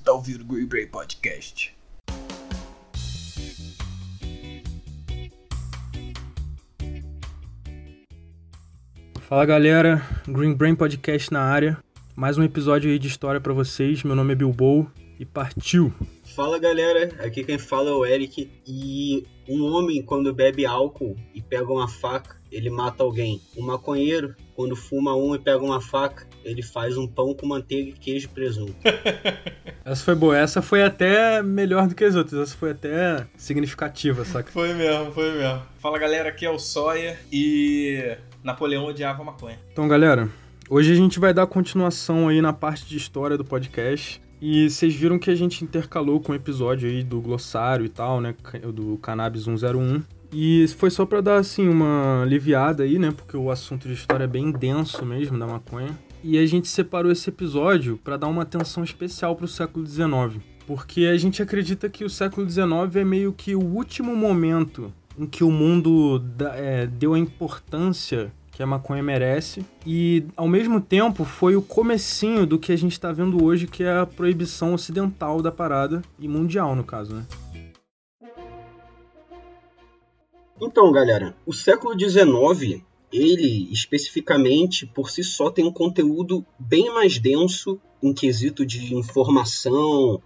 tá ouvindo o Green Brain Podcast. Fala galera, Green Brain Podcast na área. Mais um episódio aí de história pra vocês. Meu nome é Bilbo e partiu! Fala galera, aqui quem fala é o Eric. E um homem quando bebe álcool e pega uma faca, ele mata alguém. Um maconheiro, quando fuma e pega uma faca, ele faz um pão com manteiga, queijo e presunto. Essa foi boa, essa foi até melhor do que as outras, essa foi até significativa, saca? Foi mesmo. Fala galera, aqui é o Sawyer e Napoleão odiava maconha. Então galera, hoje a gente vai dar continuação aí na parte de história do podcast. E vocês viram que a gente intercalou com o episódio aí do glossário e tal, né, do Cannabis 101. E foi só pra dar, assim, uma aliviada aí, né, porque o assunto de história é bem denso mesmo da maconha. E a gente separou esse episódio pra dar uma atenção especial pro século XIX. Porque a gente acredita que o século XIX é meio que o último momento em que o mundo deu a importância que a maconha merece, e ao mesmo tempo foi o comecinho do que a gente tá vendo hoje, que é a proibição ocidental da parada, e mundial no caso, né? Então galera, o século XIX, ele especificamente por si só tem um conteúdo bem mais denso em quesito de informação,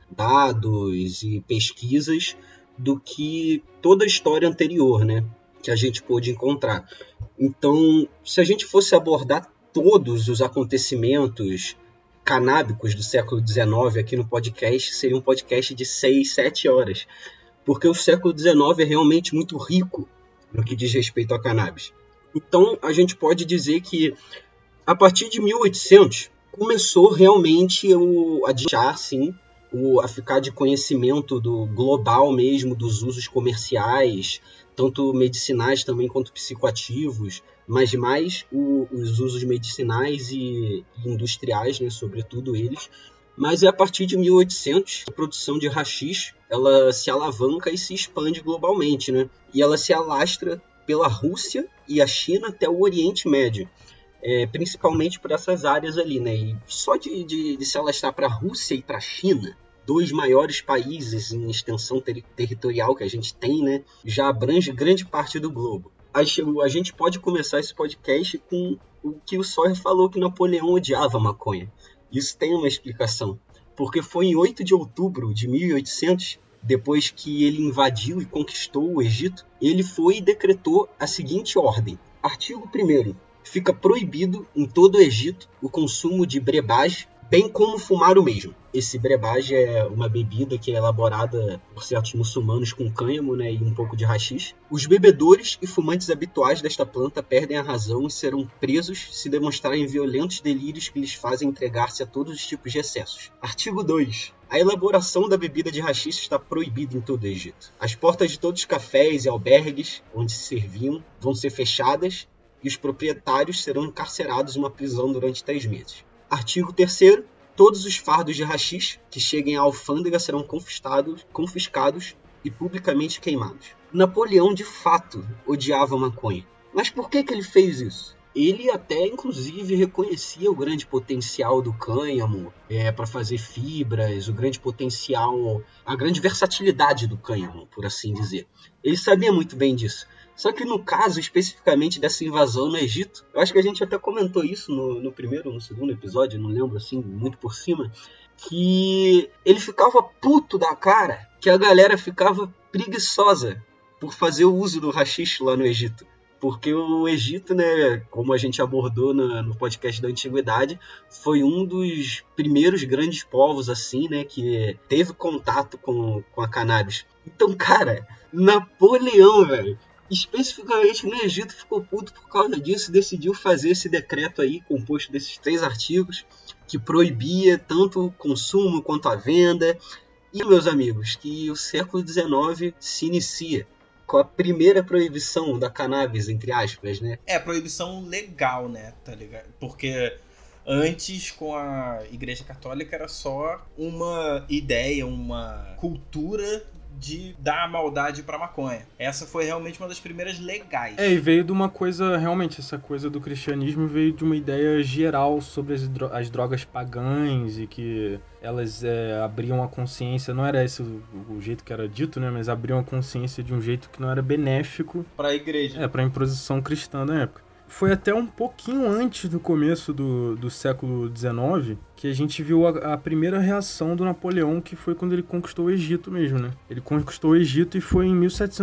dados e pesquisas do que toda a história anterior, né, que a gente pôde encontrar. Então, se a gente fosse abordar todos os acontecimentos canábicos do século XIX aqui no podcast, seria um podcast de 6, 7 horas. Porque o século XIX é realmente muito rico no que diz respeito a cannabis. Então, a gente pode dizer que, a partir de 1800, começou realmente a deixar, assim, a ficar de conhecimento do global mesmo, dos usos comerciais, tanto medicinais também quanto psicoativos, mas mais os usos medicinais e industriais, né, sobretudo eles. Mas é a partir de 1800, a produção de haxixe, ela se alavanca e se expande globalmente, né? E ela se alastra pela Rússia e a China até o Oriente Médio, principalmente por essas áreas ali, né? E só de se alastrar para a Rússia e para a China, dois maiores países em extensão territorial que a gente tem, né, já abrange grande parte do globo. A gente pode começar esse podcast com o que o Sawyer falou, que Napoleão odiava maconha. Isso tem uma explicação, porque foi em 8 de outubro de 1800, depois que ele invadiu e conquistou o Egito, ele foi e decretou a seguinte ordem. Artigo 1º. Fica proibido em todo o Egito o consumo de brebages, bem como fumar o mesmo. Esse brebaje é uma bebida que é elaborada por certos muçulmanos com cânhamo, né, e um pouco de haxixe. Os bebedores e fumantes habituais desta planta perdem a razão e serão presos se demonstrarem violentos delírios que lhes fazem entregar-se a todos os tipos de excessos. Artigo 2. A elaboração da bebida de haxixe está proibida em todo o Egito. As portas de todos os cafés e albergues onde se serviam vão ser fechadas e os proprietários serão encarcerados em uma prisão durante 3 meses. Artigo 3º. Todos os fardos de haxixe que cheguem à alfândega serão confiscados e publicamente queimados. Napoleão, de fato, odiava a maconha. Mas por que ele fez isso? Ele até, inclusive, reconhecia o grande potencial do cânhamo para fazer fibras, o grande potencial, a grande versatilidade do cânhamo, por assim dizer. Ele sabia muito bem disso. Só que no caso, especificamente, dessa invasão no Egito, eu acho que a gente até comentou isso no primeiro ou no segundo episódio, não lembro, assim, muito por cima, que ele ficava puto da cara, que a galera ficava preguiçosa por fazer o uso do haxixe lá no Egito. Porque o Egito, né, como a gente abordou no podcast da Antiguidade, foi um dos primeiros grandes povos, assim, né, que teve contato com a cannabis. Então, cara, Napoleão, velho, especificamente no Egito, ficou puto por causa disso e decidiu fazer esse decreto aí, composto desses 3 artigos, que proibia tanto o consumo quanto a venda. E, meus amigos, que o século XIX se inicia com a primeira proibição da cannabis, entre aspas, né? Proibição legal, né, tá ligado? Porque antes, com a Igreja Católica, era só uma ideia, uma cultura de dar a maldade pra maconha. Essa foi realmente uma das primeiras legais. E veio de uma coisa, realmente, essa coisa do cristianismo veio de uma ideia geral sobre as drogas pagãs e que elas abriam a consciência, não era esse o jeito que era dito, né, mas abriam a consciência de um jeito que não era benéfico pra igreja. Pra imposição cristã na época. Foi até um pouquinho antes do começo do século XIX que a gente viu a primeira reação do Napoleão, que foi quando ele conquistou o Egito mesmo, né? Ele conquistou o Egito e foi em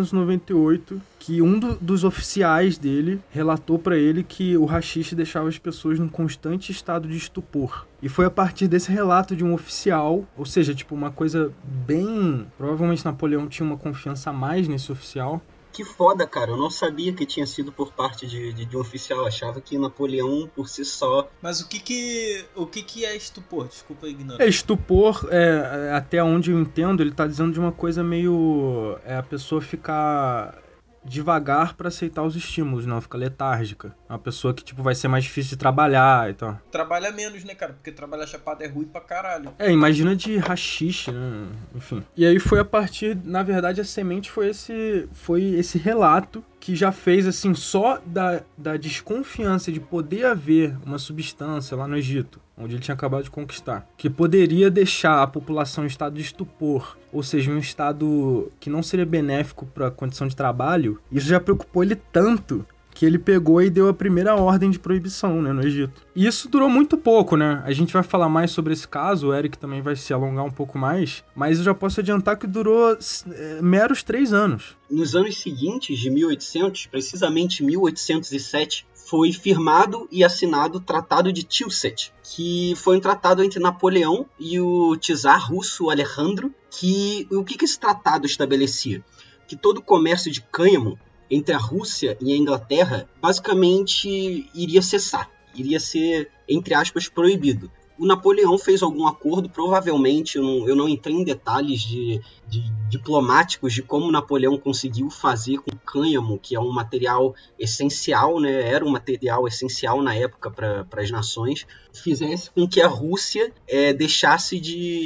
1798 que um dos oficiais dele relatou pra ele que o haxixe deixava as pessoas num constante estado de estupor. E foi a partir desse relato de um oficial, ou seja, tipo uma coisa bem... Provavelmente Napoleão tinha uma confiança a mais nesse oficial. Que foda, cara. Eu não sabia que tinha sido por parte de um oficial. Eu achava que Napoleão, por si só... Mas o que é estupor? Desculpa a ignorância. Estupor, até onde eu entendo, ele tá dizendo de uma coisa meio... a pessoa ficar devagar pra aceitar os estímulos, não ficar letárgica. É uma pessoa que, tipo, vai ser mais difícil de trabalhar e tal. Trabalha menos, né, cara? Porque trabalhar chapado é ruim pra caralho. Imagina de haxixe, né? Enfim. E aí foi a partir... Na verdade, a semente foi esse relato que já fez, assim, só da desconfiança de poder haver uma substância lá no Egito, onde ele tinha acabado de conquistar, que poderia deixar a população em estado de estupor, ou seja, um estado que não seria benéfico para a condição de trabalho. Isso já preocupou ele tanto que ele pegou e deu a primeira ordem de proibição, né, no Egito. E isso durou muito pouco, né? A gente vai falar mais sobre esse caso, o Eric também vai se alongar um pouco mais, mas eu já posso adiantar que durou meros 3 anos. Nos anos seguintes, de 1800, precisamente 1807, foi firmado e assinado o Tratado de Tilsit, que foi um tratado entre Napoleão e o czar russo Alejandro, o que esse tratado estabelecia? Que todo o comércio de cânhamo entre a Rússia e a Inglaterra basicamente iria cessar, iria ser, entre aspas, proibido. O Napoleão fez algum acordo, provavelmente, eu não entrei em detalhes de diplomáticos de como Napoleão conseguiu fazer com cânhamo, que é um material essencial, né? Era um material essencial na época para as nações, fizesse com que a Rússia deixasse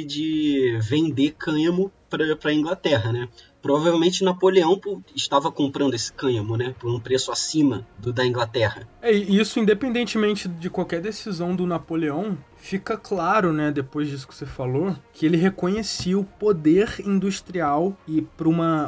de vender cânhamo para a Inglaterra, né? Provavelmente Napoleão estava comprando esse cânhamo, né, por um preço acima da Inglaterra. E isso, independentemente de qualquer decisão do Napoleão, fica claro, né, depois disso que você falou, que ele reconhecia o poder industrial e para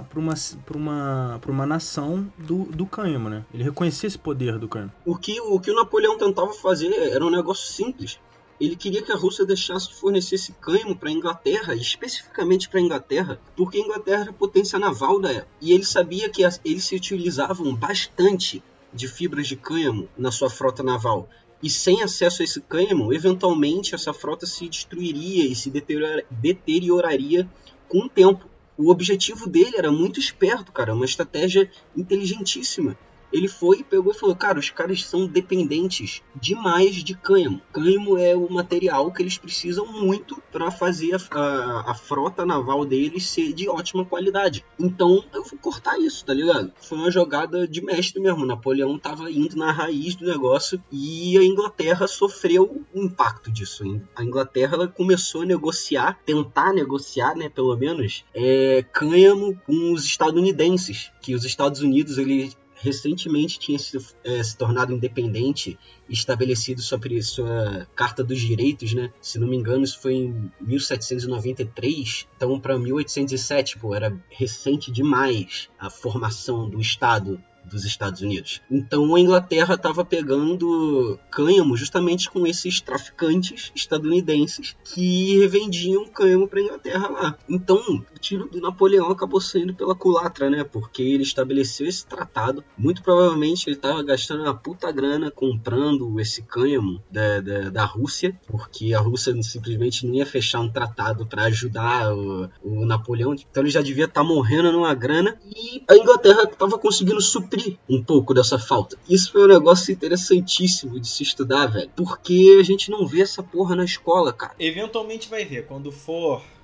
uma nação do cânhamo, né? Ele reconhecia esse poder do cânhamo. O que o Napoleão tentava fazer era um negócio simples. Ele queria que a Rússia deixasse de fornecer esse cânhamo para a Inglaterra, especificamente para a Inglaterra, porque a Inglaterra era a potência naval da época. E ele sabia que eles se utilizavam bastante de fibras de cânhamo na sua frota naval. E sem acesso a esse cânhamo, eventualmente essa frota se destruiria e se deterioraria com o tempo. O objetivo dele era muito esperto, cara, uma estratégia inteligentíssima. Ele pegou e falou, cara, os caras são dependentes demais de cânhamo. Cânhamo é o material que eles precisam muito para fazer a frota naval deles ser de ótima qualidade. Então, eu vou cortar isso, tá ligado? Foi uma jogada de mestre mesmo. Napoleão tava indo na raiz do negócio e a Inglaterra sofreu o impacto disso. A Inglaterra ela começou a tentar negociar, né, pelo menos, cânhamo com os estadunidenses, que os Estados Unidos, ele recentemente tinha se tornado independente e estabelecido sua Carta dos Direitos, né? Se não me engano, isso foi em 1793, então para 1807, era recente demais a formação do Estado dos Estados Unidos. Então a Inglaterra estava pegando cânhamo justamente com esses traficantes estadunidenses que revendiam cânhamo para a Inglaterra lá. Então o tiro do Napoleão acabou saindo pela culatra, né? Porque ele estabeleceu esse tratado. Muito provavelmente ele estava gastando uma puta grana comprando esse cânhamo da Rússia, porque a Rússia simplesmente não ia fechar um tratado para ajudar o Napoleão. Então ele já devia estar morrendo numa grana e a Inglaterra estava conseguindo suprir um pouco dessa falta. Isso foi um negócio interessantíssimo de se estudar, velho. Porque a gente não vê essa porra na escola, cara. Eventualmente vai ver. Quando for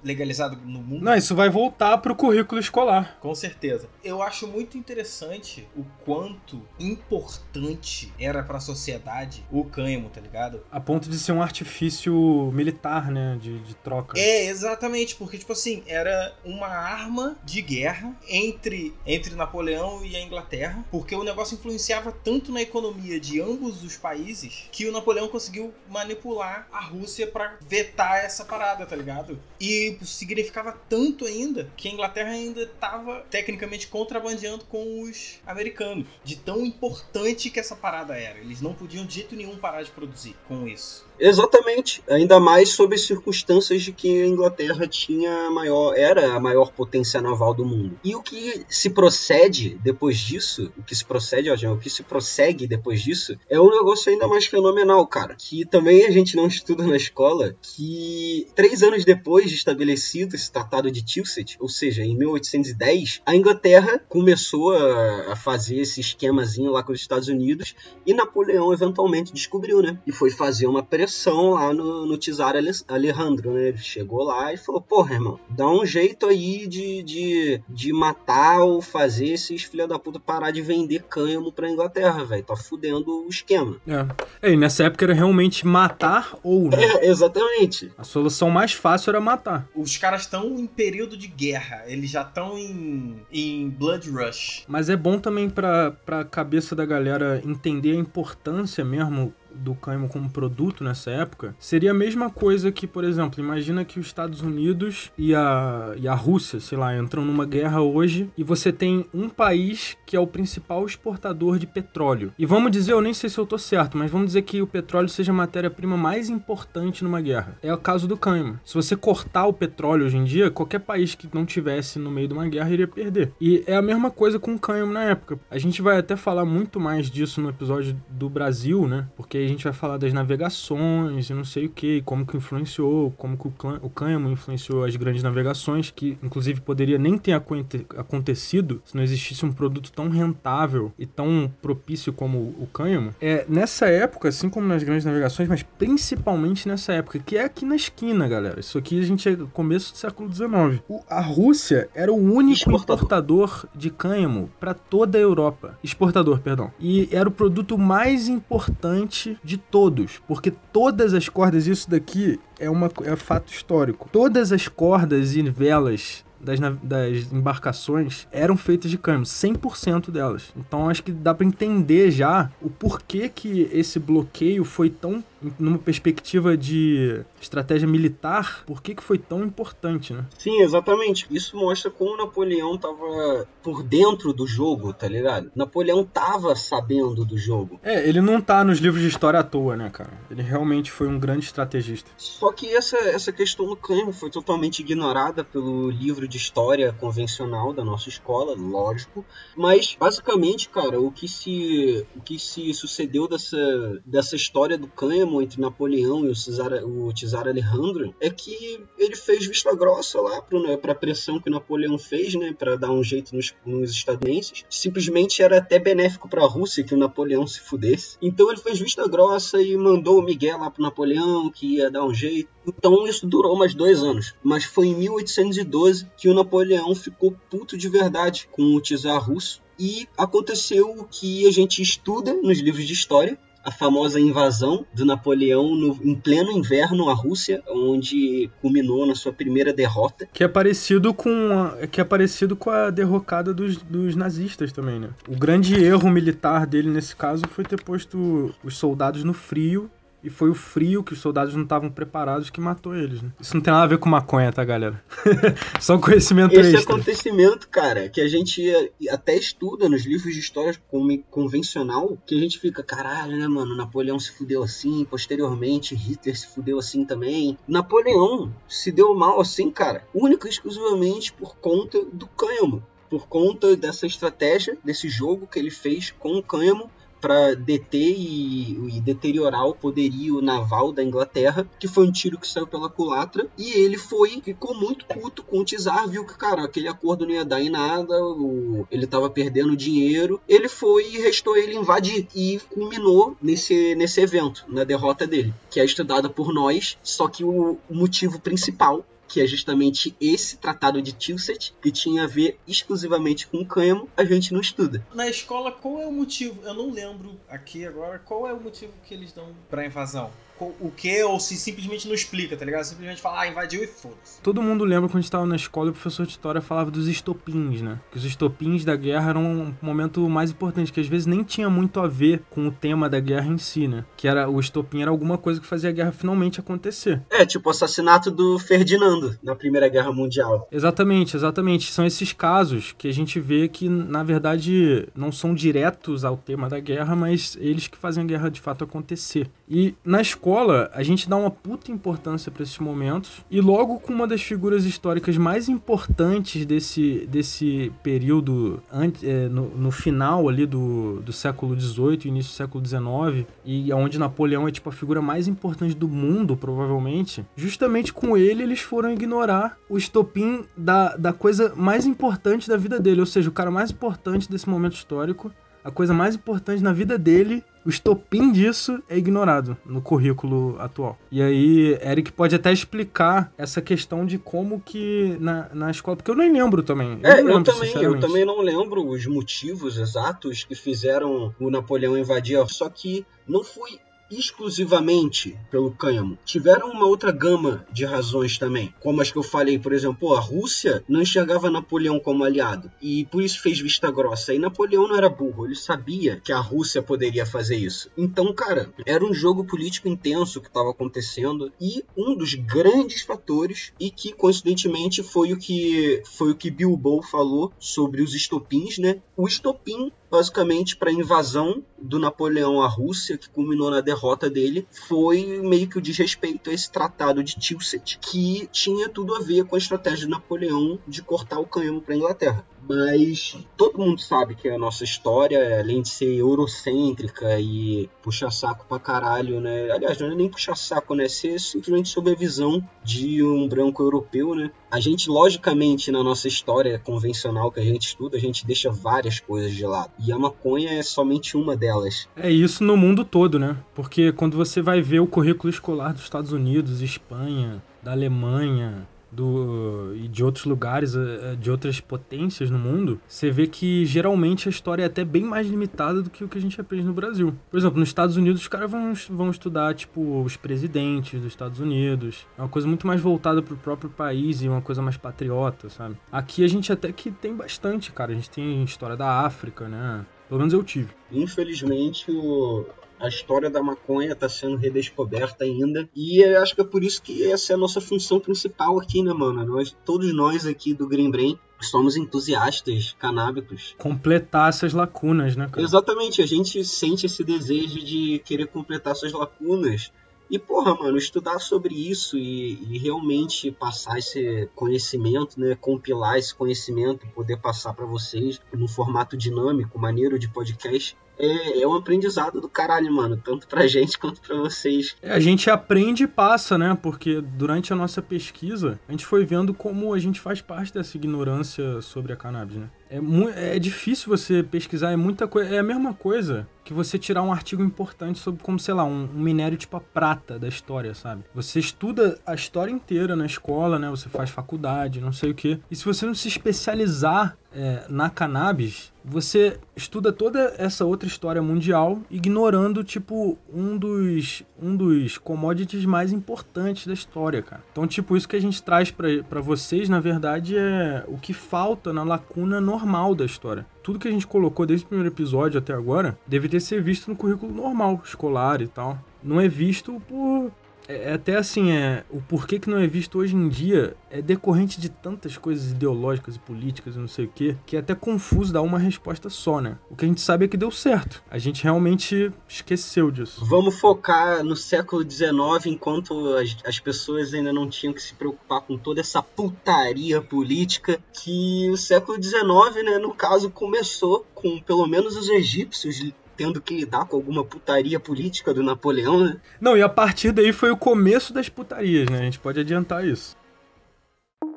legalizado no mundo. Não, isso vai voltar pro currículo escolar. Com certeza. Eu acho muito interessante o quanto importante era pra sociedade o cânhamo, tá ligado? A ponto de ser um artifício militar, né, de troca. Exatamente, porque, tipo assim, era uma arma de guerra entre Napoleão e a Inglaterra, porque o negócio influenciava tanto na economia de ambos os países que o Napoleão conseguiu manipular a Rússia pra vetar essa parada, tá ligado? E significava tanto ainda que a Inglaterra ainda estava tecnicamente contrabandeando com os americanos, de tão importante que essa parada era. Eles não podiam de jeito nenhum parar de produzir com isso. Exatamente, ainda mais sob as circunstâncias de que a Inglaterra era a maior potência naval do mundo. E o que se prossegue depois disso é um negócio ainda mais fenomenal, cara, que também a gente não estuda na escola, que 3 anos depois de estabelecido esse Tratado de Tilsit, ou seja, em 1810, a Inglaterra começou a fazer esse esquemazinho lá com os Estados Unidos e Napoleão eventualmente descobriu, né? E foi fazer uma pressão lá no Czar Alejandro, né? Ele chegou lá e falou, porra, irmão, dá um jeito aí de matar ou fazer esses filha da puta parar de vender cânhamo pra Inglaterra, velho. Tá fudendo o esquema. E nessa época era realmente matar ou não. Exatamente. A solução mais fácil era matar. Os caras estão em período de guerra, eles já estão em Blood Rush. Mas é bom também pra cabeça da galera entender a importância mesmo do cânhamo como produto nessa época. Seria a mesma coisa que, por exemplo, imagina que os Estados Unidos e a Rússia, sei lá, entram numa guerra hoje e você tem um país que é o principal exportador de petróleo. E vamos dizer, eu nem sei se eu tô certo, mas vamos dizer que o petróleo seja a matéria-prima mais importante numa guerra. É o caso do cânhamo. Se você cortar o petróleo hoje em dia, qualquer país que não tivesse no meio de uma guerra iria perder. E é a mesma coisa com o cânhamo na época. A gente vai até falar muito mais disso no episódio do Brasil, né? Porque a gente vai falar das navegações e não sei o que, como que influenciou, como que o cânhamo influenciou as grandes navegações, que inclusive poderia nem ter acontecido se não existisse um produto tão rentável e tão propício como o cânhamo. Nessa época, assim como nas grandes navegações, mas principalmente nessa época, que é aqui na esquina, galera. Isso aqui a gente é começo do século XIX. A Rússia era o único importador de cânhamo para toda a Europa. Exportador, perdão. E era o produto mais importante de todos, porque todas as cordas, isso daqui é fato histórico, todas as cordas e velas das embarcações eram feitas de cânhamo, 100% delas. Então acho que dá para entender já o porquê que esse bloqueio foi tão, numa perspectiva de estratégia militar, por que foi tão importante, né? Sim, exatamente. Isso mostra como Napoleão tava por dentro do jogo, tá ligado? Napoleão tava sabendo do jogo. Ele não tá nos livros de história à toa, né, cara? Ele realmente foi um grande estrategista. Só que essa questão do cânhamo foi totalmente ignorada pelo livro de história convencional da nossa escola, lógico. Mas, basicamente, cara, o que se sucedeu dessa história do cânhamo entre Napoleão e o Czar Alejandro é que ele fez vista grossa lá pra pressão que Napoleão fez, né, pra dar um jeito nos estadunidenses. Simplesmente era até benéfico pra Rússia que o Napoleão se fudesse. Então ele fez vista grossa e mandou o Miguel lá pro Napoleão, que ia dar um jeito. Então isso durou mais 2 anos. Mas foi em 1812 que o Napoleão ficou puto de verdade com o czar russo. E aconteceu o que a gente estuda nos livros de história, a famosa invasão do Napoleão em pleno inverno à Rússia, onde culminou na sua primeira derrota. Que é parecido com a derrocada dos nazistas também, né? O grande erro militar dele nesse caso foi ter posto os soldados no frio. E foi o frio que os soldados não estavam preparados que matou eles, né? Isso não tem nada a ver com maconha, tá, galera? Só conhecimento extra. Esse acontecimento, cara, que a gente até estuda nos livros de história convencional, que a gente fica, caralho, né, mano? Napoleão se fudeu assim, posteriormente Hitler se fudeu assim também. Napoleão se deu mal assim, cara, única e exclusivamente por conta do cânhamo. Por conta dessa estratégia, desse jogo que ele fez com o cânhamo, para deter e deteriorar o poderio naval da Inglaterra, que foi um tiro que saiu pela culatra, e ele ficou muito puto com o czar, viu que, cara, aquele acordo não ia dar em nada, ele tava perdendo dinheiro, ele foi e restou ele invadir, e culminou nesse evento, na derrota dele, que é estudada por nós, só que o motivo principal, que é justamente esse tratado de Tilsit, que tinha a ver exclusivamente com o cânhamo, a gente não estuda. Na escola, qual é o motivo? Eu não lembro aqui agora qual é o motivo que eles dão pra invasão. O que, ou se simplesmente não explica, tá ligado? Simplesmente fala, invadiu e foda-se. Todo mundo lembra quando a gente tava na escola e o professor de história falava dos estopins, né? Que os estopins da guerra eram um momento mais importante, que às vezes nem tinha muito a ver com o tema da guerra em si, né? Que era o estopim era alguma coisa que fazia a guerra finalmente acontecer. Tipo o assassinato do Ferdinando na Primeira Guerra Mundial. Exatamente. São esses casos que a gente vê que, na verdade, não são diretos ao tema da guerra, mas eles que fazem a guerra de fato acontecer. E na escola, a gente dá uma puta importância para esses momentos, e logo com uma das figuras históricas mais importantes desse período, no final ali do século XVIII, início do século XIX, e onde Napoleão é tipo a figura mais importante do mundo, provavelmente, justamente com ele eles foram ignorar o estopim da coisa mais importante da vida dele, ou seja, o cara mais importante desse momento histórico, a coisa mais importante na vida dele, o estopim disso é ignorado no currículo atual. E aí, Eric pode até explicar essa questão de como que na escola... Porque eu nem lembro também. Eu também não lembro os motivos exatos que fizeram o Napoleão invadir. Só que não foi exclusivamente pelo cânhamo. Tiveram uma outra gama de razões também, como as que eu falei, por exemplo, a Rússia não enxergava Napoleão como aliado, e por isso fez vista grossa, e Napoleão não era burro, ele sabia que a Rússia poderia fazer isso. Então, cara, era um jogo político intenso que estava acontecendo, e um dos grandes fatores, e que coincidentemente foi o que Bilbo falou sobre os estopins, né? O estopim, basicamente, para a invasão do Napoleão à Rússia, que culminou na derrota dele, foi meio que o desrespeito a esse tratado de Tilsit, que tinha tudo a ver com a estratégia de Napoleão de cortar o cânhamo para a Inglaterra. Mas todo mundo sabe que a nossa história, além de ser eurocêntrica e puxar saco pra caralho, né? Aliás, não é nem puxar saco, né? Ser simplesmente sob a visão de um branco europeu, né? A gente, logicamente, na nossa história convencional que a gente estuda, a gente deixa várias coisas de lado. E a maconha é somente uma delas. É isso no mundo todo, né? Porque quando você vai ver o currículo escolar dos Estados Unidos, Espanha, da Alemanha... e de outros lugares, de outras potências no mundo, você vê que geralmente a história é até bem mais limitada do que o que a gente aprende no Brasil. Por exemplo, nos Estados Unidos os caras vão estudar, tipo, os presidentes dos Estados Unidos. É uma coisa muito mais voltada pro próprio país e uma coisa mais patriota, sabe? Aqui a gente até que tem bastante, cara. A gente tem história da África, né? Pelo menos eu tive. Infelizmente, a história da maconha está sendo redescoberta ainda. E eu acho que é por isso que essa é a nossa função principal aqui, né, mano? Todos nós aqui do Green Brain somos entusiastas canábicos. Completar essas lacunas, né, cara? Exatamente, a gente sente esse desejo de querer completar essas lacunas. E, porra, mano, estudar sobre isso e realmente passar esse conhecimento, né? Compilar esse conhecimento, poder passar para vocês num formato dinâmico, maneiro de podcast, é um aprendizado do caralho, mano. Tanto pra gente quanto pra vocês. A gente aprende e passa, né? Porque durante a nossa pesquisa, a gente foi vendo como a gente faz parte dessa ignorância sobre a cannabis, né? É difícil você pesquisar, é muita coisa. É a mesma coisa que você tirar um artigo importante sobre como, sei lá, um minério tipo a prata da história, sabe? Você estuda a história inteira na escola, né? Você faz faculdade, não sei o quê. E se você não se especializar na cannabis, você estuda toda essa outra história mundial, ignorando, tipo, um dos commodities mais importantes da história, cara. Então, tipo, isso que a gente traz pra vocês, na verdade, é o que falta na lacuna normal da história. Tudo que a gente colocou desde o primeiro episódio até agora deveria ser visto no currículo normal, escolar e tal. Não é visto por... até assim, o porquê que não é visto hoje em dia é decorrente de tantas coisas ideológicas e políticas e não sei o quê, que é até confuso dar uma resposta só, né? O que a gente sabe é que deu certo. A gente realmente esqueceu disso. Vamos focar no século XIX, enquanto as pessoas ainda não tinham que se preocupar com toda essa putaria política, que o século XIX, né, no caso, começou com pelo menos os egípcios tendo que lidar com alguma putaria política do Napoleão, né? Não, e a partir daí foi o começo das putarias, né? A gente pode adiantar isso.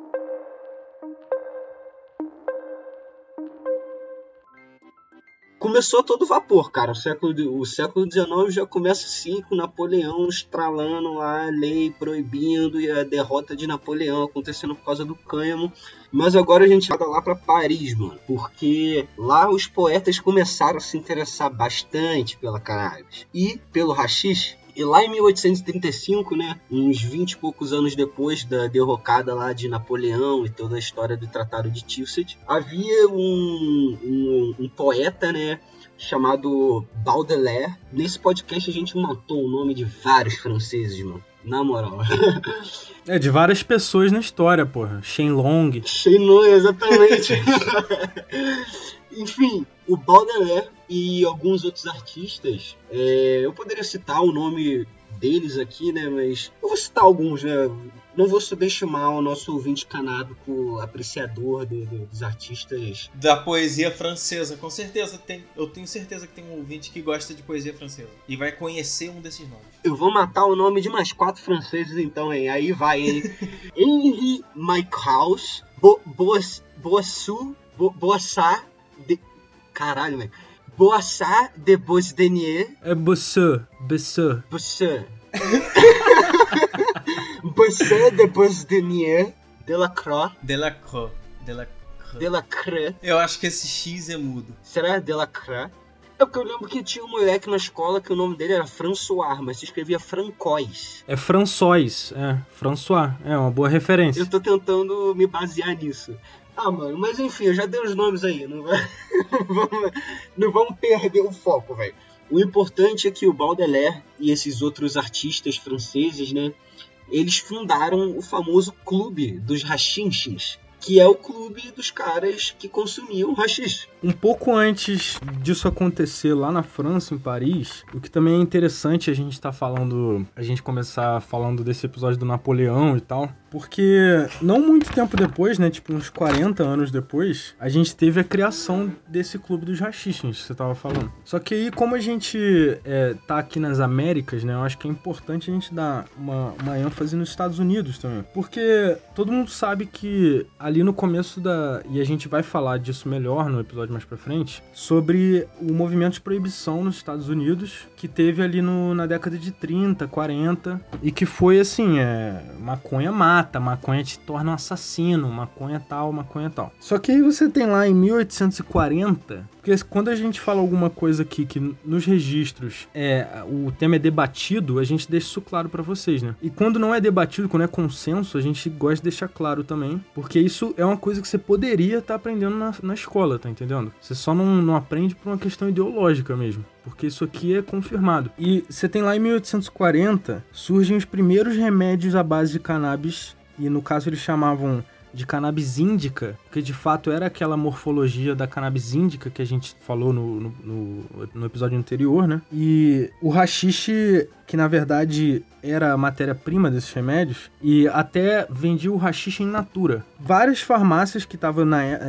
Com começou todo vapor, cara. O século XIX já começa assim, com Napoleão estralando lá, a lei proibindo e a derrota de Napoleão acontecendo por causa do cânhamo. Mas agora a gente vai lá pra Paris, mano, porque lá os poetas começaram a se interessar bastante pela cannabis e pelo haxixe. E lá em 1835, né, uns 20 e poucos anos depois da derrocada lá de Napoleão e toda a história do Tratado de Tilsit, havia um poeta, né, chamado Baudelaire. Nesse podcast a gente matou o nome de vários franceses, mano. Na moral. De várias pessoas na história, porra. Shenlong, Exatamente. Enfim, o Baudelaire e alguns outros artistas, eu poderia citar o nome deles aqui, né? Mas eu vou citar alguns, né? Não vou subestimar o nosso ouvinte canábico apreciador dos artistas. Da poesia francesa, com certeza. Eu tenho certeza que tem um ouvinte que gosta de poesia francesa e vai conhecer um desses nomes. Eu vou matar o nome de mais 4 franceses então, hein? Aí vai, hein? Henri Maichaus, Boissat de... Caralho, velho. Boissat de Bosdenier. Boissat. Boissat de Bosdenier. Delacroix. Eu acho que esse X é mudo. Será Delacroix? É porque eu lembro que tinha um moleque na escola que o nome dele era François, mas se escrevia Francois. É François, François. É uma boa referência. Eu tô tentando me basear nisso. Ah, mano, mas enfim, eu já dei os nomes aí. Não vamos perder o foco, velho. O importante é que o Baudelaire e esses outros artistas franceses, né, eles fundaram o famoso Clube dos Rachinchins, que é o clube dos caras que consumiam haxixe. Um pouco antes disso acontecer lá na França, em Paris, o que também é interessante a gente começar falando desse episódio do Napoleão e tal, porque não muito tempo depois, né, tipo uns 40 anos depois, a gente teve a criação desse clube dos rachistas que você tava falando. Só que aí, como a gente tá aqui nas Américas, né, eu acho que é importante a gente dar uma ênfase nos Estados Unidos também, porque todo mundo sabe que ali no começo e a gente vai falar disso melhor no episódio mais pra frente, sobre o movimento de proibição nos Estados Unidos, que teve ali na década de 30, 40, e que foi assim, maconha mata, maconha te torna um assassino, maconha tal. Só que aí você tem lá em 1840, porque quando a gente fala alguma coisa aqui que nos registros o tema é debatido, a gente deixa isso claro pra vocês, né? E quando não é debatido, quando é consenso, a gente gosta de deixar claro também, porque isso é uma coisa que você poderia estar aprendendo na escola, tá entendendo? Você só não aprende por uma questão ideológica mesmo, porque isso aqui é confirmado. E você tem lá em 1840, surgem os primeiros remédios à base de cannabis, e no caso eles chamavam de cannabis índica, porque de fato era aquela morfologia da cannabis índica que a gente falou no episódio anterior, né? E o haxixe, que na verdade era a matéria-prima desses remédios, e até vendia o haxixe em natura. Várias farmácias que estavam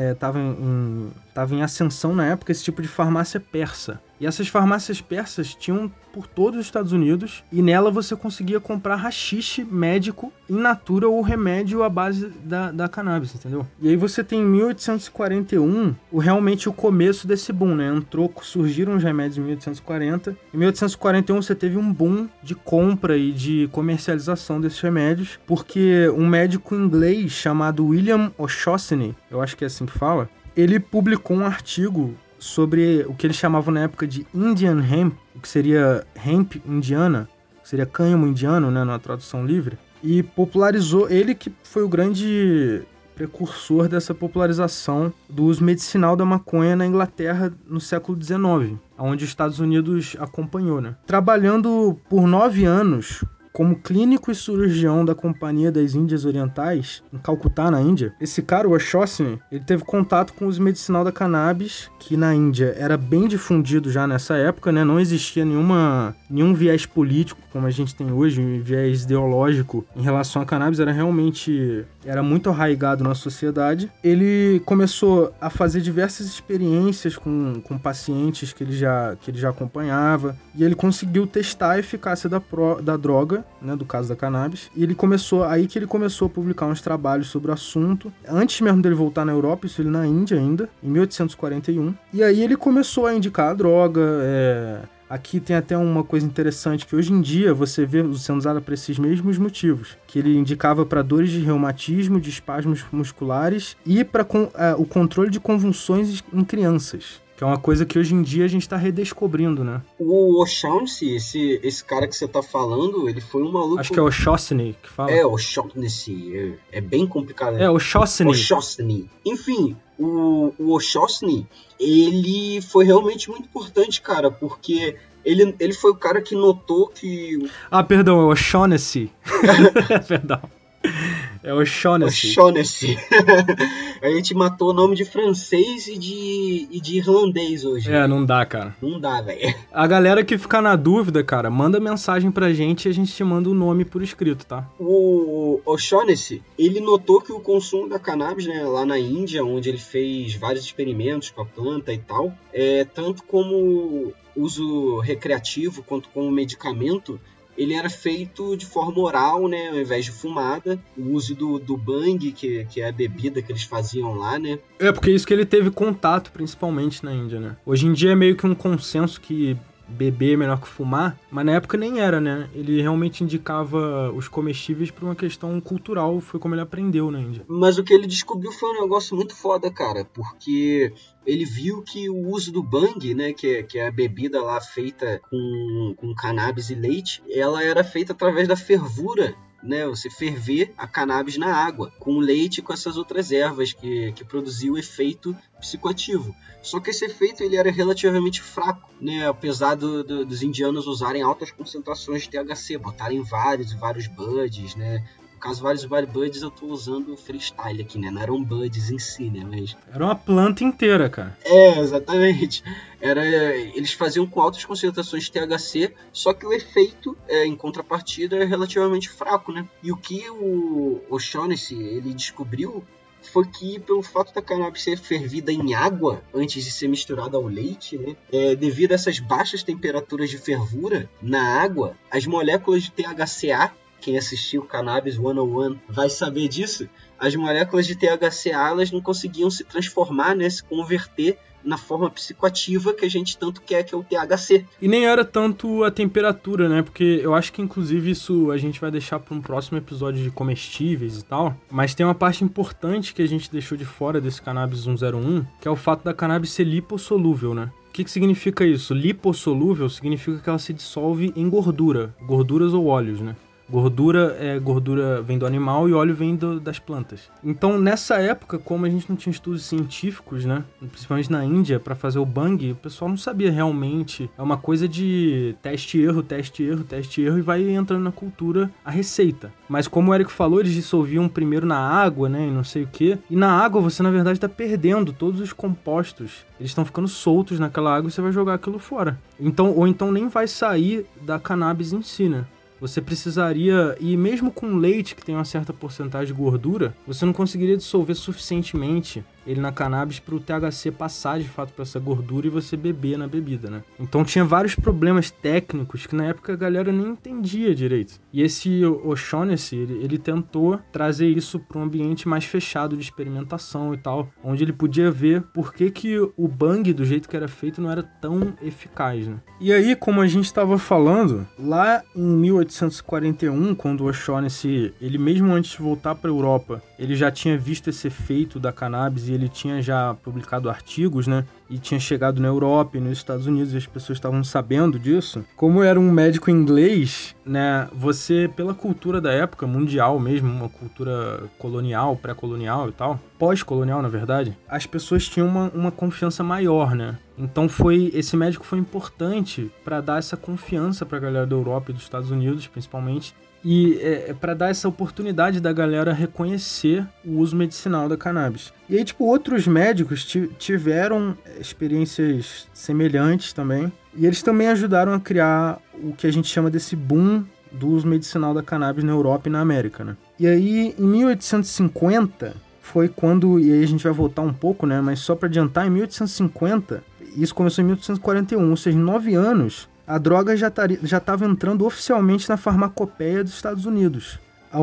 em ascensão na época, esse tipo de farmácia persa. E essas farmácias persas tinham por todos os Estados Unidos, e nela você conseguia comprar haxixe médico in natura ou remédio à base da cannabis, entendeu? E aí você tem em 1841 realmente o começo desse boom, né? Surgiram os remédios em 1840. Em 1841 você teve um boom de compra e de comercialização desses remédios, porque um médico inglês chamado William O'Shaughnessy, eu acho que é assim que fala, ele publicou um artigo sobre o que eles chamavam na época de Indian Hemp, o que seria hemp indiana, que seria cânhamo indiano, né, na tradução livre, e popularizou, ele que foi o grande precursor dessa popularização do uso medicinal da maconha na Inglaterra no século XIX, onde os Estados Unidos acompanhou, né? Trabalhando por 9 anos como clínico e cirurgião da Companhia das Índias Orientais, em Calcutá, na Índia, esse cara, o O'Shaughnessy, ele teve contato com o uso medicinal da cannabis, que na Índia era bem difundido já nessa época, né? Não existia nenhum viés político, como a gente tem hoje, um viés ideológico em relação à cannabis, era muito arraigado na sociedade. Ele começou a fazer diversas experiências com pacientes que ele já acompanhava, e ele conseguiu testar a eficácia da droga né, do caso da cannabis, e ele começou a publicar uns trabalhos sobre o assunto, antes mesmo dele voltar na Europa, isso ele na Índia ainda, em 1841, e aí ele começou a indicar a droga. Aqui tem até uma coisa interessante, que hoje em dia você vê sendo usada para esses mesmos motivos, que ele indicava para dores de reumatismo, de espasmos musculares e para o controle de convulsões em crianças. Que é uma coisa que hoje em dia a gente tá redescobrindo, né? O O'Shaughnessy, esse cara que você tá falando, ele foi um maluco... Acho que é o O'Shaughnessy que fala. O'Shaughnessy. É bem complicado. O'Shaughnessy. Enfim, o O'Shaughnessy, ele foi realmente muito importante, cara, porque ele foi o cara que notou que... Perdão, é o O'Shaughnessy. Perdão. É o O'Shaughnessy. O'Shaughnessy. A gente matou o nome de francês e de irlandês hoje. Não dá, cara. Não dá, velho. A galera que ficar na dúvida, cara, manda mensagem pra gente e a gente te manda o nome por escrito, tá? O O'Shaughnessy, ele notou que o consumo da cannabis, né, lá na Índia, onde ele fez vários experimentos com a planta e tal, tanto como uso recreativo quanto como medicamento, ele era feito de forma oral, né, ao invés de fumada. O uso do bang, que é a bebida que eles faziam lá, né. Porque isso que ele teve contato, principalmente na Índia, né. Hoje em dia é meio que um consenso que beber é melhor que fumar, mas na época nem era, né. Ele realmente indicava os comestíveis por uma questão cultural, foi como ele aprendeu na Índia. Mas o que ele descobriu foi um negócio muito foda, cara, porque ele viu que o uso do bang, né, que é a bebida lá feita com cannabis e leite, ela era feita através da fervura, né, você ferver a cannabis na água, com leite e com essas outras ervas que produziam o efeito psicoativo. Só que esse efeito ele era relativamente fraco, né, apesar dos indianos usarem altas concentrações de THC, botarem vários buds, né. No caso, vários buds eu tô usando freestyle aqui, né? Não eram buds em si, né? Mas... era uma planta inteira, cara. Exatamente. Eles faziam com altas concentrações de THC, só que o efeito, em contrapartida, é relativamente fraco, né? E o que o O'Shaughnessy, ele descobriu foi que, pelo fato da cannabis ser fervida em água antes de ser misturada ao leite, né, devido a essas baixas temperaturas de fervura na água, as moléculas de THCA, quem assistiu Cannabis 101 vai saber disso, as moléculas de THCA elas não conseguiam se transformar, né, se converter na forma psicoativa que a gente tanto quer, que é o THC. E nem era tanto a temperatura, né? Porque eu acho que, inclusive, isso a gente vai deixar para um próximo episódio de comestíveis e tal. Mas tem uma parte importante que a gente deixou de fora desse Cannabis 101, que é o fato da cannabis ser lipossolúvel, né? O que significa isso? Lipossolúvel significa que ela se dissolve em gorduras ou óleos, né? Gordura vem do animal e óleo vem das plantas. Então, nessa época, como a gente não tinha estudos científicos, né, principalmente na Índia, para fazer o bang, o pessoal não sabia realmente. É uma coisa de teste e erro, e vai entrando na cultura a receita. Mas como o Eric falou, eles dissolviam primeiro na água, né, e não sei o quê. E na água você, na verdade, está perdendo todos os compostos. Eles estão ficando soltos naquela água e você vai jogar aquilo fora. Ou então nem vai sair da cannabis em si, né? Você precisaria, e mesmo com leite que tem uma certa porcentagem de gordura, você não conseguiria dissolver suficientemente ele na cannabis para o THC passar de fato para essa gordura e você beber na bebida, né? Então tinha vários problemas técnicos que na época a galera nem entendia direito. E esse O'Shaughnessy, ele tentou trazer isso para um ambiente mais fechado de experimentação e tal, onde ele podia ver por que o bang do jeito que era feito não era tão eficaz, né? E aí, como a gente estava falando, lá em 1841, quando o O'Shaughnessy, ele mesmo antes de voltar para a Europa, ele já tinha visto esse efeito da cannabis e ele tinha já publicado artigos, né? E tinha chegado na Europa e nos Estados Unidos e as pessoas estavam sabendo disso. Como era um médico inglês, né? Você, pela cultura da época, mundial mesmo, uma cultura colonial, pré-colonial e tal, pós-colonial, na verdade, as pessoas tinham uma confiança maior, né? Então esse médico foi importante para dar essa confiança para a galera da Europa e dos Estados Unidos, principalmente, e para dar essa oportunidade da galera reconhecer o uso medicinal da cannabis. E aí, outros médicos tiveram experiências semelhantes também, e eles também ajudaram a criar o que a gente chama desse boom do uso medicinal da cannabis na Europa e na América, né? E aí, em 1850, foi quando, e aí a gente vai voltar um pouco, né? Mas só para adiantar, em 1850, isso começou em 1841, ou seja, 9 anos a droga já estava entrando oficialmente na farmacopeia dos Estados Unidos,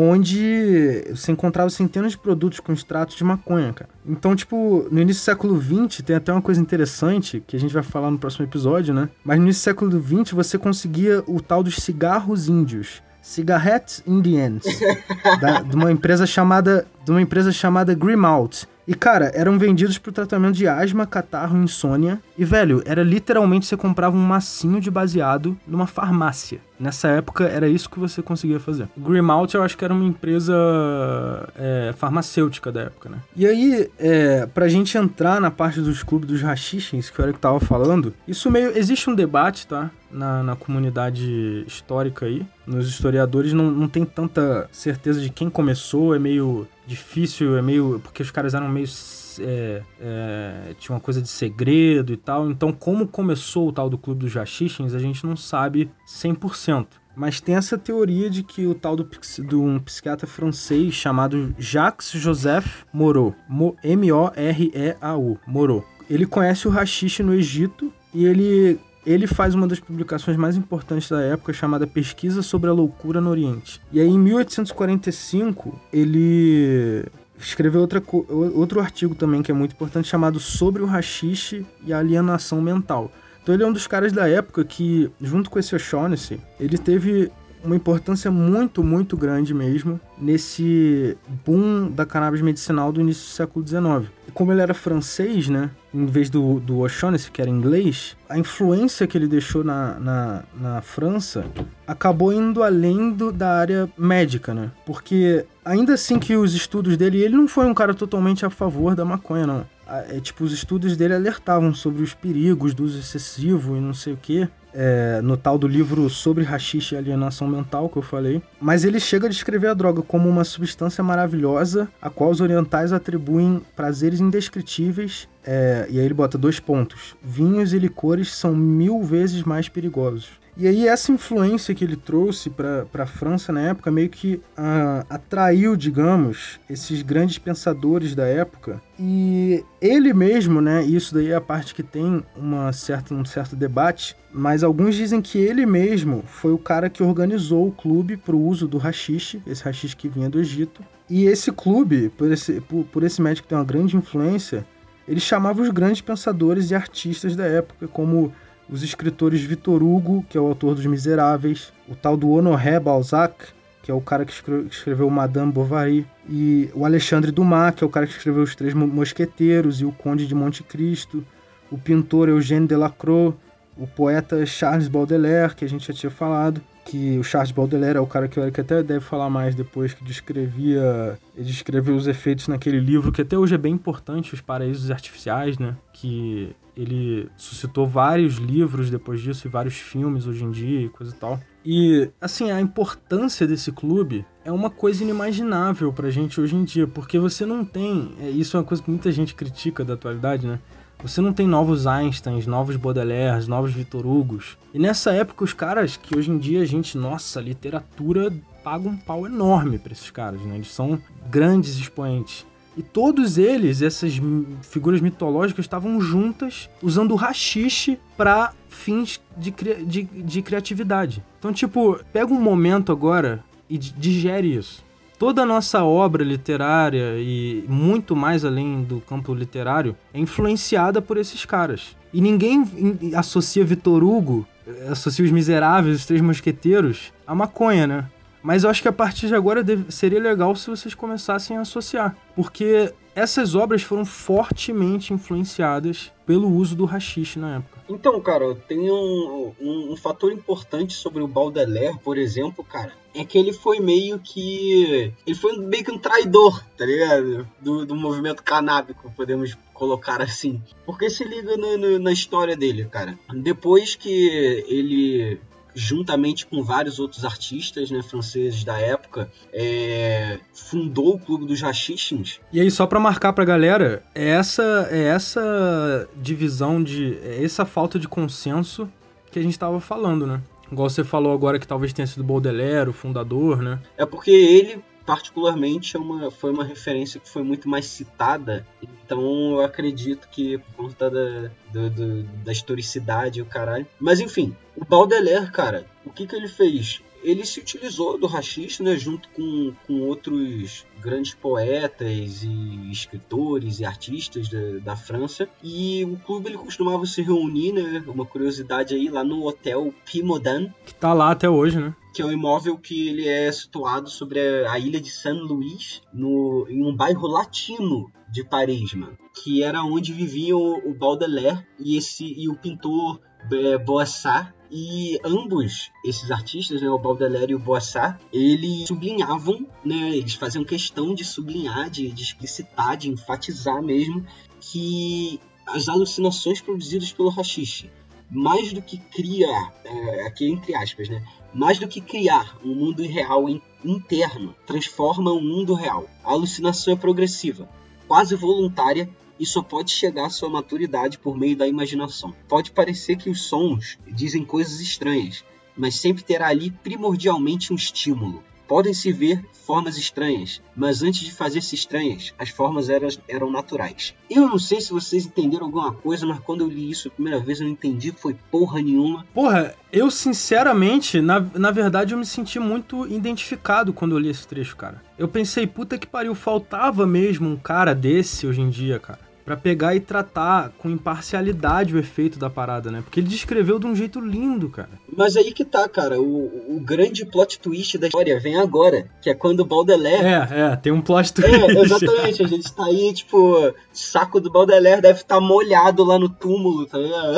onde se encontrava centenas de produtos com extratos de maconha, cara. Então, tipo, no início do século XX, tem até uma coisa interessante, que a gente vai falar no próximo episódio, né? Mas no início do século XX, você conseguia o tal dos cigarros índios. Cigarettes Indians, de uma empresa chamada Green Malt. E, cara, eram vendidos pro tratamento de asma, catarro e insônia. E, velho, era literalmente você comprava um massinho de baseado numa farmácia. Nessa época, era isso que você conseguia fazer. Green Malt, eu acho que era uma empresa farmacêutica da época, né? E aí, pra gente entrar na parte dos clubes dos rachichens, que o Eric tava falando, isso meio... Existe um debate, tá? Na comunidade histórica aí. Nos historiadores não tem tanta certeza de quem começou, é meio difícil, porque os caras eram meio... tinha uma coisa de segredo e tal. Então, como começou o tal do Clube dos Rachichens, a gente não sabe 100%. Mas tem essa teoria de que o tal de um psiquiatra francês chamado Jacques-Joseph Moreau, M-O-R-E-A-U, Moreau. Ele conhece o haxixe no Egito e ele faz uma das publicações mais importantes da época, chamada Pesquisa sobre a Loucura no Oriente. E aí, em 1845, ele escreveu outro artigo também que é muito importante, chamado Sobre o Haxixe e a Alienação Mental. Então ele é um dos caras da época que, junto com esse O'Shaughnessy, ele teve uma importância muito, muito grande mesmo nesse boom da cannabis medicinal do início do século XIX. E como ele era francês, né, em vez do O'Shaughnessy, que era inglês, a influência que ele deixou na França acabou indo além da área médica, né? Porque ainda assim que os estudos dele, ele não foi um cara totalmente a favor da maconha, não. Os estudos dele alertavam sobre os perigos do uso excessivo e não sei o quê. No tal do livro Sobre Haxixe e Alienação Mental, que eu falei. Mas ele chega a descrever a droga como uma substância maravilhosa, a qual os orientais atribuem prazeres indescritíveis. E aí ele bota 2 pontos. Vinhos e licores são 1000 vezes mais perigosos. E aí essa influência que ele trouxe para a França na época meio que atraiu, digamos, esses grandes pensadores da época. E ele mesmo, né, isso daí é a parte que tem um certo debate, mas alguns dizem que ele mesmo foi o cara que organizou o clube para o uso do haxixe, esse haxixe que vinha do Egito. E esse clube, por esse médico que tem uma grande influência, ele chamava os grandes pensadores e artistas da época, como os escritores Victor Hugo, que é o autor dos Miseráveis, o tal do Honoré Balzac, que é o cara que escreveu Madame Bovary, e o Alexandre Dumas, que é o cara que escreveu Os Três Mosqueteiros e o Conde de Monte Cristo, o pintor Eugène Delacroix, o poeta Charles Baudelaire, que a gente já tinha falado, que o Charles Baudelaire é o cara que o Eric até deve falar mais depois, que ele descreveu os efeitos naquele livro, que até hoje é bem importante, Os Paraísos Artificiais, né? Que ele suscitou vários livros depois disso e vários filmes hoje em dia e coisa e tal. E, assim, a importância desse clube é uma coisa inimaginável pra gente hoje em dia, porque você não tem... Isso é uma coisa que muita gente critica da atualidade, né? Você não tem novos Einsteins, novos Baudelaires, novos Victor Hugos. E nessa época, os caras que hoje em dia a gente... Nossa, a literatura paga um pau enorme pra esses caras, né? Eles são grandes expoentes. E todos eles, essas figuras mitológicas, estavam juntas usando o haxixe para fins de criatividade. Então, tipo, pega um momento agora e digere isso. Toda a nossa obra literária e muito mais além do campo literário é influenciada por esses caras. E ninguém associa Victor Hugo, associa Os Miseráveis, Os Três Mosqueteiros, à maconha, né? Mas eu acho que a partir de agora seria legal se vocês começassem a associar. Porque essas obras foram fortemente influenciadas pelo uso do haxixe na época. Então, cara, tem um fator importante sobre o Baudelaire, por exemplo, cara, é que ele foi meio que um traidor, tá ligado? Do movimento canábico, podemos colocar assim. Porque se liga na história dele, cara. Depois que ele, juntamente com vários outros artistas, né, franceses da época, fundou o Clube dos Hachichens. E aí, só pra marcar pra galera, é essa divisão essa falta de consenso que a gente tava falando, né? Igual você falou agora que talvez tenha sido Baudelaire, o fundador, né? É porque ele particularmente foi uma referência que foi muito mais citada, então eu acredito que por conta da historicidade e o caralho. Mas enfim, o Baudelaire, cara, o que ele fez? Ele se utilizou do haxixe, né, junto com outros grandes poetas e escritores e artistas da França. E o clube ele costumava se reunir, né, uma curiosidade aí, lá no Hotel Pimodan. Que tá lá até hoje, né? Que é um imóvel que ele é situado sobre a ilha de Saint-Louis, em um bairro latino de Paris, mano. Que era onde viviam o Baudelaire e o pintor Boissat. E ambos esses artistas, né, o Baudelaire e o Boissat, eles sublinhavam, né, eles faziam questão de sublinhar, de explicitar, de enfatizar mesmo, que as alucinações produzidas pelo haxixe, mais do que criar, aqui entre aspas, né, mais do que criar um mundo irreal interno, transforma o mundo real. A alucinação é progressiva, quase voluntária, e só pode chegar à sua maturidade por meio da imaginação. Pode parecer que os sons dizem coisas estranhas, mas sempre terá ali primordialmente um estímulo. Podem-se ver formas estranhas, mas antes de fazer-se estranhas, as formas eram naturais. Eu não sei se vocês entenderam alguma coisa, mas quando eu li isso a primeira vez eu não entendi, foi porra nenhuma. Porra, eu sinceramente, na verdade eu me senti muito identificado quando eu li esse trecho, cara. Eu pensei, puta que pariu, faltava mesmo um cara desse hoje em dia, cara. Pra pegar e tratar com imparcialidade o efeito da parada, né? Porque ele descreveu de um jeito lindo, cara. Mas aí que tá, cara. O grande plot twist da história vem agora. Que é quando o Baudelaire... tem um plot twist. Exatamente. A gente tá aí, tipo... O saco do Baudelaire deve estar molhado lá no túmulo, tá ligado?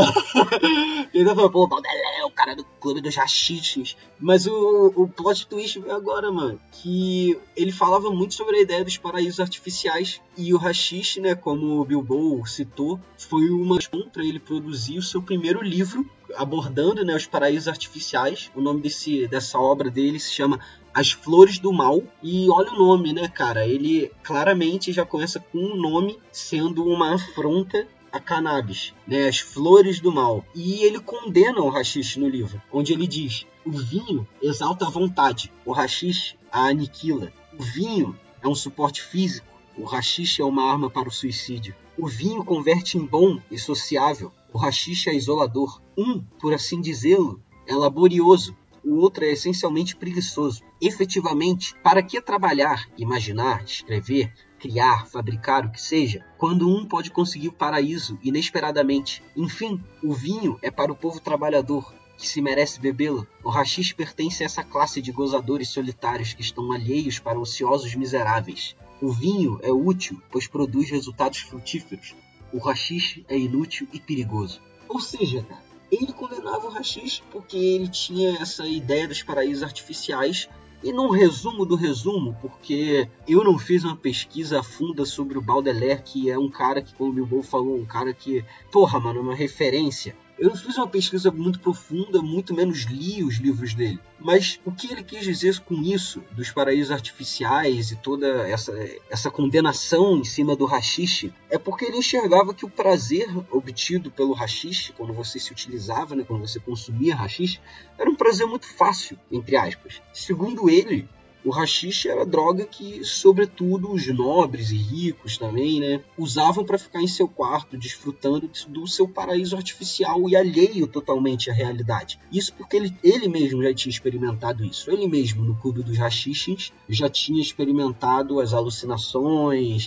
E ele falou, pô, Baudelaire é o cara do clube dos haxiches. Mas o plot twist vem agora, mano. Que ele falava muito sobre a ideia dos paraísos artificiais. E o haxixe, né, como o Bilbo citou, foi uma razão para ele produzir o seu primeiro livro, abordando, né, os paraísos artificiais. O nome dessa obra dele se chama As Flores do Mal. E olha o nome, né, cara? Ele claramente já começa com um nome sendo uma afronta a cannabis, né, As Flores do Mal. E ele condena o haxixe no livro, onde ele diz: o vinho exalta a vontade, o haxixe a aniquila. O vinho é um suporte físico, o haxixe é uma arma para o suicídio. O vinho converte em bom e sociável, o haxixe é isolador. Por assim dizê-lo, é laborioso, o outro é essencialmente preguiçoso. Efetivamente, para que trabalhar, imaginar, escrever, criar, fabricar, o que seja, quando um pode conseguir o paraíso inesperadamente? Enfim, o vinho é para o povo trabalhador, que se merece bebê-lo. O haxixe pertence a essa classe de gozadores solitários que estão alheios para ociosos miseráveis. O vinho é útil, pois produz resultados frutíferos. O haxixe é inútil e perigoso. Ou seja, cara, ele condenava o haxixe porque ele tinha essa ideia dos paraísos artificiais. E num resumo do resumo, porque eu não fiz uma pesquisa funda sobre o Baudelaire, que é um cara que, como o Bilbo falou, um cara que, porra, mano, é uma referência. Eu não fiz uma pesquisa muito profunda, muito menos li os livros dele. Mas o que ele quis dizer com isso, dos paraísos artificiais e toda essa condenação em cima do haxixe, é porque ele enxergava que o prazer obtido pelo haxixe, quando você se utilizava, né, quando você consumia haxixe, era um prazer muito fácil, entre aspas. Segundo ele, o haxixe era droga que, sobretudo, os nobres e ricos também, né, usavam para ficar em seu quarto, desfrutando do seu paraíso artificial e alheio totalmente à realidade. Isso porque ele mesmo já tinha experimentado isso. Ele mesmo, no clube dos haxiches, já tinha experimentado as alucinações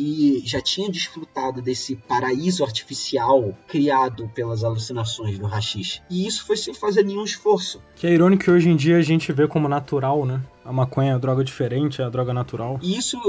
e já tinha desfrutado desse paraíso artificial criado pelas alucinações do haxixe. E isso foi sem fazer nenhum esforço. Que é irônico que hoje em dia a gente vê como natural, né? A maconha é a droga diferente, é a droga natural. E isso,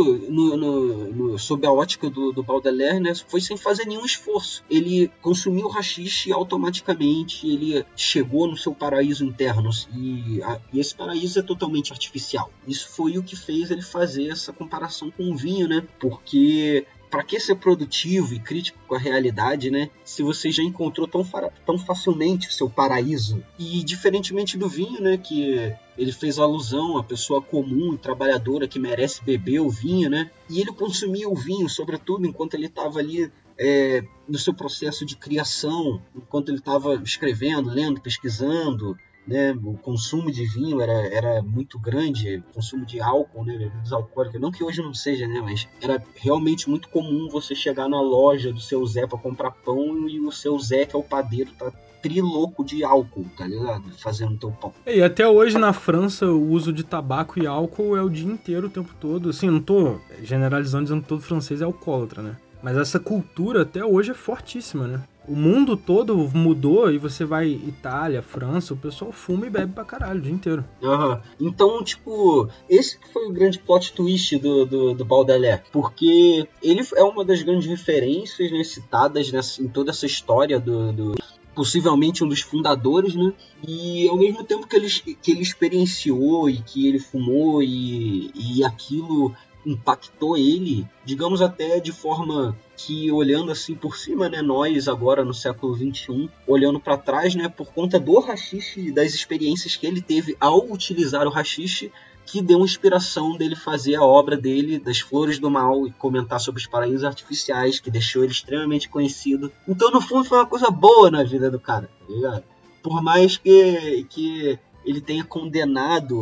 sob a ótica do Baudelaire, né, foi sem fazer nenhum esforço. Ele consumiu o haxixe e automaticamente ele chegou no seu paraíso interno. E esse paraíso é totalmente artificial. Isso foi o que fez ele fazer essa comparação com o vinho, né? Porque para que ser produtivo e crítico com a realidade, né? Se você já encontrou tão facilmente o seu paraíso. E diferentemente do vinho, né? Que ele fez alusão à pessoa comum e trabalhadora que merece beber o vinho, né? E ele consumia o vinho, sobretudo, enquanto ele estava ali no seu processo de criação, enquanto ele estava escrevendo, lendo, pesquisando, né? O consumo de vinho era muito grande, o consumo de álcool, né? Bebidas alcoólicas, não que hoje não seja, né? Mas era realmente muito comum você chegar na loja do seu Zé para comprar pão e o seu Zé, que é o padeiro, tá trilouco de álcool, tá ligado? Fazendo teu pão. E até hoje na França o uso de tabaco e álcool é o dia inteiro, o tempo todo. Assim, não tô generalizando dizendo que todo francês é alcoólatra, né? Mas essa cultura até hoje é fortíssima, né? O mundo todo mudou e você vai Itália, França, o pessoal fuma e bebe pra caralho o dia inteiro. Uhum. Então, tipo, esse que foi o grande plot twist do Baudelaire. Porque ele é uma das grandes referências, né, citadas em toda essa história possivelmente um dos fundadores, né? E ao mesmo tempo que ele experienciou e que ele fumou e aquilo impactou ele, digamos até de forma que, olhando assim por cima, né, nós agora no século XXI, olhando para trás, né, por conta do haxixe, das experiências que ele teve ao utilizar o haxixe, que deu inspiração dele fazer a obra dele, Das Flores do Mal, e comentar sobre os paraísos artificiais, que deixou ele extremamente conhecido. Então, no fundo, foi uma coisa boa na vida do cara, tá ligado? Por mais que ele tenha condenado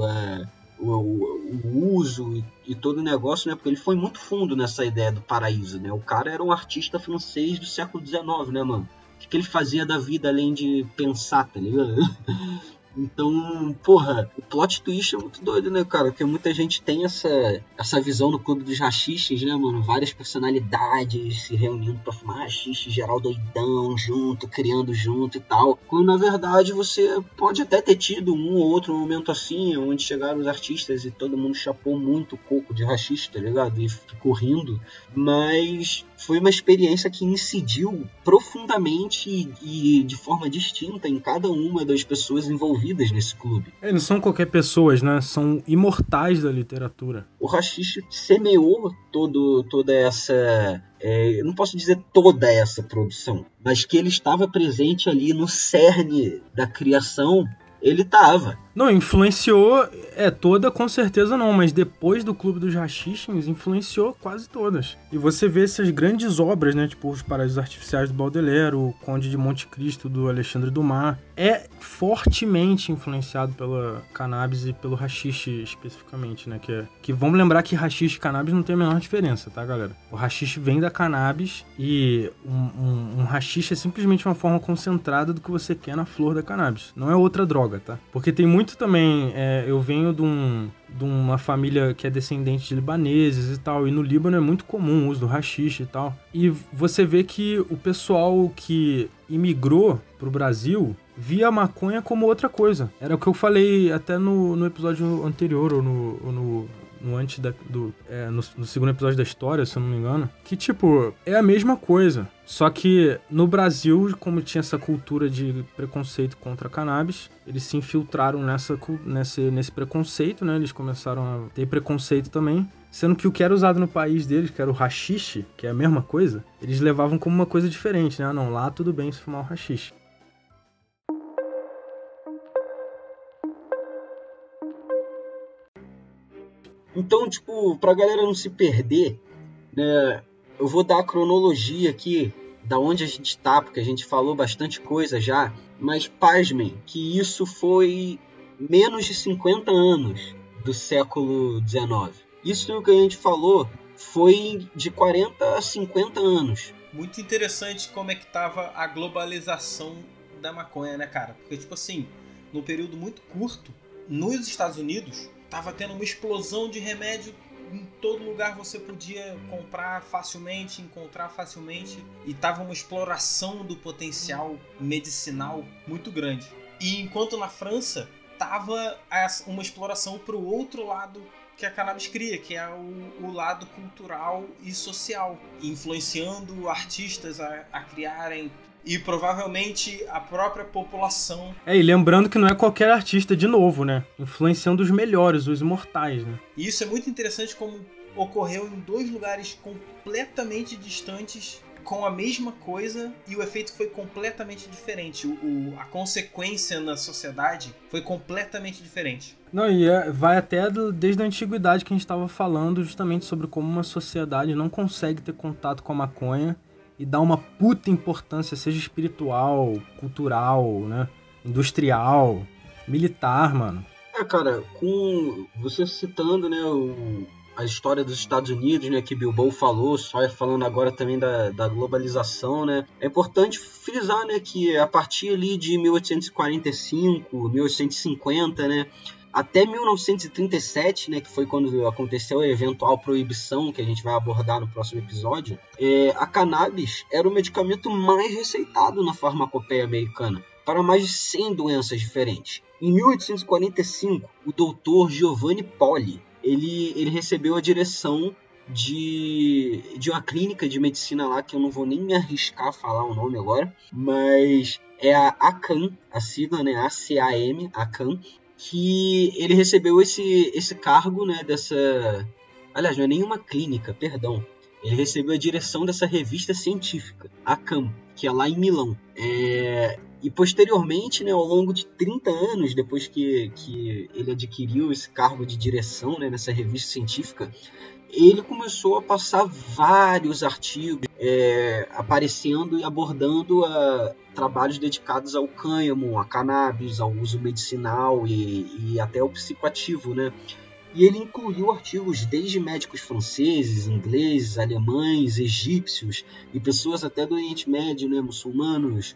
o uso e todo o negócio, né? Porque ele foi muito fundo nessa ideia do paraíso, né? O cara era um artista francês do século XIX, né, mano? O que ele fazia da vida além de pensar, tá ligado? Então, porra, o plot twist é muito doido, né, cara? Porque muita gente tem essa visão no Clube dos Haxiches, né, mano? Várias personalidades se reunindo pra fumar haxixe, geral doidão, junto, criando junto e tal. Quando, na verdade, você pode até ter tido um ou outro momento assim, onde chegaram os artistas e todo mundo chapou muito o coco de haxixe, tá ligado? E ficou rindo. Mas foi uma experiência que incidiu profundamente e de forma distinta em cada uma das pessoas envolvidas nesse clube. Não são qualquer pessoas, né? São imortais da literatura. O haxixe semeou toda essa... eu não posso dizer toda essa produção, mas que ele estava presente ali no cerne da criação, ele estava. Não, influenciou, toda com certeza não, mas depois do Clube dos Haxiches, influenciou quase todas. E você vê essas grandes obras, né, tipo Os Paraísos Artificiais do Baudelaire, O Conde de Monte Cristo do Alexandre Dumas, é fortemente influenciado pela cannabis e pelo haxixe especificamente, né, que vamos lembrar que haxixe e cannabis não tem a menor diferença, tá, galera? O haxixe vem da cannabis e um haxixe é simplesmente uma forma concentrada do que você quer na flor da cannabis, não é outra droga, tá? Porque tem muito também, eu venho de uma família que é descendente de libaneses e tal, e no Líbano é muito comum o uso do haxixe e tal. E você vê que o pessoal que imigrou pro Brasil via a maconha como outra coisa. Era o que eu falei até no episódio anterior, ou no segundo episódio da história, se eu não me engano, que, tipo, é a mesma coisa. Só que no Brasil, como tinha essa cultura de preconceito contra a cannabis, eles se infiltraram nesse preconceito, né? Eles começaram a ter preconceito também. Sendo que o que era usado no país deles, que era o haxixe, que é a mesma coisa, eles levavam como uma coisa diferente, né? Não, lá tudo bem se fumar o haxixe. Então, tipo, pra galera não se perder, né, eu vou dar a cronologia aqui da onde a gente tá, porque a gente falou bastante coisa já, mas pasmem que isso foi menos de 50 anos do século XIX. Isso que a gente falou foi de 40 a 50 anos. Muito interessante como é que tava a globalização da maconha, né, cara? Porque, tipo assim, num período muito curto, nos Estados Unidos, tava tendo uma explosão de remédio. Em todo lugar você podia comprar facilmente, encontrar facilmente, e tava uma exploração do potencial medicinal muito grande. E enquanto na França tava uma exploração para o outro lado que a cannabis cria, que é o lado cultural e social, influenciando artistas a criarem, e provavelmente a própria população. E lembrando que não é qualquer artista, de novo, né? Influenciando os melhores, os imortais, né? E isso é muito interessante como ocorreu em dois lugares completamente distantes, com a mesma coisa, e o efeito foi completamente diferente. A consequência na sociedade foi completamente diferente. Não, e vai até desde a antiguidade que a gente estava falando justamente sobre como uma sociedade não consegue ter contato com a maconha e dá uma puta importância, seja espiritual, cultural, né, industrial, militar, mano. Cara, com você citando, né, a história dos Estados Unidos, né, que Bilbao falou, só falando agora também da globalização, né, é importante frisar, né, que a partir ali de 1845, 1850, né, até 1937, né, que foi quando aconteceu a eventual proibição, que a gente vai abordar no próximo episódio, a cannabis era o medicamento mais receitado na farmacopeia americana, para mais de 100 doenças diferentes. Em 1845, o doutor Giovanni Poli, ele recebeu a direção de uma clínica de medicina lá, que eu não vou nem me arriscar a falar o nome agora, mas é a ACAM, a sigla, né, ACAM, ACAM, que ele recebeu esse cargo, né, dessa... Aliás, não é nenhuma clínica, perdão. Ele recebeu a direção dessa revista científica, ACAM, que é lá em Milão. E posteriormente, né, ao longo de 30 anos, depois que ele adquiriu esse cargo de direção, né, nessa revista científica, ele começou a passar vários artigos aparecendo e abordando trabalhos dedicados ao cânhamo, a cannabis, ao uso medicinal e até ao psicoativo, né? E ele incluiu artigos desde médicos franceses, ingleses, alemães, egípcios e pessoas até do Oriente Médio, né, muçulmanos,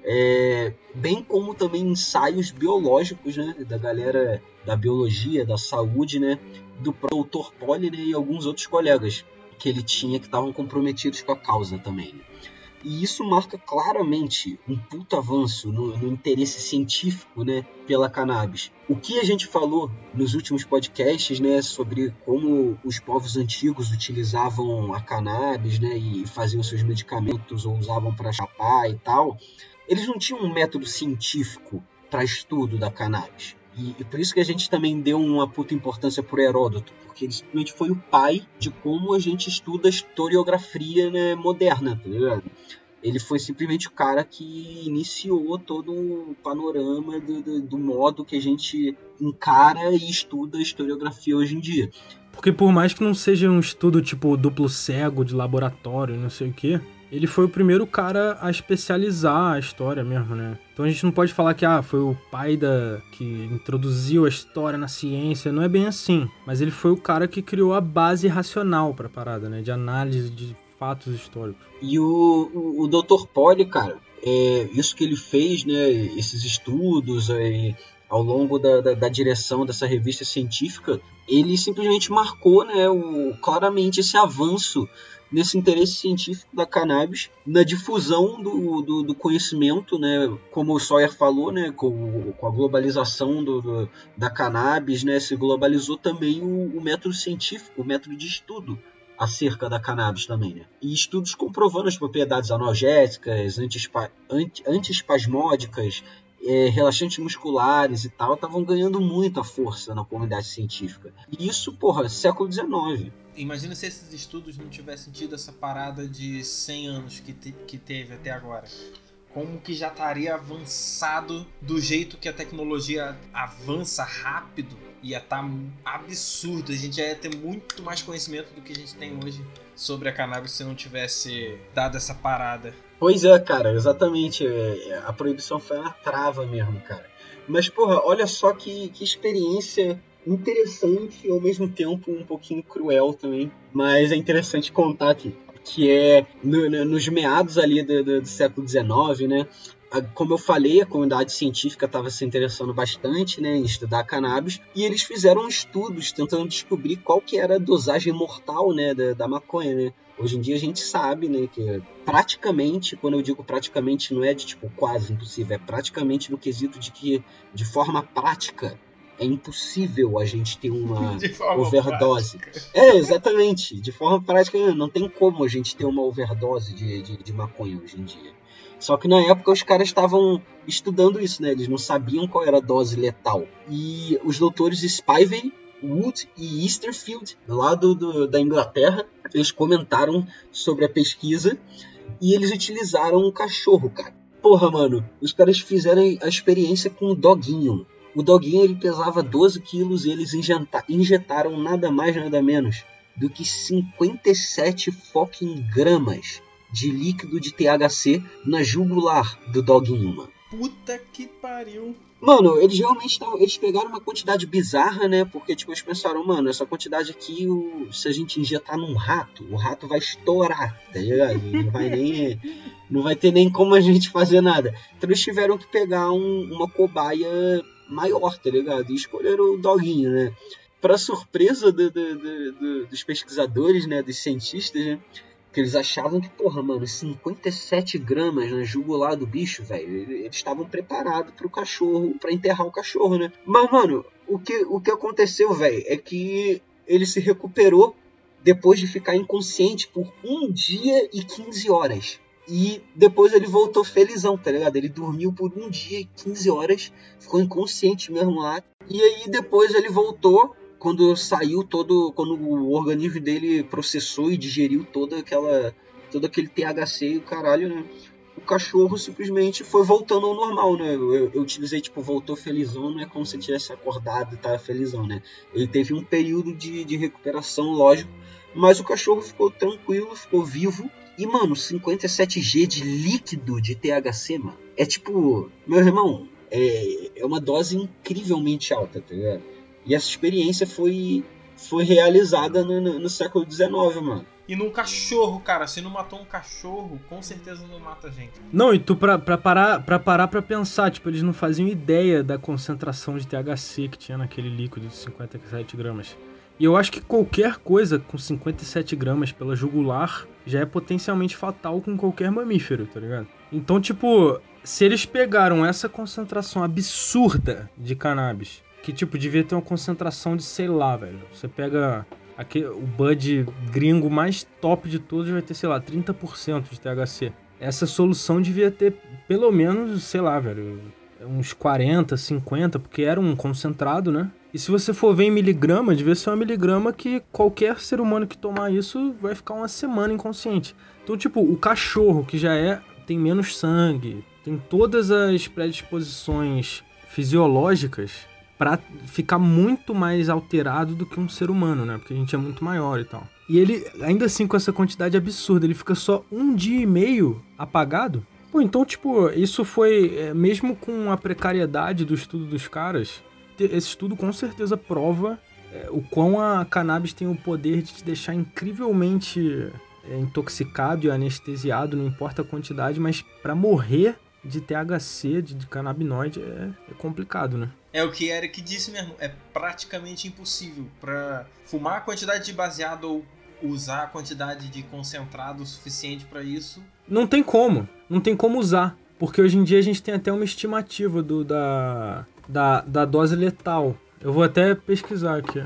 bem como também ensaios biológicos, né, da galera da biologia, da saúde, né, do Dr. Poli, né, e alguns outros colegas que ele tinha que estavam comprometidos com a causa também. Né? E isso marca claramente um puto avanço no interesse científico, né, pela cannabis. O que a gente falou nos últimos podcasts, né, sobre como os povos antigos utilizavam a cannabis, né, e faziam seus medicamentos ou usavam para chapar e tal, eles não tinham um método científico para estudo da cannabis. E por isso que a gente também deu uma puta importância pro Heródoto, porque ele simplesmente foi o pai de como a gente estuda a historiografia, né, moderna, tá ligado? Ele foi simplesmente o cara que iniciou todo o panorama do modo que a gente encara e estuda a historiografia hoje em dia. Porque por mais que não seja um estudo tipo duplo cego de laboratório, não sei o quê, ele foi o primeiro cara a especializar a história mesmo, né? Então a gente não pode falar que foi o pai que introduziu a história na ciência, não é bem assim. Mas ele foi o cara que criou a base racional pra parada, né? De análise de fatos históricos. E o Dr. Poli, cara, isso que ele fez, né? Esses estudos ao longo da direção dessa revista científica, ele simplesmente marcou, né, claramente esse avanço nesse interesse científico da cannabis, na difusão do conhecimento, né, como o Sawyer falou, né, com a globalização da cannabis, né, se globalizou também o método científico, o método de estudo acerca da cannabis também, né? E estudos comprovando as propriedades analgésicas, antiespasmódicas, relaxantes musculares e tal, estavam ganhando muita força na comunidade científica. E isso, século XIX. Imagina se esses estudos não tivessem tido essa parada de 100 anos que teve até agora. Como que já estaria avançado do jeito que a tecnologia avança rápido, ia estar absurdo. A gente já ia ter muito mais conhecimento do que a gente tem hoje sobre a cannabis se não tivesse dado essa parada. Pois é, cara, exatamente. A proibição foi uma trava mesmo, cara. Mas, olha só que experiência interessante e ao mesmo tempo um pouquinho cruel também. Mas é interessante contar aqui. Que é nos meados ali do século XIX, né? Como eu falei, a comunidade científica estava se interessando bastante, né, em estudar cannabis, e eles fizeram estudos tentando descobrir qual que era a dosagem mortal, né, da maconha, né? Hoje em dia a gente sabe, né, que praticamente, quando eu digo praticamente, não é de tipo quase impossível, é praticamente no quesito de que, de forma prática, é impossível a gente ter uma overdose. Prática. Exatamente. De forma prática, não tem como a gente ter uma overdose de maconha hoje em dia. Só que na época os caras estavam estudando isso, né? Eles não sabiam qual era a dose letal. E os doutores Spivey, Wood e Easterfield, lá da Inglaterra, eles comentaram sobre a pesquisa e eles utilizaram um cachorro, cara. Mano, os caras fizeram a experiência com um doguinho. O doguinho ele pesava 12 quilos e eles injetaram nada mais, nada menos do que 57 fucking gramas de líquido de THC na jugular do doguinho, mano. Puta que pariu. Mano, eles realmente eles pegaram uma quantidade bizarra, né? Porque, tipo, eles pensaram, mano, essa quantidade aqui, se a gente injetar num rato, o rato vai estourar, tá ligado? Não vai ter nem como a gente fazer nada. Então eles tiveram que pegar uma cobaia maior, tá ligado? E escolheram o doguinho, né? Pra surpresa dos pesquisadores, né? Dos cientistas, né? Que eles achavam que, porra, mano, 57 gramas na jugular do bicho, velho. Eles estavam preparados pro cachorro, pra enterrar o cachorro, né? Mas, mano, o que aconteceu, velho, é que ele se recuperou depois de ficar inconsciente por 1 dia e 15 horas. E depois ele voltou felizão, tá ligado? Ele dormiu por 1 dia e 15 horas, ficou inconsciente mesmo lá. E aí depois ele voltou. Quando o organismo dele processou e digeriu todo aquele THC e o caralho, né? O cachorro simplesmente foi voltando ao normal, né? Eu utilizei, tipo, voltou felizão, não é como se ele tivesse acordado e tava felizão, né? Ele teve um período de recuperação, lógico, mas o cachorro ficou tranquilo, ficou vivo. E, mano, 57G de líquido de THC, mano, é tipo, meu irmão, é uma dose incrivelmente alta, tá ligado? E essa experiência foi realizada no século XIX, mano. E num cachorro, cara. Se não matou um cachorro, com certeza não mata a gente. Não, e tu pra parar pra pensar, tipo, eles não faziam ideia da concentração de THC que tinha naquele líquido de 57 gramas. E eu acho que qualquer coisa com 57 gramas pela jugular já é potencialmente fatal com qualquer mamífero, tá ligado? Então, tipo, se eles pegaram essa concentração absurda de cannabis, que, tipo, devia ter uma concentração de, sei lá, velho. Você pega o bud gringo mais top de todos, vai ter, sei lá, 30% de THC. Essa solução devia ter, pelo menos, sei lá, velho, uns 40, 50, porque era um concentrado, né? E se você for ver em miligrama, devia ser uma miligrama que qualquer ser humano que tomar isso vai ficar uma semana inconsciente. Então, tipo, o cachorro, que já tem menos sangue, tem todas as predisposições fisiológicas pra ficar muito mais alterado do que um ser humano, né? Porque a gente é muito maior e tal. E ele, ainda assim, com essa quantidade absurda, ele fica só 1 dia e meio apagado. Pô, então, tipo, isso foi... mesmo com a precariedade do estudo dos caras, esse estudo com certeza prova o quão a cannabis tem o poder de te deixar incrivelmente intoxicado e anestesiado, não importa a quantidade, mas pra morrer de THC, de canabinoide, é complicado, né? É o que Eric disse mesmo, é praticamente impossível. Pra fumar a quantidade de baseado ou usar a quantidade de concentrado suficiente pra isso... Não tem como usar, porque hoje em dia a gente tem até uma estimativa da dose letal. Eu vou até pesquisar aqui.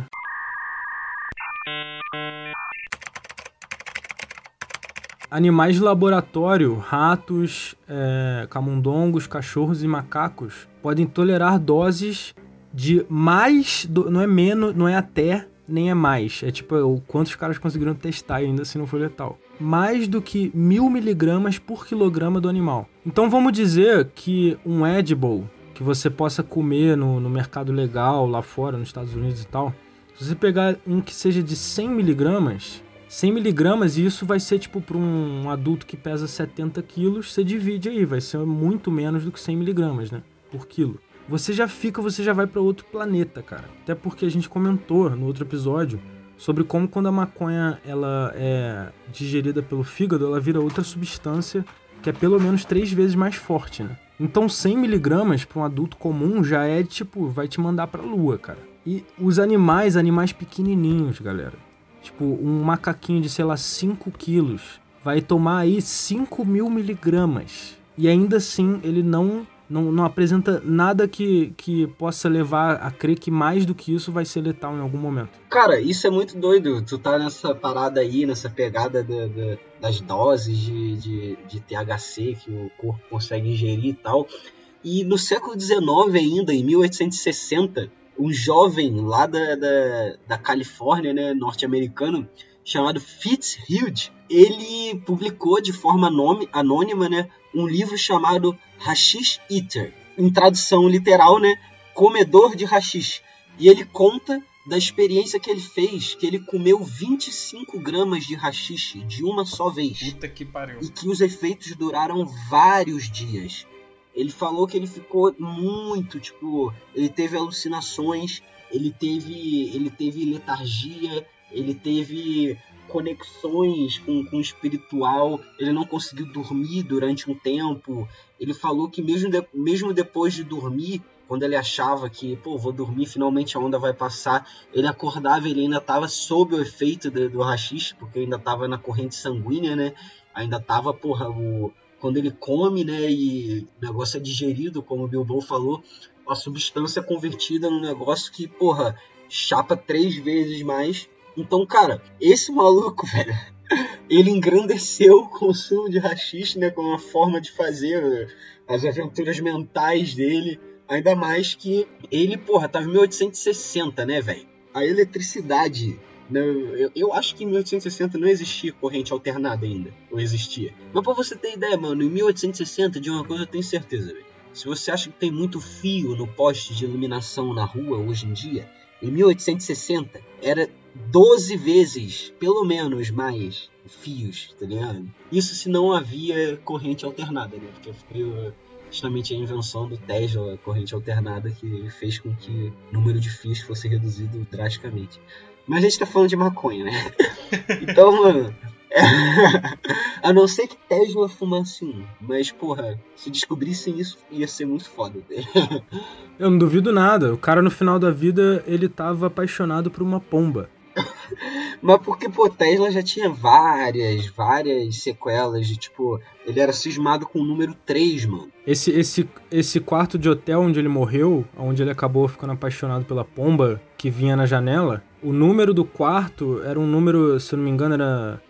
Animais de laboratório, ratos, camundongos, cachorros e macacos podem tolerar doses de mais... não é menos, não é até, nem é mais. É tipo o quanto os caras conseguiram testar ainda se não for letal. Mais do que 1000 miligramas por quilograma do animal. Então vamos dizer que um edible que você possa comer no mercado legal lá fora, nos Estados Unidos e tal, se você pegar um que seja de 100 miligramas... 100 miligramas, e isso vai ser, tipo, para um adulto que pesa 70 quilos, você divide aí, vai ser muito menos do que 100 miligramas, né, por quilo. Você já vai para outro planeta, cara. Até porque a gente comentou no outro episódio sobre como quando a maconha ela é digerida pelo fígado, ela vira outra substância que é pelo menos 3 vezes mais forte, né. Então 100 miligramas para um adulto comum já é, tipo, vai te mandar pra lua, cara. E os animais pequenininhos, galera. Tipo, um macaquinho de, sei lá, 5 quilos vai tomar aí 5.000 miligramas. E ainda assim, ele não apresenta nada que possa levar a crer que mais do que isso vai ser letal em algum momento. Cara, isso é muito doido. Tu tá nessa parada aí, nessa pegada das doses de THC que o corpo consegue ingerir e tal. E no século XIX ainda, em 1860... um jovem lá da Califórnia, né, norte-americano, chamado Fitzhugh, ele publicou de forma anônima, né, um livro chamado Hashish Eater, em tradução literal, né, comedor de hashish. E ele conta da experiência que ele fez, que ele comeu 25 gramas de hashish de uma só vez. Puta que pariu. E que os efeitos duraram vários dias. Ele falou que ele ficou muito, tipo, ele teve alucinações, ele teve letargia, ele teve conexões com o espiritual, ele não conseguiu dormir durante um tempo. Ele falou que mesmo depois de dormir, quando ele achava que, vou dormir, finalmente a onda vai passar, ele acordava, ele ainda estava sob o efeito do haxixe, porque ainda estava na corrente sanguínea, né? Ainda estava, quando ele come, né, e o negócio é digerido, como o Bilbao falou, a substância é convertida num negócio que, chapa 3 vezes mais. Então, cara, esse maluco, velho, ele engrandeceu o consumo de haxixe, né, como uma forma de fazer as aventuras mentais dele. Ainda mais que ele, tava em 1860, né, velho? A eletricidade, né, eu acho que em 1860 não existia corrente alternada ainda, ou existia. Mas pra você ter ideia, mano, em 1860, de uma coisa eu tenho certeza, velho. Se você acha que tem muito fio no poste de iluminação na rua hoje em dia, em 1860 era 12 vezes, pelo menos, mais fios, tá ligado? Isso se não havia corrente alternada, né? Porque foi justamente a invenção do Tesla, a corrente alternada, que fez com que o número de fios fosse reduzido drasticamente. Mas a gente tá falando de maconha, né? Então, mano... a não ser que Tesla fumasse um. Mas, se descobrissem isso, ia ser muito foda. Eu não duvido nada. O cara, no final da vida, ele tava apaixonado por uma pomba. Mas porque, Tesla já tinha várias sequelas de, ele era cismado com o número 3, mano. Esse quarto de hotel onde ele morreu, onde ele acabou ficando apaixonado pela pomba que vinha na janela, o número do quarto era um número, se eu não me engano, era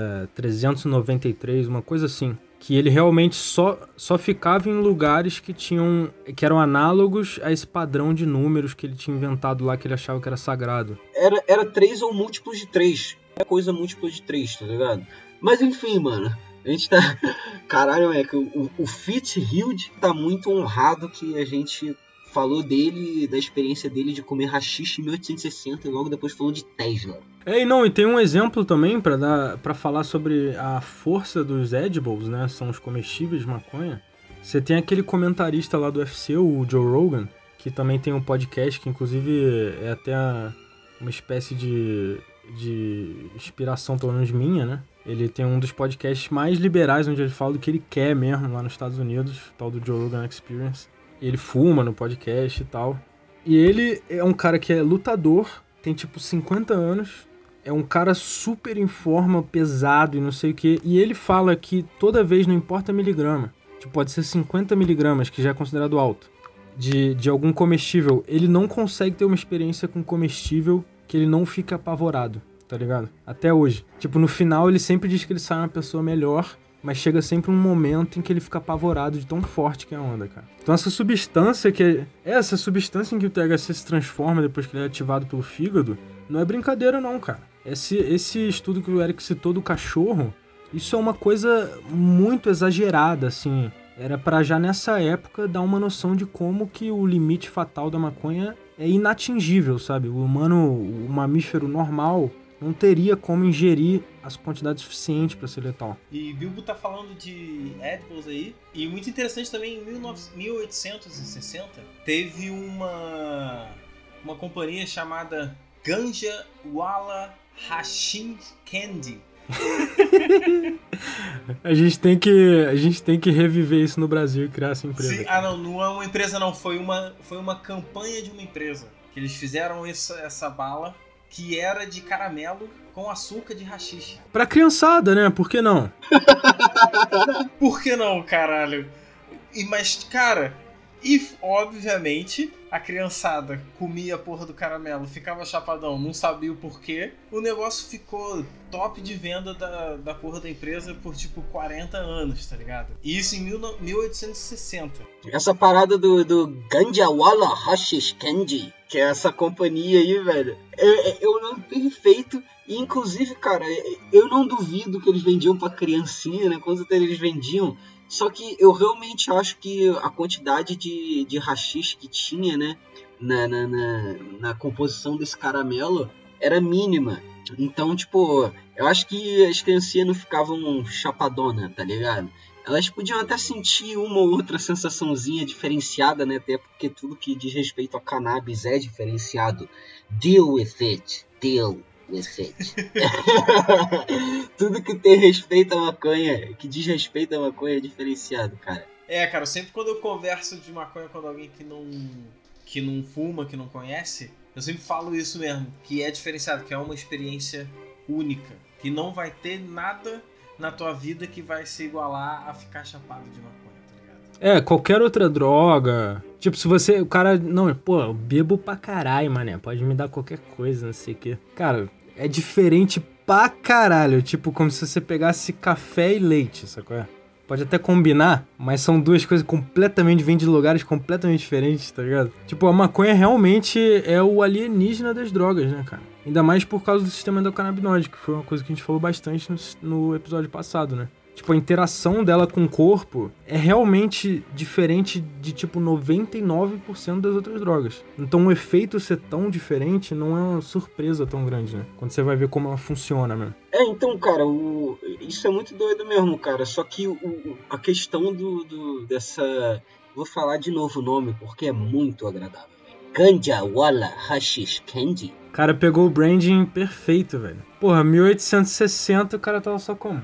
393, uma coisa assim. Que ele realmente só ficava em lugares que eram análogos a esse padrão de números que ele tinha inventado lá, que ele achava que era sagrado. Era 3 ou múltiplos de 3. É coisa múltipla de 3, tá ligado? Mas enfim, mano. A gente tá... Caralho, o Fitzhugh tá muito honrado que a gente falou dele, da experiência dele de comer haxixe em 1860 e logo depois falou de Tesla. E tem um exemplo também pra falar sobre a força dos edibles, né? São os comestíveis de maconha. Você tem aquele comentarista lá do UFC, o Joe Rogan, que também tem um podcast que inclusive é até uma espécie de inspiração, pelo menos minha, né? Ele tem um dos podcasts mais liberais, onde ele fala do que ele quer mesmo lá nos Estados Unidos, tal do Joe Rogan Experience. Ele fuma no podcast e tal. E ele é um cara que é lutador, tem 50 anos, é um cara super em forma, pesado e não sei o que. E ele fala que toda vez, não importa miligrama, pode ser 50 miligramas, que já é considerado alto, de algum comestível, ele não consegue ter uma experiência com comestível que ele não fica apavorado, tá ligado? Até hoje. No final ele sempre diz que ele sai uma pessoa melhor, mas chega sempre um momento em que ele fica apavorado de tão forte que é a onda, cara. Então essa substância em que o THC se transforma depois que ele é ativado pelo fígado, não é brincadeira não, cara. Esse estudo que o Eric citou do cachorro, isso é uma coisa muito exagerada, assim. Era pra já nessa época dar uma noção de como que o limite fatal da maconha é inatingível, sabe? O mamífero normal não teria como ingerir as quantidades suficientes para ser letal. E Bilbo tá falando de edibles aí, e muito interessante também, em 1860, teve uma companhia chamada Ganja Wala Hashish Candy. A gente tem que reviver isso no Brasil e criar essa empresa. Sim, não é uma empresa não, foi uma campanha de uma empresa, que eles fizeram essa bala, que era de caramelo com açúcar de haxixe. Pra criançada, né? Por que não? Por que não, caralho? Mas, cara, obviamente a criançada comia a porra do caramelo, ficava chapadão, não sabia o porquê. O negócio ficou top de venda da porra da empresa por 40 anos, tá ligado? E isso em 1860. Essa parada do Ganjawala Hashish Candy, que é essa companhia aí, velho, é um nome perfeito. E inclusive, cara, eu não duvido que eles vendiam pra criancinha, né? Quando eles vendiam. Só que eu realmente acho que a quantidade de haxixe que tinha, né, na composição desse caramelo era mínima. Então, eu acho que as criancinhas não ficavam chapadona, tá ligado? elas podiam até sentir uma ou outra sensaçãozinha diferenciada, né? Até porque tudo que diz respeito a cannabis é diferenciado. Deal with it. Deal with it. Tudo que tem respeito à maconha, que diz respeito à maconha é diferenciado, cara. Cara, sempre quando eu converso de maconha com alguém que não fuma, que não conhece, eu sempre falo isso mesmo, que é diferenciado, que é uma experiência única, que não vai ter nada na tua vida que vai se igualar a ficar chapado de maconha, tá ligado? Qualquer outra droga. Tipo, se você... O cara... Não, pô, eu bebo pra caralho, mané. Pode me dar qualquer coisa, não sei o quê. Cara, é diferente pra caralho. Tipo, como se você pegasse café e leite, sacou? Pode até combinar, mas são duas coisas completamente... Vêm de lugares completamente diferentes, tá ligado? Tipo, a maconha realmente é o alienígena das drogas, né, cara? Ainda mais por causa do sistema endocannabinoide, que foi uma coisa que a gente falou bastante no episódio passado, né? Tipo, a interação dela com o corpo é realmente diferente de, tipo, 99% das outras drogas. Então, o efeito ser tão diferente não é uma surpresa tão grande, né? Quando você vai ver como ela funciona, mesmo. Então, cara, isso é muito doido mesmo, cara. Só que a questão dessa... Vou falar de novo o nome, porque é muito agradável. Ganja Wala Hashish Candy. O cara pegou o branding perfeito, velho. Porra, 1860 o cara tava só como?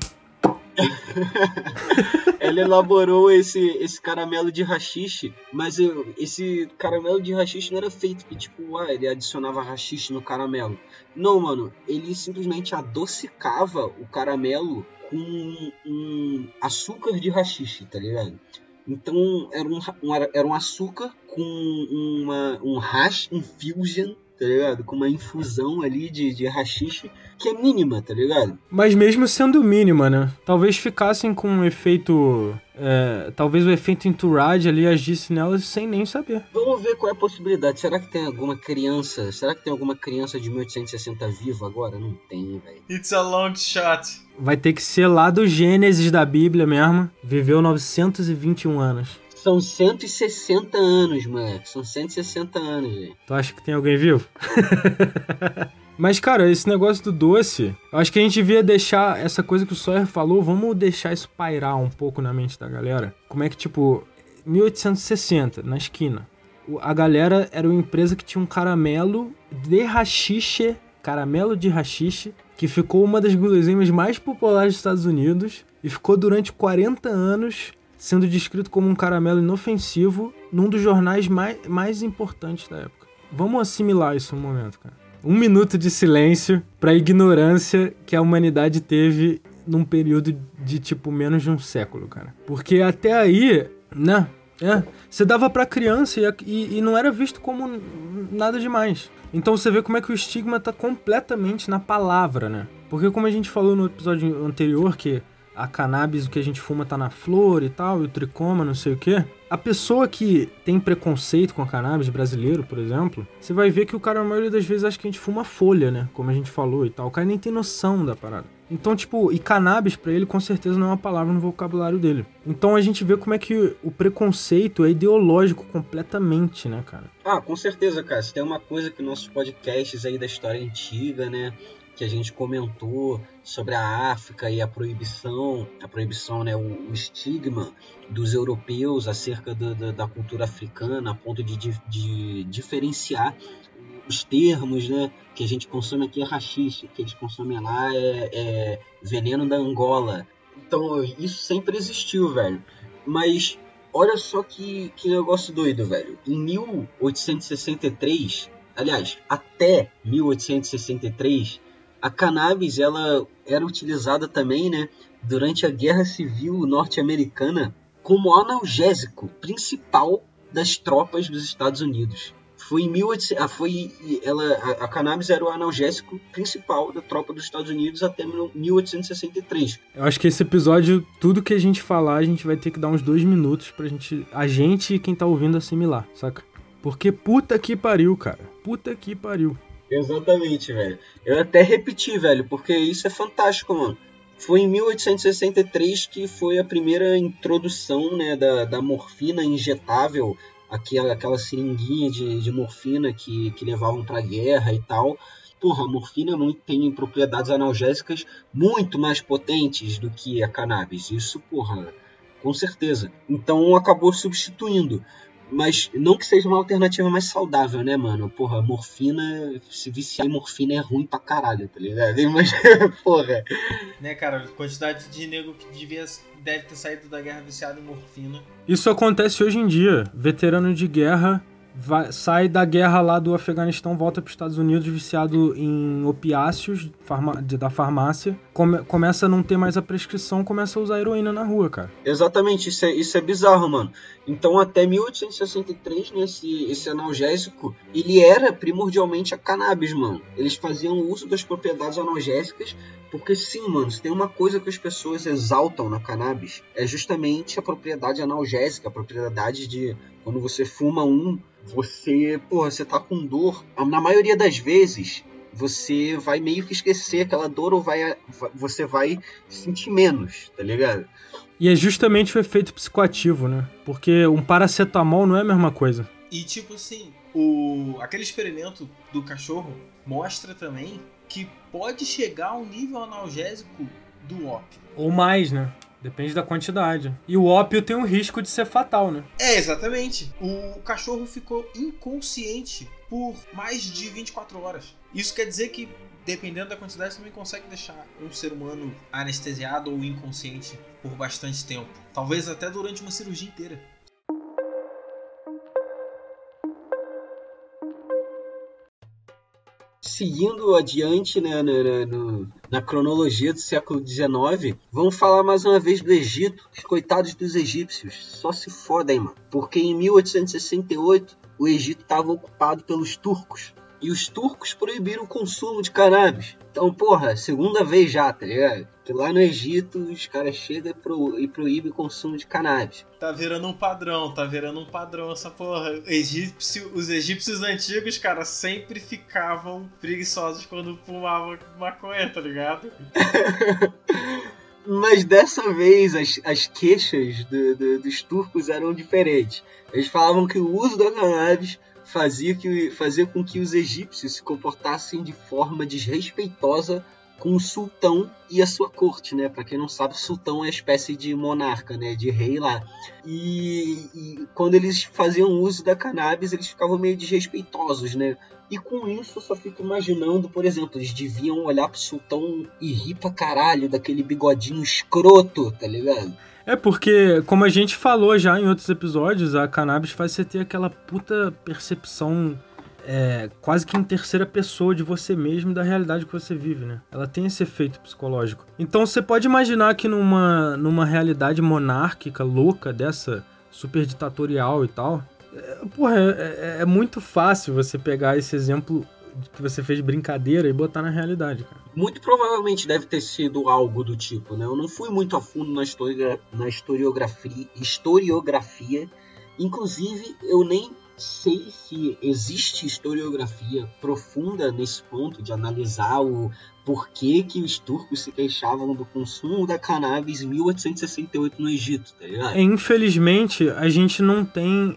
Ele elaborou esse caramelo de haxixe, mas esse caramelo de haxixe não era feito que, tipo, ele adicionava haxixe no caramelo. Não, mano, ele simplesmente adocicava o caramelo com um açúcar de haxixe, tá ligado? Então era um açúcar com um hash infusion, tá ligado? Com uma infusão ali de haxixe que é mínima, tá ligado? Mas mesmo sendo mínima, né? Talvez ficassem com um efeito... talvez o efeito entourage ali agisse nelas sem nem saber. Vamos ver qual é a possibilidade. Será que tem alguma criança? Será que tem alguma criança de 1860 viva agora? Não tem, velho. It's a long shot. Vai ter que ser lá do Gênesis da Bíblia mesmo. Viveu 921 anos. São 160 anos, moleque. São 160 anos, velho. Tu acha que tem alguém vivo? Mas, cara, esse negócio do doce, eu acho que a gente devia deixar essa coisa que o Sawyer falou, vamos deixar isso pairar um pouco na mente da galera. Como é que, tipo, 1860, na esquina, a galera era uma empresa que tinha um caramelo de haxixe, caramelo de haxixe, que ficou uma das guloseimas mais populares dos Estados Unidos e ficou durante 40 anos sendo descrito como um caramelo inofensivo num dos jornais mais importantes da época. Vamos assimilar isso um momento, cara. 1 minuto de silêncio pra ignorância que a humanidade teve num período de, tipo, menos de um século, cara. Porque até aí, né? Você dava pra criança e não era visto como nada demais. Então você vê como é que o estigma tá completamente na palavra, né? Porque como a gente falou no episódio anterior, que a cannabis, o que a gente fuma tá na flor e tal, e o tricoma, não sei o quê. A pessoa que tem preconceito com a cannabis, brasileiro, por exemplo, você vai ver que o cara, a maioria das vezes, acha que a gente fuma folha, né? Como a gente falou e tal. O cara nem tem noção da parada. Então, tipo, e cannabis pra ele, com certeza, não é uma palavra no vocabulário dele. Então a gente vê como é que o preconceito é ideológico completamente, né, cara? Ah, com certeza, cara. Se tem uma coisa que nossos podcasts aí da história antiga, né, que a gente comentou sobre a África e a proibição, né, o estigma dos europeus acerca da cultura africana, a ponto de diferenciar os termos, né, que a gente consome aqui é haxixe, que eles consomem lá é veneno da Angola. Então, isso sempre existiu, velho. Mas olha só que negócio doido, velho. Em 1863, aliás, até 1863, a cannabis ela era utilizada também, né, durante a Guerra Civil Norte-Americana como analgésico principal das tropas dos Estados Unidos. A cannabis era o analgésico principal da tropa dos Estados Unidos até 1863. Eu acho que esse episódio, tudo que a gente falar, a gente vai ter que dar uns 2 minutos pra a gente e quem tá ouvindo assimilar, saca? Porque puta que pariu, cara. Puta que pariu. Exatamente, velho. Eu até repeti, velho, porque isso é fantástico, mano. Foi em 1863 que foi a primeira introdução, né, da morfina injetável, aquela seringuinha de morfina que levavam pra guerra e tal. Porra, a morfina tem propriedades analgésicas muito mais potentes do que a cannabis. Isso, porra, com certeza. Então acabou substituindo. Mas não que seja uma alternativa mais saudável, né, mano? Porra, morfina, se viciar em morfina é ruim pra caralho, tá ligado? Mas, porra. Né, cara, a quantidade de nego que deve ter saído da guerra viciado em morfina. Isso acontece hoje em dia. Veterano de guerra sai da guerra lá do Afeganistão, volta para os Estados Unidos viciado em opiáceos da farmácia, começa a não ter mais a prescrição, começa a usar heroína na rua, cara. Exatamente, isso é bizarro, mano. Então até 1863, né, esse analgésico, ele era primordialmente a cannabis, mano. Eles faziam uso das propriedades analgésicas, porque sim, mano, se tem uma coisa que as pessoas exaltam na cannabis, é justamente a propriedade analgésica, a propriedade de quando você fuma você tá com dor. Na maioria das vezes, você vai meio que esquecer aquela dor ou você vai sentir menos, tá ligado? E é justamente o efeito psicoativo, né? Porque um paracetamol não é a mesma coisa. E tipo assim, aquele experimento do cachorro mostra também que pode chegar ao nível analgésico do ópio. Ou mais, né? Depende da quantidade. E o ópio tem um risco de ser fatal, né? É, exatamente. O cachorro ficou inconsciente por mais de 24 horas. Isso quer dizer que, dependendo da quantidade, você também consegue deixar um ser humano anestesiado ou inconsciente por bastante tempo. Talvez até durante uma cirurgia inteira. Seguindo adiante, né, na cronologia do século XIX, vamos falar mais uma vez do Egito. Os coitados dos egípcios só se fodem, mano. Porque em 1868 o Egito estava ocupado pelos turcos. E os turcos proibiram o consumo de cannabis. Então, porra, segunda vez já, tá ligado? Que lá no Egito os caras chegam e proíbem o consumo de cannabis. Tá virando um padrão essa porra. Os egípcios antigos, cara, sempre ficavam preguiçosos quando fumavam maconha, tá ligado? Mas dessa vez as queixas dos turcos eram diferentes. Eles falavam que o uso da cannabis fazia com que os egípcios se comportassem de forma desrespeitosa com o sultão e a sua corte, né? Pra quem não sabe, o sultão é uma espécie de monarca, né? De rei lá. E quando eles faziam uso da cannabis, eles ficavam meio desrespeitosos, né? E com isso eu só fico imaginando, por exemplo, eles deviam olhar pro sultão e rir pra caralho daquele bigodinho escroto, tá ligado? É porque, como a gente falou já em outros episódios, a cannabis faz você ter aquela puta percepção quase que em terceira pessoa de você mesmo e da realidade que você vive, né? Ela tem esse efeito psicológico. Então você pode imaginar que numa realidade monárquica, louca dessa, super ditatorial e tal, é muito fácil você pegar esse exemplo que você fez brincadeira e botar na realidade, cara. Muito provavelmente deve ter sido algo do tipo, né? Eu não fui muito a fundo na historiografia. Inclusive, eu nem sei se existe historiografia profunda nesse ponto de analisar o porquê que os turcos se queixavam do consumo da cannabis em 1868 no Egito, tá ligado? Infelizmente, a gente não tem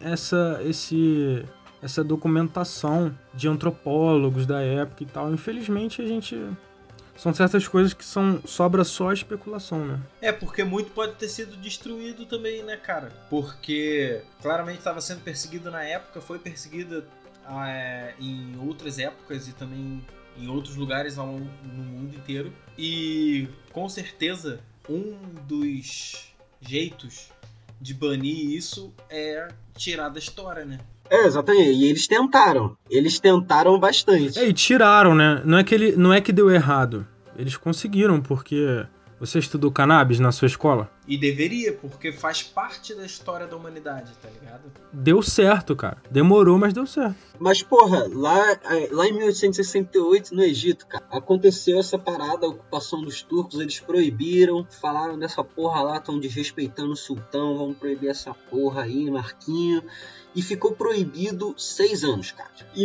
essa documentação de antropólogos da época e tal. Infelizmente, são certas coisas que sobra só especulação, né? Porque muito pode ter sido destruído também, né, cara? Porque claramente estava sendo perseguido na época, foi perseguida em outras épocas e também em outros lugares no mundo inteiro. E com certeza um dos jeitos de banir isso é tirar da história, né? Exatamente, e eles tentaram bastante. E tiraram, né? Não é que deu errado. Eles conseguiram, porque você estudou cannabis na sua escola? E deveria, porque faz parte da história da humanidade, tá ligado? Deu certo, cara. Demorou, mas deu certo. Mas, porra, lá em 1868, no Egito, cara, aconteceu essa parada, a ocupação dos turcos, eles proibiram, falaram dessa porra lá, estão desrespeitando o sultão, vamos proibir essa porra aí, Marquinho. e ficou proibido 6 anos, cara. Em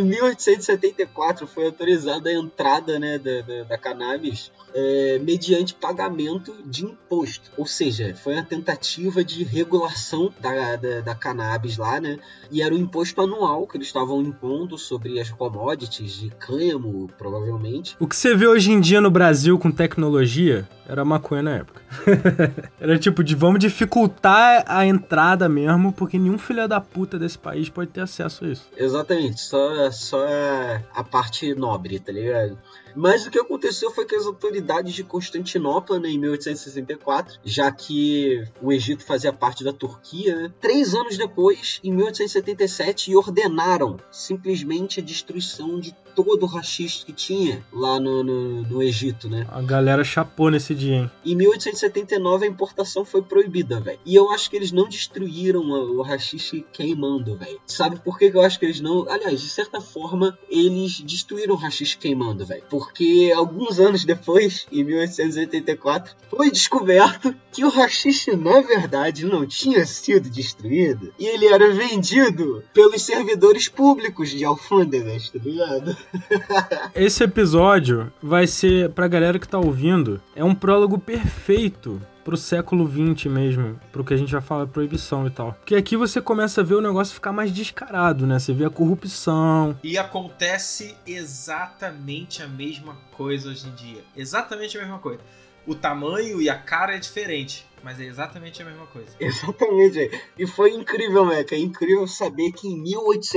1874 foi autorizada a entrada, né, da cannabis mediante pagamento de imposto. Ou seja, foi uma tentativa de regulação da cannabis lá, né? E era o imposto anual que eles estavam impondo sobre as commodities de cânhamo, provavelmente. O que você vê hoje em dia no Brasil com tecnologia era maconha na época. Era tipo de vamos dificultar a entrada mesmo, porque nenhum filho da puta desse país pode ter acesso a isso. Exatamente, só a parte nobre, tá ligado? Mas o que aconteceu foi que as autoridades de Constantinopla, né, em 1864, já que o Egito fazia parte da Turquia, né, 3 anos depois, em 1877, ordenaram simplesmente a destruição de todo o haxixe que tinha lá no Egito, né? A galera chapou nesse dia, hein? Em 1879 a importação foi proibida, velho. E eu acho que eles não destruíram o haxixe queimando, velho. Sabe por que eu acho que eles não... Aliás, de certa forma, eles destruíram o haxixe queimando, velho. Porque alguns anos depois, em 1884, foi descoberto que o haxixe, na verdade, não tinha sido destruído. E ele era vendido pelos servidores públicos de alfândegas, tá ligado? Esse episódio vai ser, pra galera que tá ouvindo, é um prólogo perfeito pro século XX mesmo, pro que a gente vai falar proibição e tal. Porque aqui você começa a ver o negócio ficar mais descarado, né? Você vê a corrupção. E acontece exatamente a mesma coisa hoje em dia. Exatamente a mesma coisa. O tamanho e a cara é diferente, mas é exatamente a mesma coisa. Exatamente. E foi incrível, Meca. É incrível saber que em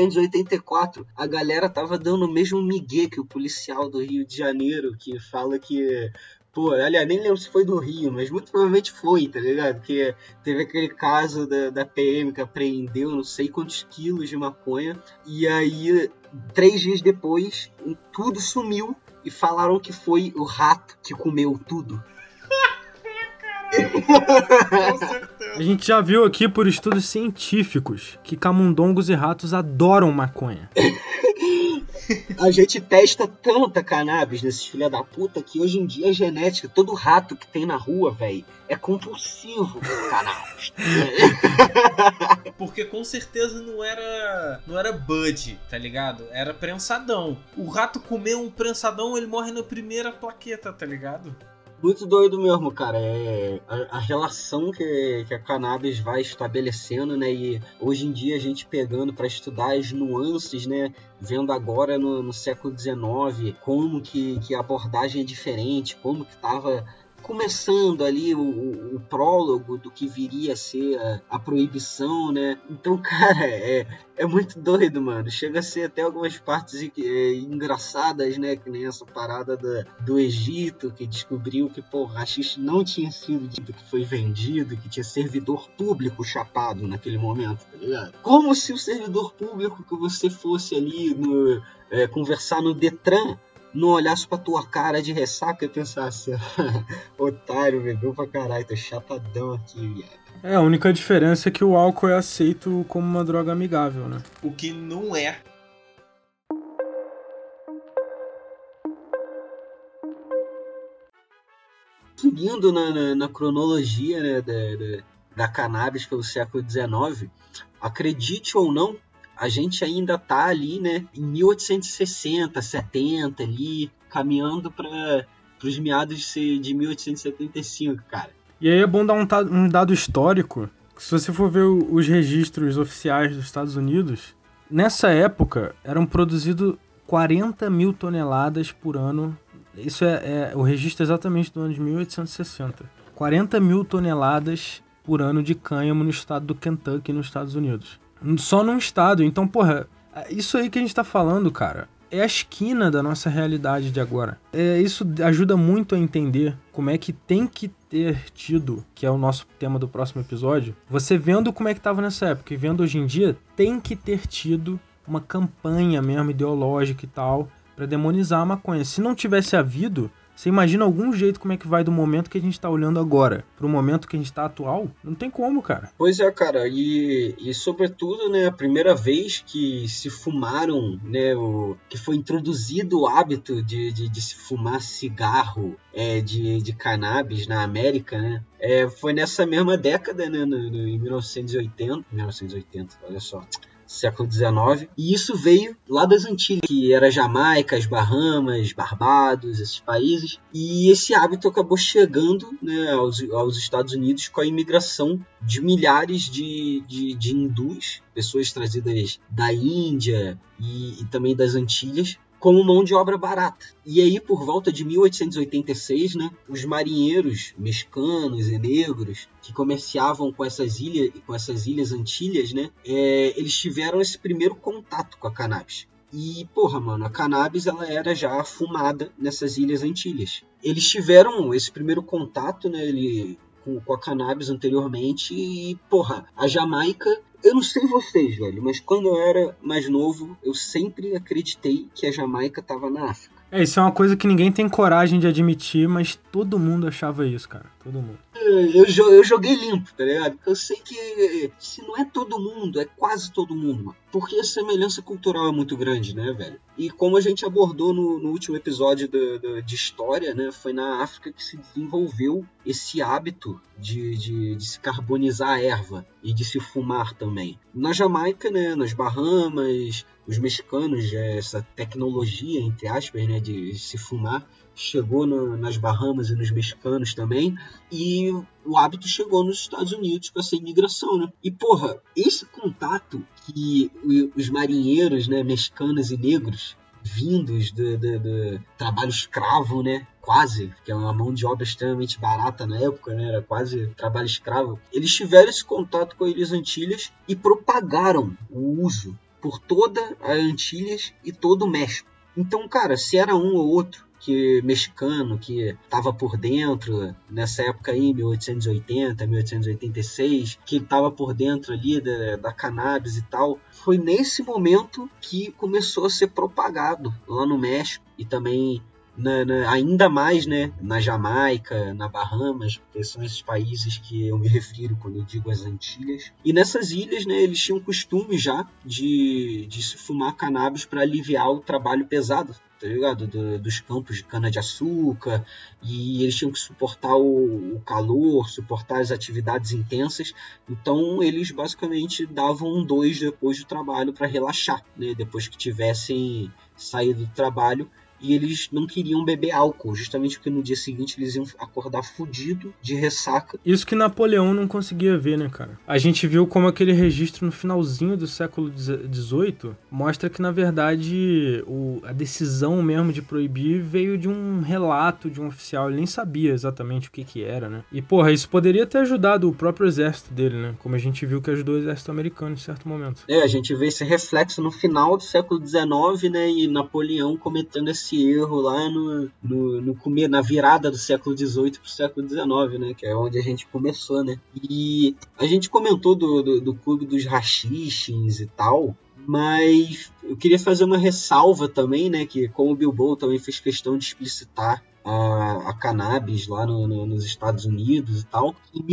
1884 a galera tava dando o mesmo migué que o policial do Rio de Janeiro, que fala que... Pô, aliás, nem lembro se foi do Rio, mas muito provavelmente foi, tá ligado? Porque teve aquele caso da PM que apreendeu não sei quantos quilos de maconha. E aí, 3 dias depois, tudo sumiu e falaram que foi o rato que comeu tudo. Com certeza. A gente já viu aqui por estudos científicos que camundongos e ratos adoram maconha. A gente testa tanta cannabis nesses filha da puta que hoje em dia a genética, todo rato que tem na rua, velho, é compulsivo por cannabis. Porque com certeza não era bud, tá ligado? Era prensadão. O rato comer um prensadão, ele morre na primeira plaqueta, tá ligado? Muito doido mesmo, cara. A relação que a cannabis vai estabelecendo, né? E hoje em dia a gente pegando para estudar as nuances, né? Vendo agora no século XIX como que a abordagem é diferente, como que tava começando ali o prólogo do que viria a ser a proibição, né? Então, cara, é muito doido, mano. Chega a ser até algumas partes engraçadas, né? Que nem essa parada do Egito, que descobriu que, pô, o haxixe não tinha sido dito que foi vendido, que tinha servidor público chapado naquele momento, tá ligado? Como se o servidor público que você fosse ali conversar no Detran não olhasse pra tua cara de ressaca e pensasse, otário, bebeu pra caralho, tô chapadão aqui, viado. A única diferença é que o álcool é aceito como uma droga amigável, né? O que não é. Seguindo na cronologia, né, da cannabis pelo século XIX, acredite ou não, a gente ainda tá ali, né, em 1860, 70 ali, caminhando para os meados de 1875, cara. E aí é bom dar um dado histórico. Se você for ver os registros oficiais dos Estados Unidos, nessa época eram produzidos 40 mil toneladas por ano. Isso é o registro exatamente do ano de 1860. 40 mil toneladas por ano de cânhamo no estado do Kentucky, nos Estados Unidos. Só num estado. Então, porra, isso aí que a gente tá falando, cara, é a esquina da nossa realidade de agora. Isso ajuda muito a entender como é que tem que ter tido, que é o nosso tema do próximo episódio, você vendo como é que tava nessa época e vendo hoje em dia, tem que ter tido uma campanha mesmo ideológica e tal pra demonizar a maconha. Se não tivesse havido, você imagina algum jeito como é que vai do momento que a gente tá olhando agora pro momento que a gente tá atual? Não tem como, cara. Pois é, cara, e sobretudo, né, a primeira vez que se fumaram, né, que foi introduzido o hábito de se fumar cigarro de cannabis na América, né, foi nessa mesma década, né, em 1980, olha só, século XIX, e isso veio lá das Antilhas, que era Jamaica, as Bahamas, Barbados, esses países, e esse hábito acabou chegando, né, aos Estados Unidos com a imigração de milhares de hindus, pessoas trazidas da Índia e também das Antilhas, como mão de obra barata. E aí, por volta de 1886, né, os marinheiros mexicanos e negros que comerciavam com essas ilhas Antilhas, né, eles tiveram esse primeiro contato com a cannabis. E, a cannabis ela era já fumada nessas ilhas Antilhas. Eles tiveram esse primeiro contato, né, com a cannabis anteriormente e, a Jamaica... Eu não sei vocês, velho, mas quando eu era mais novo, eu sempre acreditei que a Jamaica estava na África. Isso é uma coisa que ninguém tem coragem de admitir, mas todo mundo achava isso, cara. Todo mundo. Eu joguei limpo, tá ligado? Eu sei que se não é todo mundo, é quase todo mundo, mano. Porque a semelhança cultural é muito grande, né, velho? E como a gente abordou no último episódio de história, né? Foi na África que se desenvolveu esse hábito de se carbonizar a erva e de se fumar também. Na Jamaica, né? Nas Bahamas, os mexicanos, essa tecnologia, entre aspas, né? De se fumar, chegou nas Bahamas e nos mexicanos também, e o hábito chegou nos Estados Unidos com essa imigração, né? E, esse contato que os marinheiros, né, mexicanos e negros, vindos do trabalho escravo, né, quase, que é uma mão de obra extremamente barata na época, né, era quase trabalho escravo, eles tiveram esse contato com as Ilhas Antilhas e propagaram o uso por toda a Antilhas e todo o México. Então, cara, se era um ou outro mexicano que estava por dentro nessa época aí, 1880, 1886, que estava por dentro ali da cannabis e tal, foi nesse momento que começou a ser propagado lá no México e também ainda mais, né, na Jamaica, na Bahamas, porque são esses países que eu me refiro quando eu digo as Antilhas. E nessas ilhas, né, eles tinham costume já de se fumar cannabis para aliviar o trabalho pesado, tá ligado? Dos campos de cana-de-açúcar, e eles tinham que suportar o calor, suportar as atividades intensas, então eles basicamente davam um 2 depois do trabalho para relaxar, né? Depois que tivessem saído do trabalho. E eles não queriam beber álcool, justamente porque no dia seguinte eles iam acordar fudido de ressaca. Isso que Napoleão não conseguia ver, né, cara? A gente viu como aquele registro no finalzinho do século XVIII mostra que, na verdade, a decisão mesmo de proibir veio de um relato de um oficial. Ele nem sabia exatamente o que era, né? E, isso poderia ter ajudado o próprio exército dele, né? Como a gente viu que ajudou o exército americano em certo momento. A gente vê esse reflexo no final do século XIX, né? E Napoleão cometendo esse erro lá na virada do século XVIII para o século XIX, né? Que é onde a gente começou, né? E a gente comentou do clube dos rachixes e tal, mas eu queria fazer uma ressalva também, né? Que como o Bilbo também fez questão de explicitar a cannabis lá nos Estados Unidos e tal. Em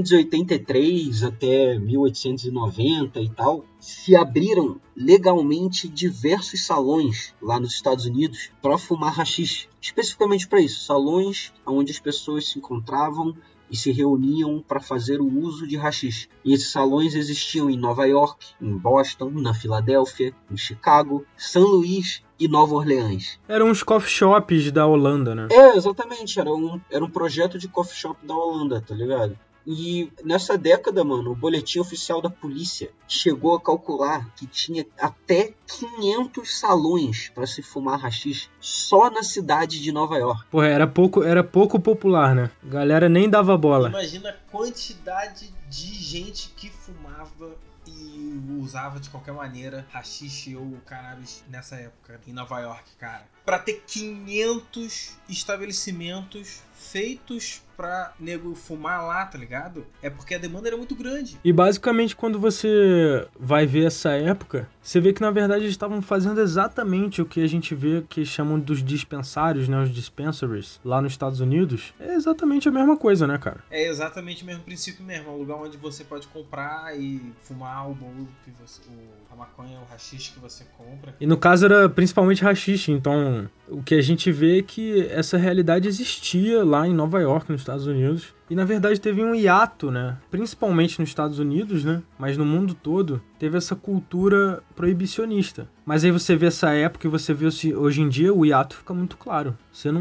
1883 até 1890 e tal, se abriram legalmente diversos salões lá nos Estados Unidos para fumar haxixe, especificamente para isso, salões onde as pessoas se encontravam e se reuniam para fazer o uso de haxixe. E esses salões existiam em Nova York, em Boston, na Filadélfia, em Chicago, São Luís e Nova Orleans. Eram uns coffee shops da Holanda, né? Exatamente. Era um projeto de coffee shop da Holanda, tá ligado? E nessa década, mano, o boletim oficial da polícia chegou a calcular que tinha até 500 salões para se fumar haxixe só na cidade de Nova York. Era pouco popular, né? A galera nem dava bola. Imagina a quantidade de gente que fumava e usava de qualquer maneira haxixe ou cannabis nessa época em Nova York, cara. Pra ter 500 estabelecimentos feitos pra nego fumar lá, tá ligado? É porque a demanda era muito grande. E basicamente quando você vai ver essa época, você vê que na verdade eles estavam fazendo exatamente o que a gente vê que chamam dos dispensários, né? Os dispensaries lá nos Estados Unidos. É exatamente a mesma coisa, né, cara? É exatamente o mesmo princípio mesmo. É um lugar onde você pode comprar e fumar o bolo que a maconha, o haxixe que você compra. E no caso era principalmente haxixe, então o que a gente vê é que essa realidade existia lá em Nova York, nos Estados Unidos. E, na verdade, teve um hiato, né? Principalmente nos Estados Unidos, né? Mas no mundo todo, teve essa cultura proibicionista. Mas aí você vê essa época e você vê hoje em dia, o hiato fica muito claro.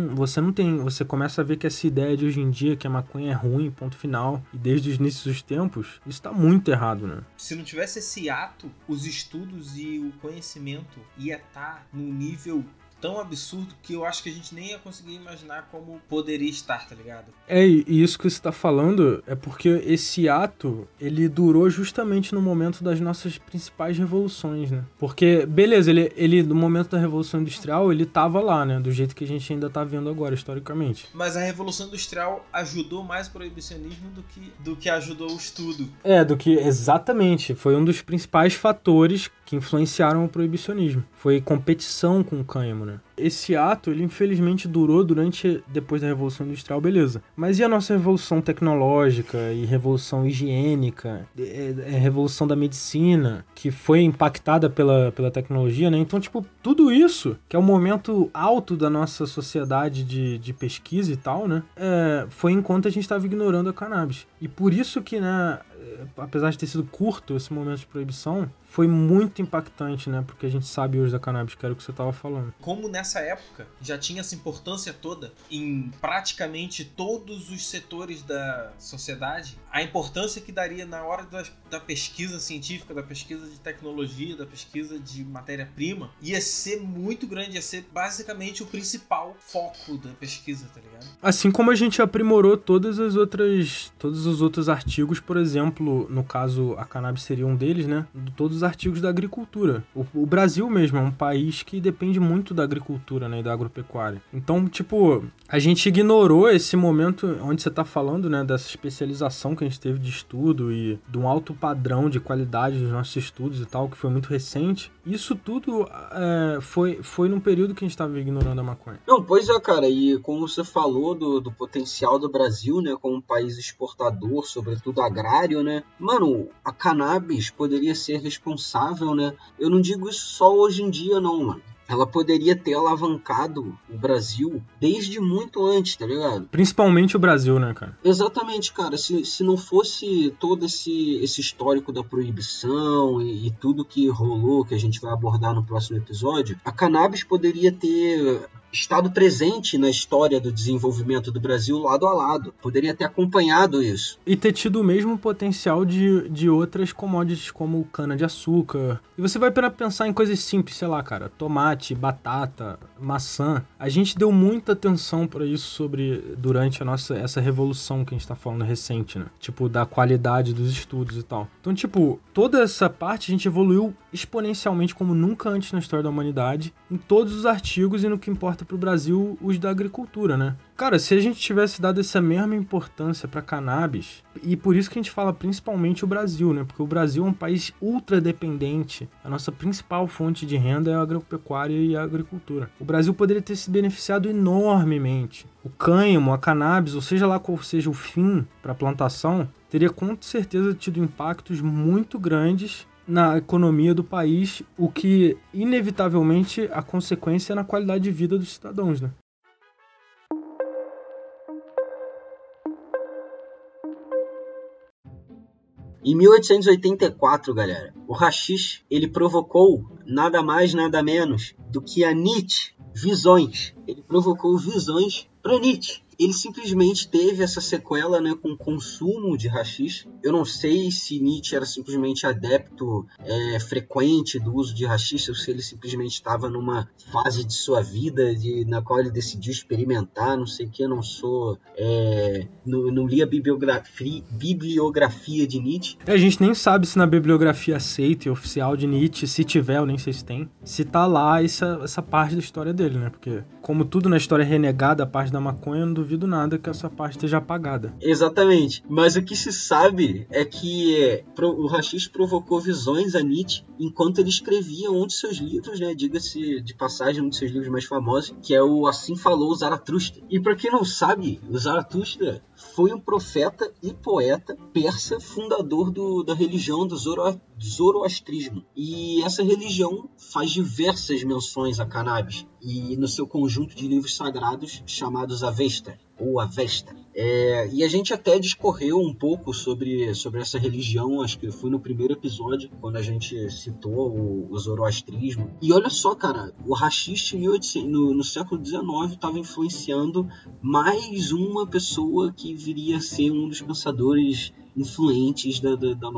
Você começa a ver que essa ideia de hoje em dia, que a maconha é ruim, ponto final, e desde os inícios dos tempos, isso tá muito errado, né? Se não tivesse esse hiato, os estudos e o conhecimento ia estar num nível tão absurdo que eu acho que a gente nem ia conseguir imaginar como poderia estar, tá ligado? E isso que você tá falando é porque esse ato, ele durou justamente no momento das nossas principais revoluções, né? Porque, beleza, ele no momento da Revolução Industrial, ele tava lá, né? Do jeito que a gente ainda tá vendo agora, historicamente. Mas a Revolução Industrial ajudou mais o proibicionismo do que ajudou o estudo. Exatamente. Foi um dos principais fatores que influenciaram o proibicionismo. Foi competição com o cânhamo, né? Esse ato, ele infelizmente durou depois da Revolução Industrial, beleza. Mas e a nossa revolução tecnológica e revolução higiênica, revolução da medicina, que foi impactada pela tecnologia, né? Então, tipo, tudo isso, que é o momento alto da nossa sociedade de pesquisa e tal, né? Foi enquanto a gente estava ignorando a cannabis. E por isso que, né, apesar de ter sido curto esse momento de proibição, foi muito impactante, né? Porque a gente sabe hoje da cannabis, que era o que você estava falando. Como nessa época já tinha essa importância toda em praticamente todos os setores da sociedade, a importância que daria na hora da pesquisa científica, da pesquisa de tecnologia, da pesquisa de matéria-prima, ia ser muito grande, ia ser basicamente o principal foco da pesquisa, tá ligado? Assim como a gente aprimorou todos os outros artigos, por exemplo, no caso a cannabis seria um deles, né? Todos os artigos da agricultura. O Brasil mesmo é um país que depende muito da agricultura, né, e da agropecuária. Então, tipo, a gente ignorou esse momento onde você tá falando, né, dessa especialização que a gente teve de estudo e de um alto padrão de qualidade dos nossos estudos e tal, que foi muito recente. Isso tudo foi num período que a gente tava ignorando a maconha. Não, pois é, cara, e como você falou do potencial do Brasil, né, como um país exportador, sobretudo agrário, né, mano, a cannabis poderia ser responsável, né, eu não digo isso só hoje em dia não, mano. Ela poderia ter alavancado o Brasil desde muito antes, tá ligado? Principalmente o Brasil, né, cara? Exatamente, cara. Se não fosse todo esse histórico da proibição e tudo que rolou, que a gente vai abordar no próximo episódio, a cannabis poderia ter estado presente na história do desenvolvimento do Brasil lado a lado. Poderia ter acompanhado isso. E ter tido o mesmo potencial de outras commodities como cana-de-açúcar. E você vai pensar em coisas simples, sei lá, cara, tomate, batata, maçã. A gente deu muita atenção para isso durante essa revolução que a gente tá falando recente, né? Tipo, da qualidade dos estudos e tal. Então, tipo, toda essa parte a gente evoluiu exponencialmente como nunca antes na história da humanidade, em todos os artigos e no que importa pro Brasil, os da agricultura, né? Cara, se a gente tivesse dado essa mesma importância pra cannabis, e por isso que a gente fala principalmente o Brasil, né? Porque o Brasil é um país ultra dependente. A nossa principal fonte de renda é a agropecuária e a agricultura. O Brasil poderia ter se beneficiado enormemente. O cânhamo, a cannabis, ou seja lá qual seja o fim para a plantação, teria com certeza tido impactos muito grandes na economia do país, o que inevitavelmente a consequência é na qualidade de vida dos cidadãos, né? Em 1884, galera, o haxixe, ele provocou nada mais, nada menos do que a Nietzsche visões. Ele provocou visões para Nietzsche. Ele simplesmente teve essa sequela, né, com o consumo de haxixe. Eu não sei se Nietzsche era simplesmente adepto frequente do uso de haxixe ou se ele simplesmente estava numa fase de sua vida na qual ele decidiu experimentar, não sei o que. Eu não sou... não li a bibliografia de Nietzsche. A gente nem sabe se na bibliografia aceita e oficial de Nietzsche, se tiver, eu nem sei se tem, se tá lá essa parte da história dele, né? Porque, como tudo na história é renegada, a parte da maconha, eu não duvido nada que essa parte esteja apagada. Exatamente. Mas o que se sabe é que o haxixe provocou visões a Nietzsche enquanto ele escrevia um de seus livros, né? Diga-se de passagem, um de seus livros mais famosos, que é o Assim Falou Zaratustra. E para quem não sabe, o Zaratustra foi um profeta e poeta persa, fundador da religião do zoroastrismo. E essa religião faz diversas menções a cannabis. e no seu conjunto de livros sagrados chamados Avesta, ou Avesta. E a gente até discorreu um pouco sobre essa religião, acho que foi no primeiro episódio, quando a gente citou o zoroastrismo. E olha só, cara, o Rashist no século XIX estava influenciando mais uma pessoa que viria a ser um dos pensadores influentes da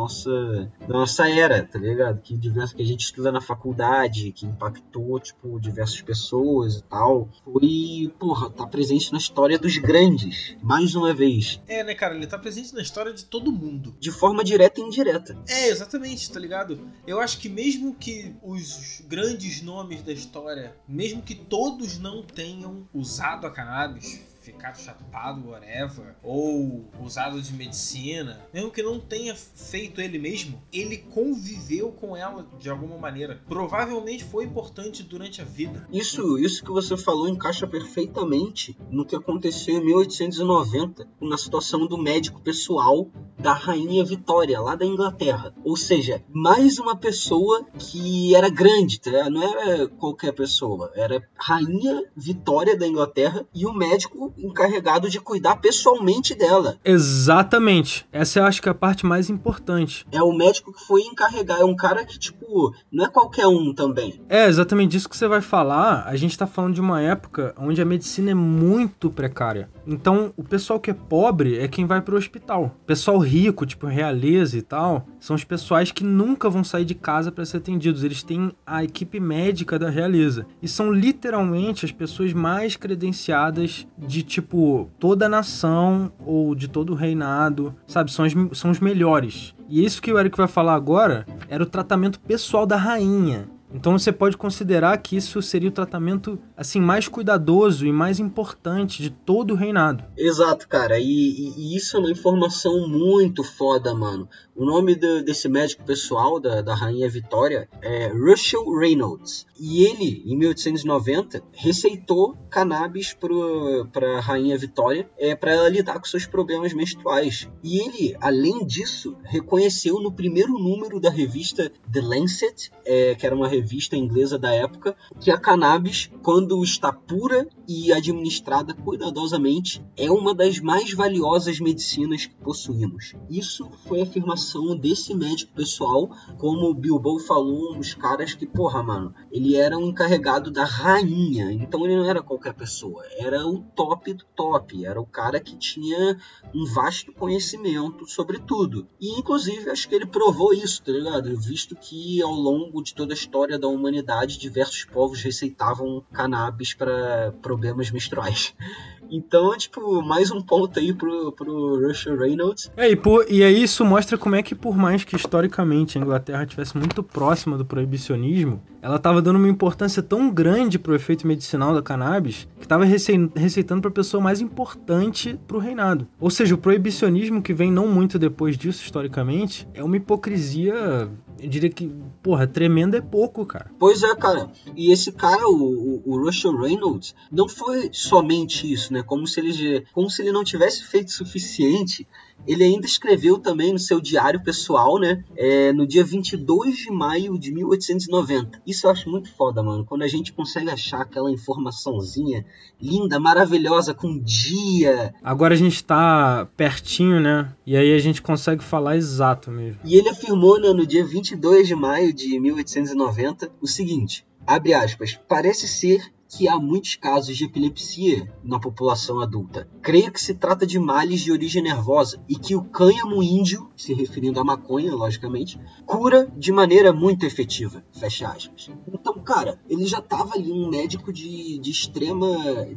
nossa era, tá ligado? Que a gente estuda na faculdade, que impactou, tipo, diversas pessoas e tal. Foi, tá presente na história dos grandes, mais uma vez. Né, cara, ele tá presente na história de todo mundo. De forma direta e indireta. Exatamente, tá ligado? Eu acho que mesmo que os grandes nomes da história, mesmo que todos não tenham usado a cannabis, ficado chapado, whatever, ou usado de medicina, mesmo que não tenha feito ele mesmo, ele conviveu com ela de alguma maneira. Provavelmente foi importante durante a vida. Isso que você falou encaixa perfeitamente no que aconteceu em 1890, na situação do médico pessoal da Rainha Vitória, lá da Inglaterra. Ou seja, mais uma pessoa que era grande, tá? Não era qualquer pessoa, era Rainha Vitória da Inglaterra e o médico encarregado de cuidar pessoalmente dela. Exatamente. Essa eu acho que é a parte mais importante. É o médico que foi encarregado, é um cara que, tipo, não é qualquer um também. Exatamente disso que você vai falar. A gente tá falando de uma época onde a medicina é muito precária. Então, o pessoal que é pobre é quem vai pro hospital. O pessoal rico, tipo realeza e tal, são os pessoais que nunca vão sair de casa para ser atendidos. Eles têm a equipe médica da realeza. E são literalmente as pessoas mais credenciadas de, tipo, toda a nação ou de todo o reinado, sabe? São os melhores. E isso que o Eric vai falar agora era o tratamento pessoal da rainha. Então você pode considerar que isso seria o tratamento assim mais cuidadoso e mais importante de todo o reinado. Exato, cara. E isso é uma informação muito foda, mano. O nome desse médico pessoal da Rainha Vitória é Russell Reynolds. E ele, em 1890, receitou cannabis para a Rainha Vitória para ela lidar com seus problemas menstruais. E ele, além disso, reconheceu no primeiro número da revista The Lancet, que era uma revista inglesa da época, que a cannabis, quando está pura e administrada cuidadosamente, é uma das mais valiosas medicinas que possuímos. Isso foi a afirmação desse médico pessoal, como o Bilbo falou, um dos caras que, mano, ele era um encarregado da rainha, então ele não era qualquer pessoa, era o top do top, era o cara que tinha um vasto conhecimento sobre tudo. E, inclusive, acho que ele provou isso, tá ligado? Visto que, ao longo de toda a história da humanidade, diversos povos receitavam cannabis para problemas menstruais. Então, tipo, mais um ponto aí pro Russell Reynolds. E aí isso mostra como é que, por mais que historicamente a Inglaterra estivesse muito próxima do proibicionismo, ela estava dando uma importância tão grande pro efeito medicinal da cannabis que estava receitando para a pessoa mais importante pro reinado. Ou seja, o proibicionismo que vem não muito depois disso, historicamente, é uma hipocrisia, eu diria que, tremenda é pouco, cara. Pois é, cara. E esse cara, o Russell Reynolds, não foi somente isso, né? Como se ele não tivesse feito o suficiente. Ele ainda escreveu também no seu diário pessoal, né? No dia 22 de maio de 1890. Isso eu acho muito foda, mano. Quando a gente consegue achar aquela informaçãozinha linda, maravilhosa, com dia. Agora a gente tá pertinho, né? E aí a gente consegue falar exato mesmo. E ele afirmou, né, no dia 22 de maio de 1890, o seguinte, abre aspas, parece ser que há muitos casos de epilepsia na população adulta. Creio que se trata de males de origem nervosa e que o cânhamo índio, se referindo à maconha, logicamente, cura de maneira muito efetiva. Fecha aspas. Então, cara, ele já estava ali um médico de extrema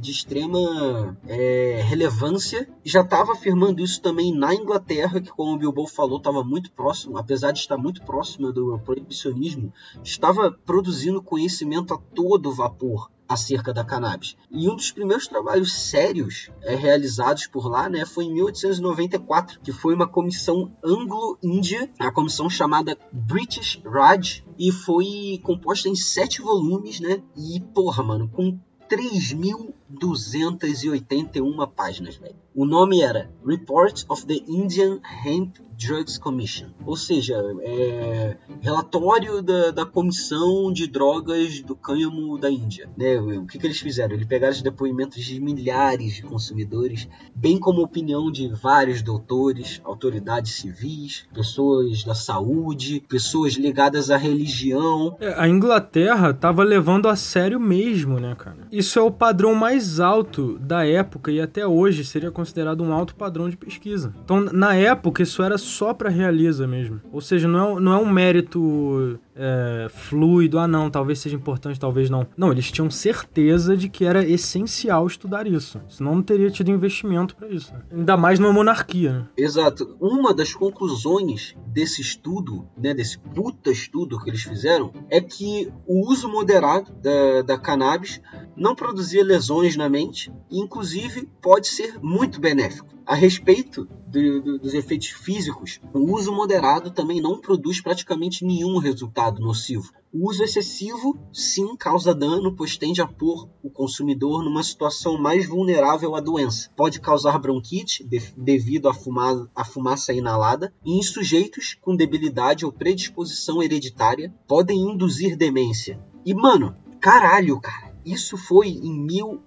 relevância, já estava afirmando isso também na Inglaterra, que, como o Bilbo falou, estava muito próximo, apesar de estar muito próximo do proibicionismo, estava produzindo conhecimento a todo vapor acerca da cannabis. E um dos primeiros trabalhos sérios realizados por lá, né, foi em 1894, que foi uma comissão anglo-índia, a comissão chamada British Raj, e foi composta em 7 volumes, né, e, mano, com 3.000 281 páginas, velho. O nome era Report of the Indian Hemp Drugs Commission, ou seja, relatório da Comissão de Drogas do Cânhamo da Índia, né? O que eles fizeram? Eles pegaram os depoimentos de milhares de consumidores, bem como a opinião de vários doutores, autoridades civis, pessoas da saúde, pessoas ligadas à religião. A Inglaterra estava levando a sério mesmo, né, cara? Isso é o padrão mais alto da época e até hoje seria considerado um alto padrão de pesquisa. Então, na época, isso era só para realiza mesmo. Ou seja, não é um mérito fluido, não, talvez seja importante, talvez não. Não, eles tinham certeza de que era essencial estudar isso. Senão não teria tido investimento para isso. Ainda mais numa monarquia, né? Exato. Uma das conclusões desse estudo, né, desse puta estudo que eles fizeram, é que o uso moderado da cannabis não produzia lesões na mente e, inclusive, pode ser muito benéfico. A respeito dos efeitos físicos, o uso moderado também não produz praticamente nenhum resultado nocivo. O uso excessivo, sim, causa dano, pois tende a pôr o consumidor numa situação mais vulnerável à doença. Pode causar bronquite devido à fumaça inalada, e em sujeitos com debilidade ou predisposição hereditária, podem induzir demência. E, mano, caralho, cara, isso foi em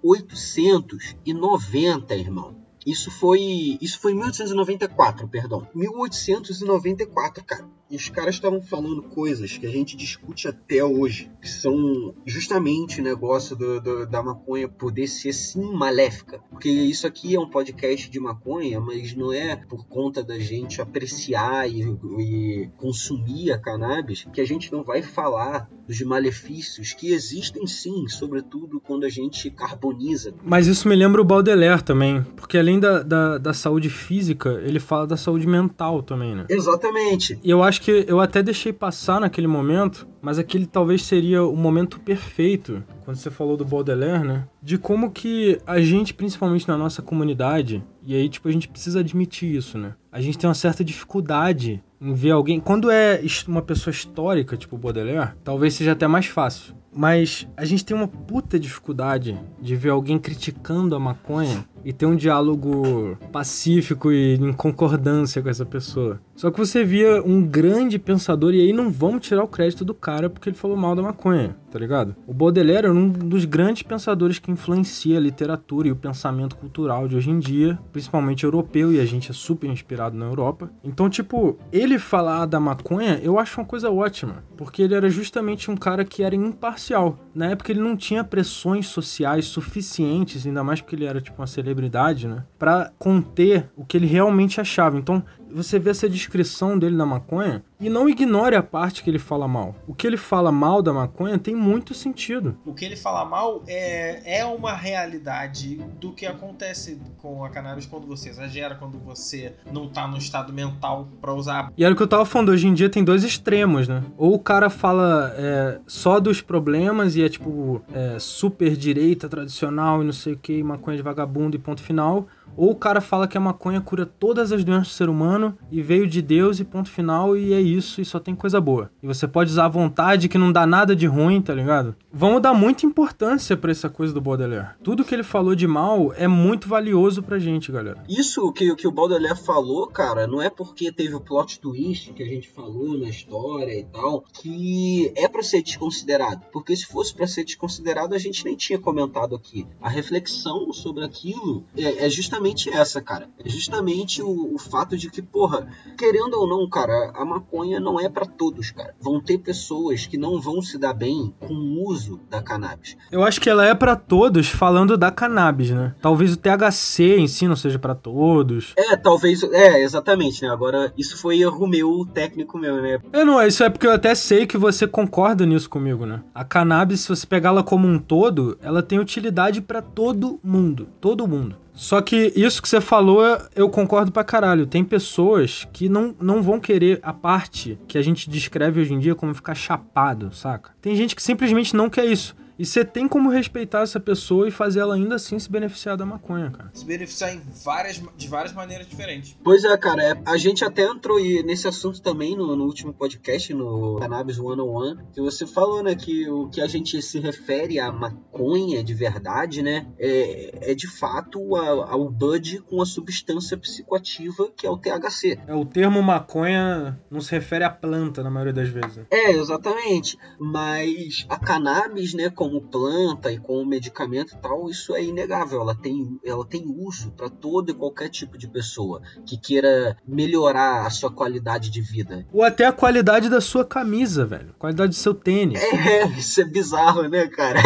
1890, irmão. Isso foi em 1894, perdão. 1894, cara. E os caras estavam falando coisas que a gente discute até hoje, que são justamente o negócio da maconha poder ser, sim, maléfica. Porque isso aqui é um podcast de maconha, mas não é por conta da gente apreciar e consumir a cannabis que a gente não vai falar dos malefícios que existem, sim, sobretudo quando a gente carboniza. Mas isso me lembra o Baudelaire também, porque além da saúde física, ele fala da saúde mental também, né? Exatamente. E eu acho que eu até deixei passar naquele momento, mas aquele talvez seria o momento perfeito, quando você falou do Baudelaire, né? De como que a gente, principalmente na nossa comunidade, e aí, tipo, a gente precisa admitir isso, né? A gente tem uma certa dificuldade em ver alguém... Quando é uma pessoa histórica, tipo o Baudelaire, talvez seja até mais fácil. Mas a gente tem uma puta dificuldade de ver alguém criticando a maconha e ter um diálogo pacífico e em concordância com essa pessoa. Só que você via um grande pensador, e aí não vamos tirar o crédito do cara porque ele falou mal da maconha, tá ligado? O Baudelaire era um dos grandes pensadores que influencia a literatura e o pensamento cultural de hoje em dia, principalmente europeu, e a gente é super inspirado na Europa. Então, tipo, ele falar da maconha, eu acho uma coisa ótima, porque ele era justamente um cara que era imparcial. Na época ele não tinha pressões sociais suficientes, ainda mais porque ele era tipo uma celebridade, né, pra conter o que ele realmente achava. Então, você vê essa descrição dele da maconha e não ignore a parte que ele fala mal. O que ele fala mal da maconha tem muito sentido. O que ele fala mal é uma realidade do que acontece com a cannabis quando você exagera, quando você não tá no estado mental pra usar. E era o que eu tava falando, hoje em dia tem dois extremos, né? Ou o cara fala só dos problemas e é tipo super direita, tradicional e não sei o que, maconha de vagabundo e ponto final. Ou o cara fala que a maconha cura todas as doenças do ser humano e veio de Deus e ponto final, e é isso, e só tem coisa boa. E você pode usar à vontade, que não dá nada de ruim, tá ligado? Vamos dar muita importância pra essa coisa do Baudelaire. Tudo que ele falou de mal é muito valioso pra gente, galera. Isso que o Baudelaire falou, cara, não é porque teve o plot twist que a gente falou na história e tal, que é pra ser desconsiderado. Porque se fosse pra ser desconsiderado, a gente nem tinha comentado aqui. A reflexão sobre aquilo é justamente essa, cara. É justamente o fato de que, porra, querendo ou não, cara, a maconha não é pra todos, cara. Vão ter pessoas que não vão se dar bem com o uso da cannabis. Eu acho que ela é pra todos falando da cannabis, né? Talvez o THC em si não seja pra todos. Talvez, exatamente, né? Agora, isso foi erro meu, técnico meu, né? Não, isso é porque eu até sei que você concorda nisso comigo, né? A cannabis, se você pegá-la como um todo, ela tem utilidade pra todo mundo. Todo mundo. Só que isso que você falou, eu concordo pra caralho. Tem pessoas que não vão querer a parte que a gente descreve hoje em dia como ficar chapado, saca? Tem gente que simplesmente não quer isso. E você tem como respeitar essa pessoa e fazer ela ainda assim se beneficiar da maconha, cara. Se beneficiar de várias maneiras diferentes. Pois é, cara, a gente até entrou nesse assunto também no último podcast, no Cannabis 101, que você falou, né, que o que a gente se refere à maconha de verdade, né, é de fato ao bud com a substância psicoativa que é o THC. O termo maconha não se refere à planta na maioria das vezes. Exatamente. Mas a cannabis, né, como planta e como medicamento e tal, isso é inegável. Ela tem uso para todo e qualquer tipo de pessoa que queira melhorar a sua qualidade de vida. Ou até a qualidade da sua camisa, velho. Qualidade do seu tênis. Isso é bizarro, né, cara?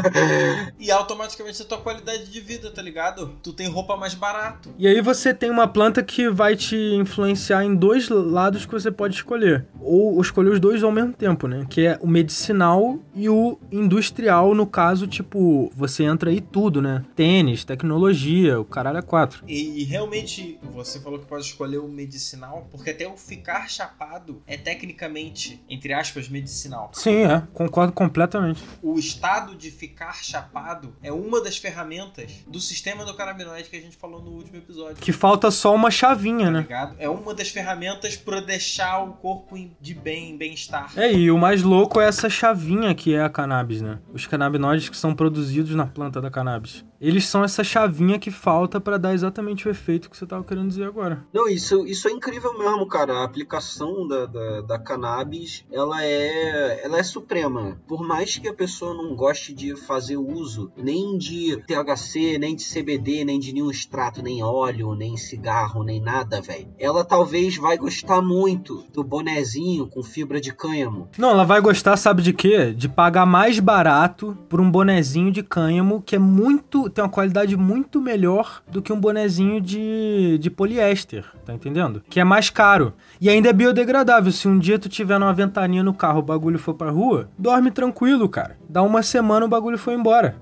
E automaticamente a tua qualidade de vida, tá ligado? Tu tem roupa mais barato. E aí você tem uma planta que vai te influenciar em dois lados que você pode escolher. Ou escolher os dois ao mesmo tempo, né? Que é o medicinal e o industrial, no caso, tipo, você entra aí tudo, né? Tênis, tecnologia, o caralho é 4. E realmente, você falou que pode escolher o medicinal, porque até o ficar chapado é tecnicamente, entre aspas, medicinal. Sim, concordo completamente. O estado de ficar chapado é uma das ferramentas do sistema endocannabinoide que a gente falou no último episódio. Que falta só uma chavinha, né? Ligado? É uma das ferramentas para deixar o corpo de bem-estar. E o mais louco é essa chavinha que é a cannabis, né? Os canabinoides que são produzidos na planta da cannabis. Eles são essa chavinha que falta pra dar exatamente o efeito que você tava querendo dizer agora. Não, isso é incrível mesmo, cara. A aplicação da cannabis, ela é suprema. Por mais que a pessoa não goste de fazer uso nem de THC, nem de CBD, nem de nenhum extrato, nem óleo, nem cigarro, nem nada, velho. Ela talvez vai gostar muito do bonezinho com fibra de cânhamo. Não, ela vai gostar, sabe de quê? De pagar mais barato por um bonezinho de cânhamo que tem uma qualidade muito melhor do que um bonezinho de poliéster, tá entendendo? Que é mais caro. E ainda é biodegradável. Se um dia tu tiver numa ventania no carro, o bagulho for pra rua, dorme tranquilo, cara. Dá uma semana o bagulho foi embora.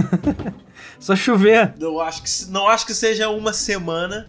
Só chover. Não acho que seja uma semana.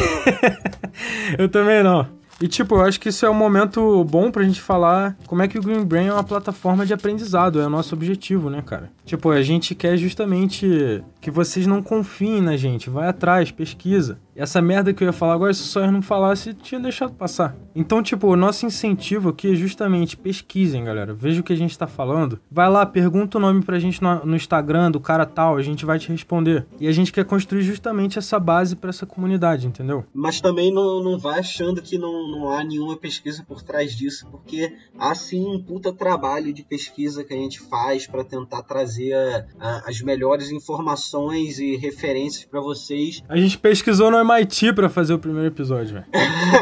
Eu também não. E tipo, eu acho que isso é um momento bom pra gente falar como é que o Green Brain é uma plataforma de aprendizado, é o nosso objetivo, né, cara? Tipo, a gente quer justamente que vocês não confiem na gente, vai atrás, pesquisa. E essa merda que eu ia falar agora, se só eu não falasse, tinha deixado passar. Então, tipo, o nosso incentivo aqui é justamente pesquisem, galera. Veja o que a gente tá falando. Vai lá, pergunta o nome pra gente no Instagram do cara tal, a gente vai te responder. E a gente quer construir justamente essa base pra essa comunidade, entendeu? Mas também não vai achando que não há nenhuma pesquisa por trás disso, porque há sim um puta trabalho de pesquisa que a gente faz pra tentar trazer as melhores informações e referências pra vocês. A gente pesquisou no MIT pra fazer o primeiro episódio, velho.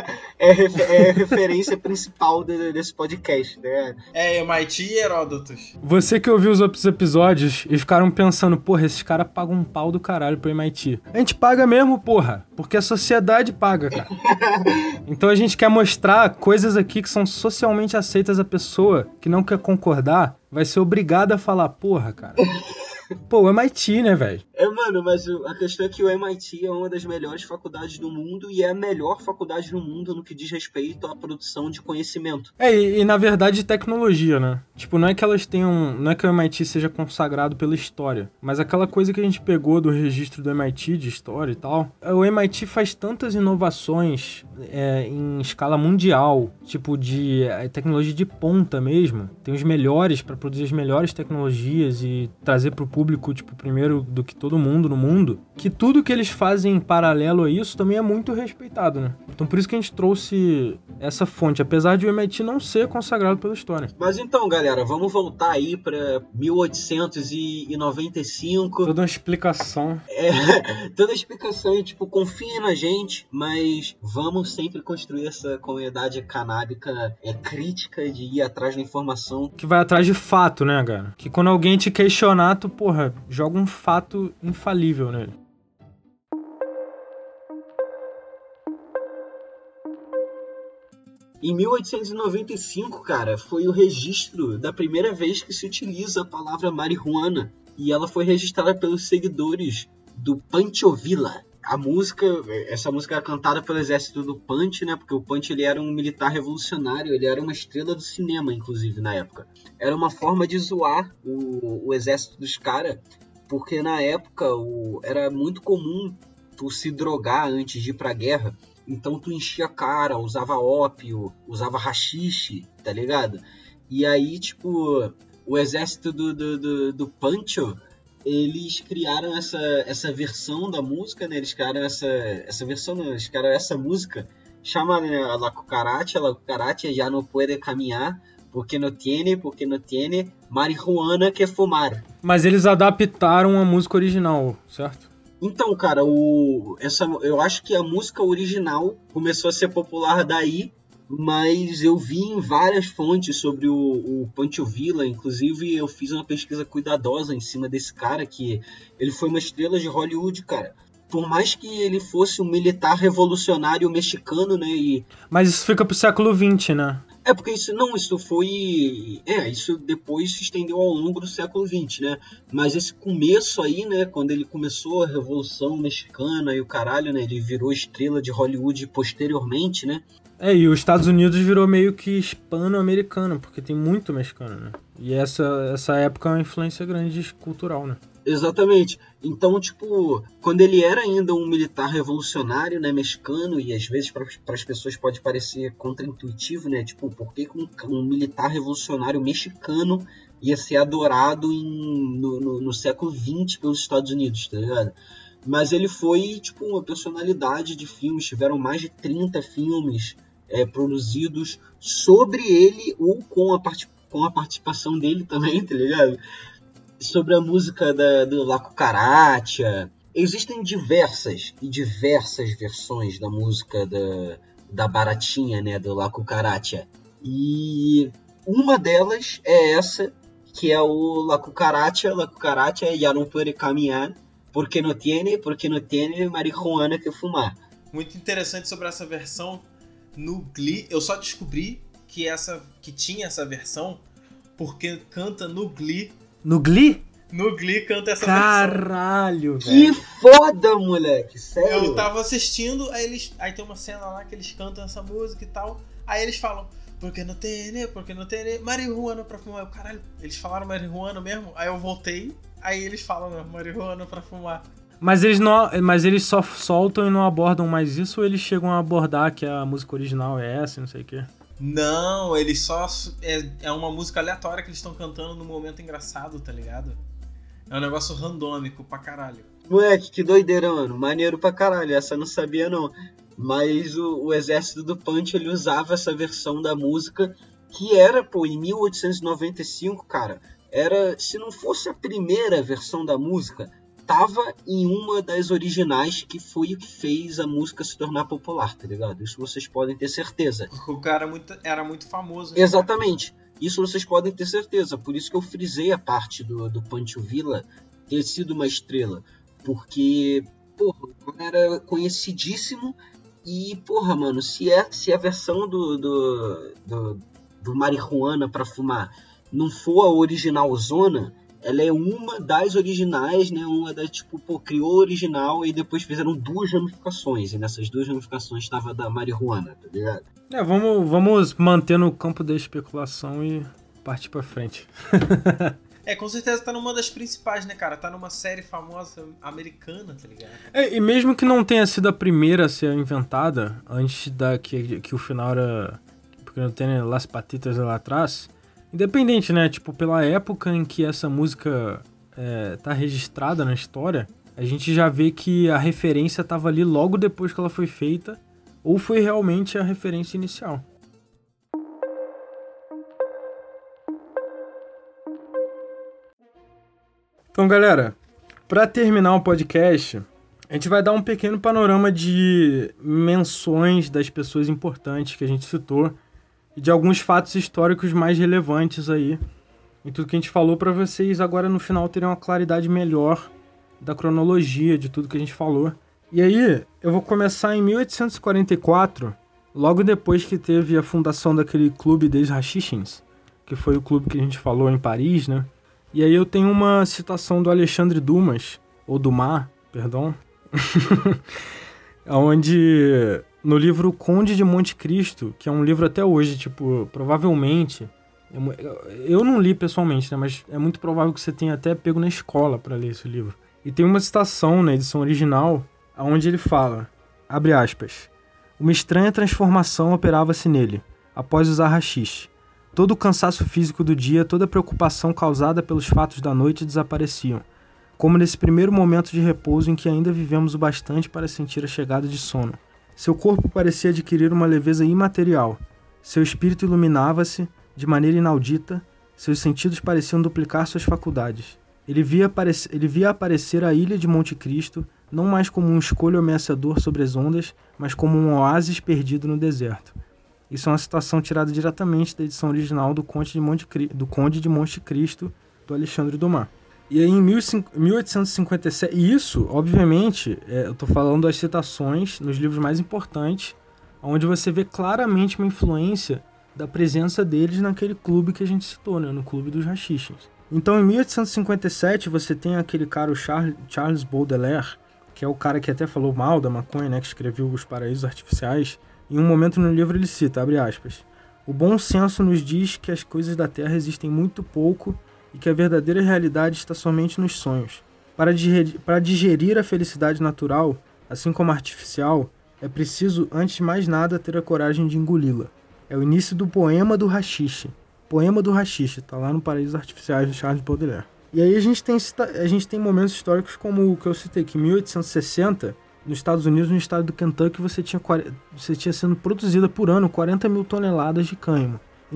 É a referência principal desse podcast, né? MIT e Heródotos. Você que ouviu os outros episódios e ficaram pensando, porra, esses caras pagam um pau do caralho pro MIT. A gente paga mesmo, porra, porque a sociedade paga, cara. Então a gente quer mostrar coisas aqui que são socialmente aceitas. A pessoa que não quer concordar vai ser obrigada a falar, porra, cara. Pô, o MIT, né, velho? Mano, mas a questão é que o MIT é uma das melhores faculdades do mundo e é a melhor faculdade do mundo no que diz respeito à produção de conhecimento. E na verdade tecnologia, né? Tipo, não é que elas tenham... Não é que o MIT seja consagrado pela história, mas aquela coisa que a gente pegou do registro do MIT de história e tal, o MIT faz tantas inovações em escala mundial, tipo de tecnologia de ponta mesmo. Tem os melhores para produzir as melhores tecnologias e trazer pro público, tipo, primeiro do que todo mundo no mundo, que tudo que eles fazem em paralelo a isso também é muito respeitado, né? Então por isso que a gente trouxe essa fonte, apesar de o MIT não ser consagrado pela história. Mas então, galera, vamos voltar aí pra 1895. Toda uma explicação. Toda a explicação e, tipo, confiem na gente, mas vamos sempre construir essa comunidade canábica crítica de ir atrás da informação. Que vai atrás de fato, né, cara? Que quando alguém te questionar, tu, porra, joga um fato infalível nele. Em 1895, cara, foi o registro da primeira vez que se utiliza a palavra marihuana. E ela foi registrada pelos seguidores do Pancho Villa. essa música era cantada pelo exército do Punch, né? Porque o Punch ele era um militar revolucionário, ele era uma estrela do cinema, inclusive, na época. Era uma forma de zoar o exército dos caras, porque na época era muito comum tu se drogar antes de ir pra guerra. Então tu enchia a cara, usava ópio, usava haxixe, tá ligado? E aí, tipo, o exército do Pancho, eles criaram essa versão da música, né? Eles criaram essa versão, não, eles criaram essa música, chama, né, La Cucaracha já não pode caminhar, porque não tiene marihuana que fumar. Mas eles adaptaram a música original, certo? Então, cara, eu acho que a música original começou a ser popular daí, mas eu vi em várias fontes sobre o Pancho Villa, inclusive eu fiz uma pesquisa cuidadosa em cima desse cara, que ele foi uma estrela de Hollywood, cara. Por mais que ele fosse um militar revolucionário mexicano, né? Mas isso fica pro século XX, né? Porque isso depois se estendeu ao longo do século XX, né? Mas esse começo aí, né? Quando ele começou a Revolução Mexicana e o caralho, né? Ele virou estrela de Hollywood posteriormente, né? E os Estados Unidos virou meio que hispano-americano, porque tem muito mexicano, né? E essa época é uma influência grande cultural, né? Exatamente. Então, tipo, quando ele era ainda um militar revolucionário, né, mexicano, e às vezes para as pessoas pode parecer contraintuitivo, né, tipo, por que um militar revolucionário mexicano ia ser adorado no século XX pelos Estados Unidos, tá ligado? Mas ele foi, tipo, uma personalidade de filmes, tiveram mais de 30 filmes produzidos sobre ele ou com a participação dele também, tá ligado? Sobre a música do La Cucaracha. Existem diversas versões da música da Baratinha, né, do La Cucaracha. E uma delas é essa, que é o La Cucaracha ya no puede caminhar, porque não tiene marihuana que fumar. Muito interessante sobre essa versão no Glee. Eu só descobri que tinha essa versão porque canta no Glee. No Glee? No Glee canta essa Caralho, versão. velho. Que foda, moleque. Sério? Eu tava assistindo, aí tem uma cena lá que eles cantam essa música e tal. Aí eles falam, porque não tem marihuana pra fumar. Eu, caralho, eles falaram marihuana mesmo? Aí eu voltei, aí eles falam marihuana pra fumar. Mas eles só soltam e não abordam mais isso, ou eles chegam a abordar que a música original é essa, não sei o quê? Não, eles só... É uma música aleatória que eles estão cantando num momento engraçado, tá ligado? É um negócio randômico pra caralho. Moleque, que doideira, mano. Maneiro pra caralho. Essa eu não sabia, não. Mas o exército do Punch, ele usava essa versão da música, que era, pô, em 1895, cara. Se não fosse a primeira versão da música, tava em uma das originais, que foi o que fez a música se tornar popular, tá ligado? Isso vocês podem ter certeza. O cara era muito famoso. Né? Exatamente. Isso vocês podem ter certeza. Por isso que eu frisei a parte do Pancho Villa ter sido uma estrela. Porque, porra, era conhecidíssimo. E, porra, mano, se a versão do marihuana pra fumar não for a original zona, ela é uma das originais, né? Uma da, tipo, criou a original e depois fizeram 2 ramificações. E nessas 2 ramificações estava da marihuana, tá ligado? Vamos manter no campo da especulação e partir pra frente. Com certeza tá numa das principais, né, cara? Tá numa série famosa americana, tá ligado? E mesmo que não tenha sido a primeira a ser inventada, antes que o final era... Porque não tem Las Patitas lá atrás... Independente, né? Tipo, pela época em que essa música tá registrada na história, a gente já vê que a referência tava ali logo depois que ela foi feita, ou foi realmente a referência inicial. Então, galera, pra terminar o podcast, a gente vai dar um pequeno panorama de menções das pessoas importantes que a gente citou, e de alguns fatos históricos mais relevantes aí em tudo que a gente falou, para vocês agora no final terem uma claridade melhor da cronologia de tudo que a gente falou. E aí, eu vou começar em 1844, logo depois que teve a fundação daquele clube des Rachichens, que foi o clube que a gente falou em Paris, né? E aí eu tenho uma citação do Alexandre Dumas, ou Dumas, perdão, Onde, no livro Conde de Monte Cristo, que é um livro até hoje, tipo, provavelmente... Eu não li pessoalmente, né? Mas é muito provável que você tenha até pego na escola para ler esse livro. E tem uma citação na edição original, onde ele fala, abre aspas, uma estranha transformação operava-se nele, após usar haxixe. Todo o cansaço físico do dia, toda a preocupação causada pelos fatos da noite desapareciam, como nesse primeiro momento de repouso em que ainda vivemos o bastante para sentir a chegada de sono. Seu corpo parecia adquirir uma leveza imaterial, seu espírito iluminava-se de maneira inaudita, seus sentidos pareciam duplicar suas faculdades. Ele via aparecer a ilha de Monte Cristo, não mais como um escolho ameaçador sobre as ondas, mas como um oásis perdido no deserto. Isso é uma citação tirada diretamente da edição original do Conde de Monte Cristo, do Alexandre Dumas. E aí, em 1857... E isso, obviamente, eu estou falando das citações nos livros mais importantes, onde você vê claramente uma influência da presença deles naquele clube que a gente citou, né? No Clube dos Haxiches. Então, em 1857, você tem aquele cara, o Charles Baudelaire, que é o cara que até falou mal da maconha, né? Que escreveu Os Paraísos Artificiais. Em um momento no livro ele cita, abre aspas, o bom senso nos diz que as coisas da Terra existem muito pouco e que a verdadeira realidade está somente nos sonhos. Para digerir a felicidade natural, assim como a artificial, é preciso, antes de mais nada, ter a coragem de engoli-la. É o início do poema do haxixe. Poema do haxixe, tá lá no Paraísos Artificiais de Charles Baudelaire. E aí a gente tem momentos históricos como o que eu citei, que em 1860, nos Estados Unidos, no estado do Kentucky, você tinha sendo produzida por ano 40 mil toneladas de cânhamo. Em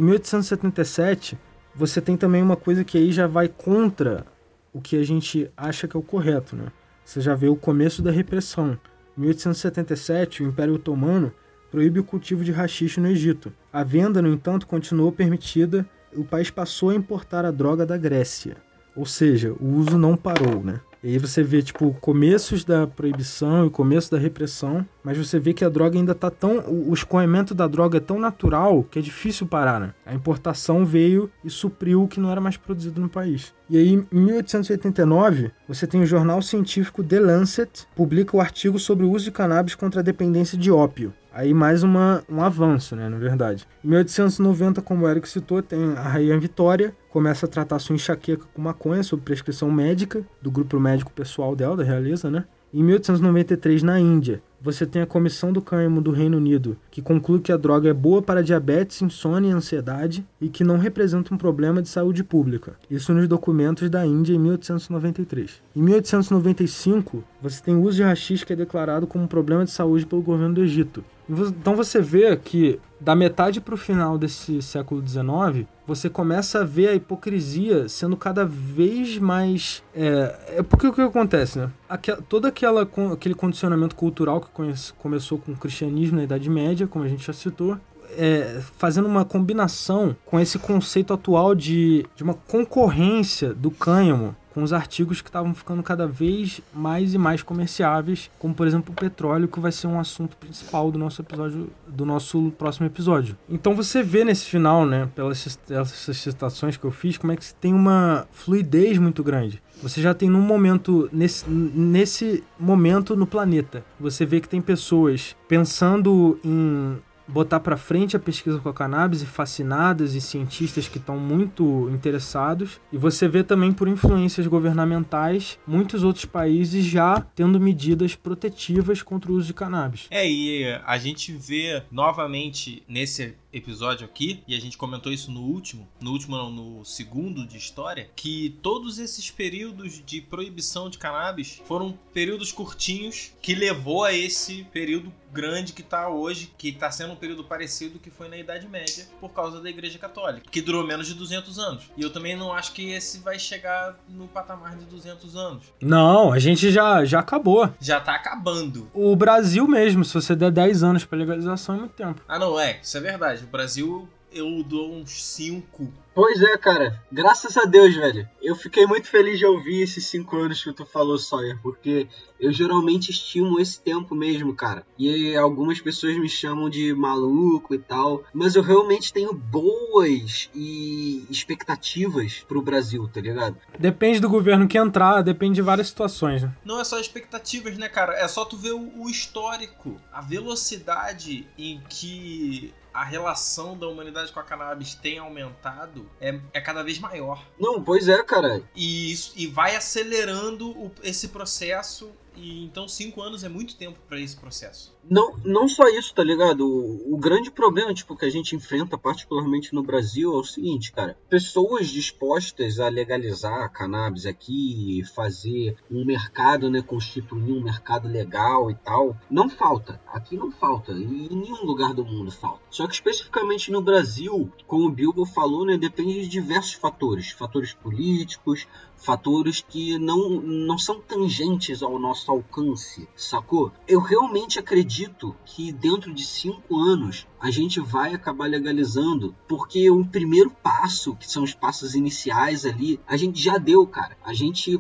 1877, você tem também uma coisa que aí já vai contra o que a gente acha que é o correto, né? Você já vê o começo da repressão. Em 1877, o Império Otomano proíbe o cultivo de haxixe no Egito. A venda, no entanto, continuou permitida e o país passou a importar a droga da Grécia. Ou seja, o uso não parou, né? E aí você vê, tipo, começos da proibição e começo da repressão, mas você vê que a droga ainda tá tão... O escoamento da droga é tão natural que é difícil parar, né? A importação veio e supriu o que não era mais produzido no país. E aí, em 1889, você tem o jornal científico The Lancet, publica o artigo sobre o uso de cannabis contra a dependência de ópio. Aí mais um avanço, né, na verdade. Em 1890, como o Eric citou, tem a Rainha Vitória, começa a tratar sua enxaqueca com maconha sob prescrição médica, do grupo médico pessoal dela, da realeza, né? Em 1893, na Índia, você tem a Comissão do Cânhamo do Reino Unido, que conclui que a droga é boa para diabetes, insônia e ansiedade e que não representa um problema de saúde pública. Isso nos documentos da Índia em 1893. Em 1895, você tem o uso de haxixe que é declarado como um problema de saúde pelo governo do Egito. Então você vê que da metade para o final desse século XIX, você começa a ver a hipocrisia sendo cada vez mais... Porque o que acontece, né? Todo aquele condicionamento cultural que começou com o cristianismo na Idade Média, como a gente já citou, fazendo uma combinação com esse conceito atual de uma concorrência do cânhamo com os artigos que estavam ficando cada vez mais e mais comerciáveis, como por exemplo o petróleo, que vai ser um assunto principal do nosso próximo episódio. Então você vê nesse final, né, pelas essas citações que eu fiz, como é que tem uma fluidez muito grande. Você já tem nesse momento no planeta, você vê que tem pessoas pensando em botar para frente a pesquisa com a cannabis e fascinadas e cientistas que estão muito interessados. E você vê também por influências governamentais muitos outros países já tendo medidas protetivas contra o uso de cannabis. E a gente vê novamente nesse episódio aqui, e a gente comentou isso no segundo de história, que todos esses períodos de proibição de cannabis foram períodos curtinhos que levou a esse período grande que está hoje, que está sendo um período parecido que foi na Idade Média por causa da Igreja Católica, que durou menos de 200 anos. E eu também não acho que esse vai chegar no patamar de 200 anos. Não, a gente já acabou. Já tá acabando. O Brasil mesmo, se você der 10 anos para legalização, é muito tempo. Ah, não, isso é verdade. O Brasil, eu dou uns 5. Pois é, cara. Graças a Deus, velho. Eu fiquei muito feliz de ouvir esses 5 anos que tu falou, Sawyer, porque eu geralmente estimo esse tempo mesmo, cara. E algumas pessoas me chamam de maluco e tal, mas eu realmente tenho boas expectativas pro Brasil, tá ligado? Depende do governo que entrar, depende de várias situações, né? Não é só expectativas, né, cara? É só tu ver o histórico, a velocidade em que a relação da humanidade com a cannabis tem aumentado é cada vez maior. Não, pois é, cara. E vai acelerando esse processo. E então 5 anos é muito tempo para esse processo. Não só isso, tá ligado? O grande problema, tipo, que a gente enfrenta, particularmente no Brasil, é o seguinte, cara. Pessoas dispostas a legalizar a cannabis aqui e fazer um mercado, né, constituir um mercado legal e tal, não falta. Aqui não falta. E em nenhum lugar do mundo falta. Só que especificamente no Brasil, como o Bilbo falou, né, depende de diversos fatores. Fatores políticos, fatores que não são tangentes ao nosso alcance, sacou? Eu realmente acredito que dentro de 5 anos a gente vai acabar legalizando, porque o primeiro passo, que são os passos iniciais ali, a gente já deu, cara. A gente,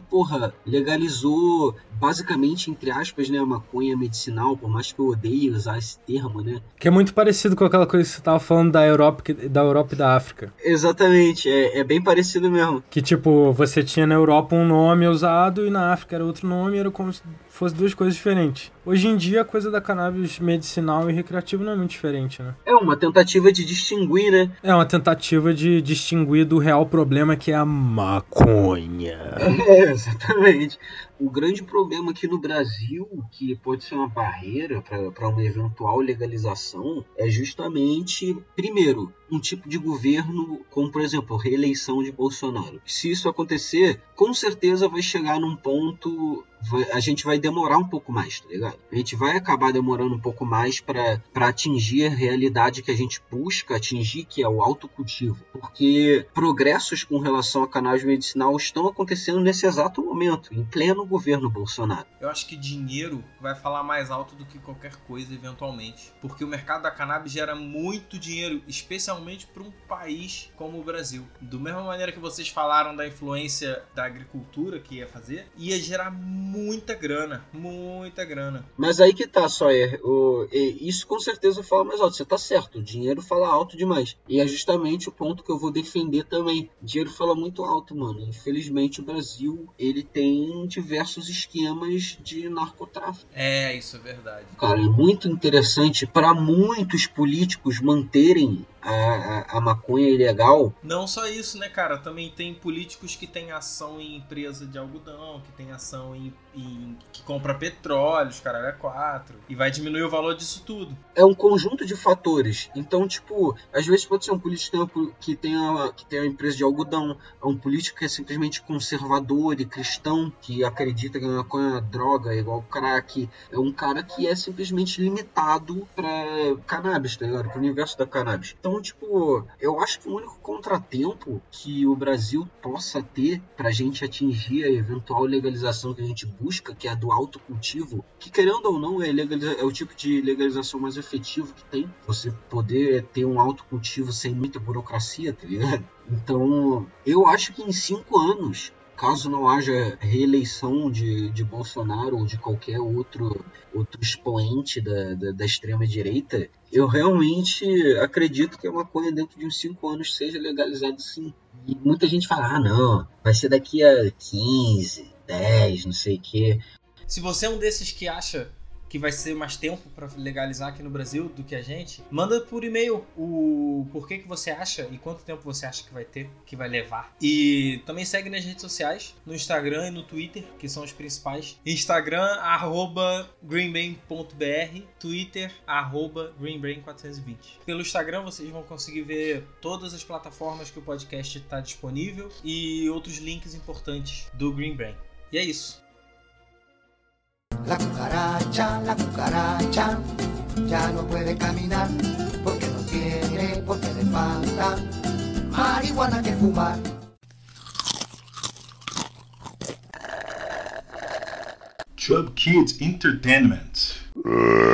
legalizou basicamente, entre aspas, né, a maconha medicinal, por mais que eu odeie usar esse termo, né? Que é muito parecido com aquela coisa que você tava falando da Europa e da África. Exatamente, é bem parecido mesmo. Que, tipo, você tinha na Europa um nome usado e na África era outro nome, era como se fossem duas coisas diferentes. Hoje em dia, a coisa da cannabis medicinal e recreativa não é muito diferente, né? É uma tentativa de distinguir, né? É uma tentativa de distinguir do real problema que é a maconha. Exatamente. O grande problema aqui no Brasil, que pode ser uma barreira para uma eventual legalização, é justamente, primeiro, um tipo de governo como, por exemplo, a reeleição de Bolsonaro. Se isso acontecer, com certeza vai chegar num ponto... a gente vai demorar um pouco mais, tá ligado? A gente vai acabar demorando um pouco mais para atingir a realidade que a gente busca atingir, que é o autocultivo. Porque progressos com relação à cannabis medicinal estão acontecendo nesse exato momento, em pleno governo Bolsonaro. Eu acho que dinheiro vai falar mais alto do que qualquer coisa, eventualmente. Porque o mercado da cannabis gera muito dinheiro, especialmente para um país como o Brasil. Da mesma maneira que vocês falaram da influência da agricultura que ia fazer, ia gerar muita grana. Mas aí que tá, Sawyer. Isso com certeza fala mais alto. Você tá certo, o dinheiro fala alto demais. E é justamente o ponto que eu vou defender também. O dinheiro fala muito alto, mano. Infelizmente o Brasil, ele tem diversos esquemas de narcotráfico. É, isso é verdade. Cara, é muito interessante para muitos políticos manterem a maconha ilegal. Não só isso, né, cara? Também tem políticos que têm ação em empresa de algodão, que tem ação que compra petróleo, os caralho é 4, e vai diminuir o valor disso tudo. É um conjunto de fatores. Então, tipo, às vezes pode ser um político que tem a empresa de algodão, é um político que é simplesmente conservador e cristão, que acredita que a maconha é uma droga, é igual crack. É um cara que é simplesmente limitado pra cannabis, tá ligado? Pro universo da cannabis. Então, tipo, eu acho que o único contratempo que o Brasil possa ter pra gente atingir a eventual legalização que a gente busca, que é a do autocultivo, que querendo ou não é o tipo de legalização mais efetivo que tem. Você poder ter um autocultivo sem muita burocracia, tá ligado? Então, eu acho que em 5 anos, caso não haja reeleição de Bolsonaro ou de qualquer outro expoente da extrema-direita, eu realmente acredito que a maconha dentro de uns 5 anos seja legalizada sim. E muita gente fala, não, vai ser daqui a 15, 10, não sei o quê. Se você é um desses que acha que vai ser mais tempo para legalizar aqui no Brasil do que a gente, manda por e-mail o porquê que você acha e quanto tempo você acha que vai ter, que vai levar. E também segue nas redes sociais, no Instagram e no Twitter, que são os principais. Instagram, @greenbrain.br, Twitter, @greenbrain420. Pelo Instagram vocês vão conseguir ver todas as plataformas que o podcast está disponível e outros links importantes do Green Brain. E é isso. La cucaracha ya no puede caminar porque le falta marihuana que fumar. Chub Kids Entertainment.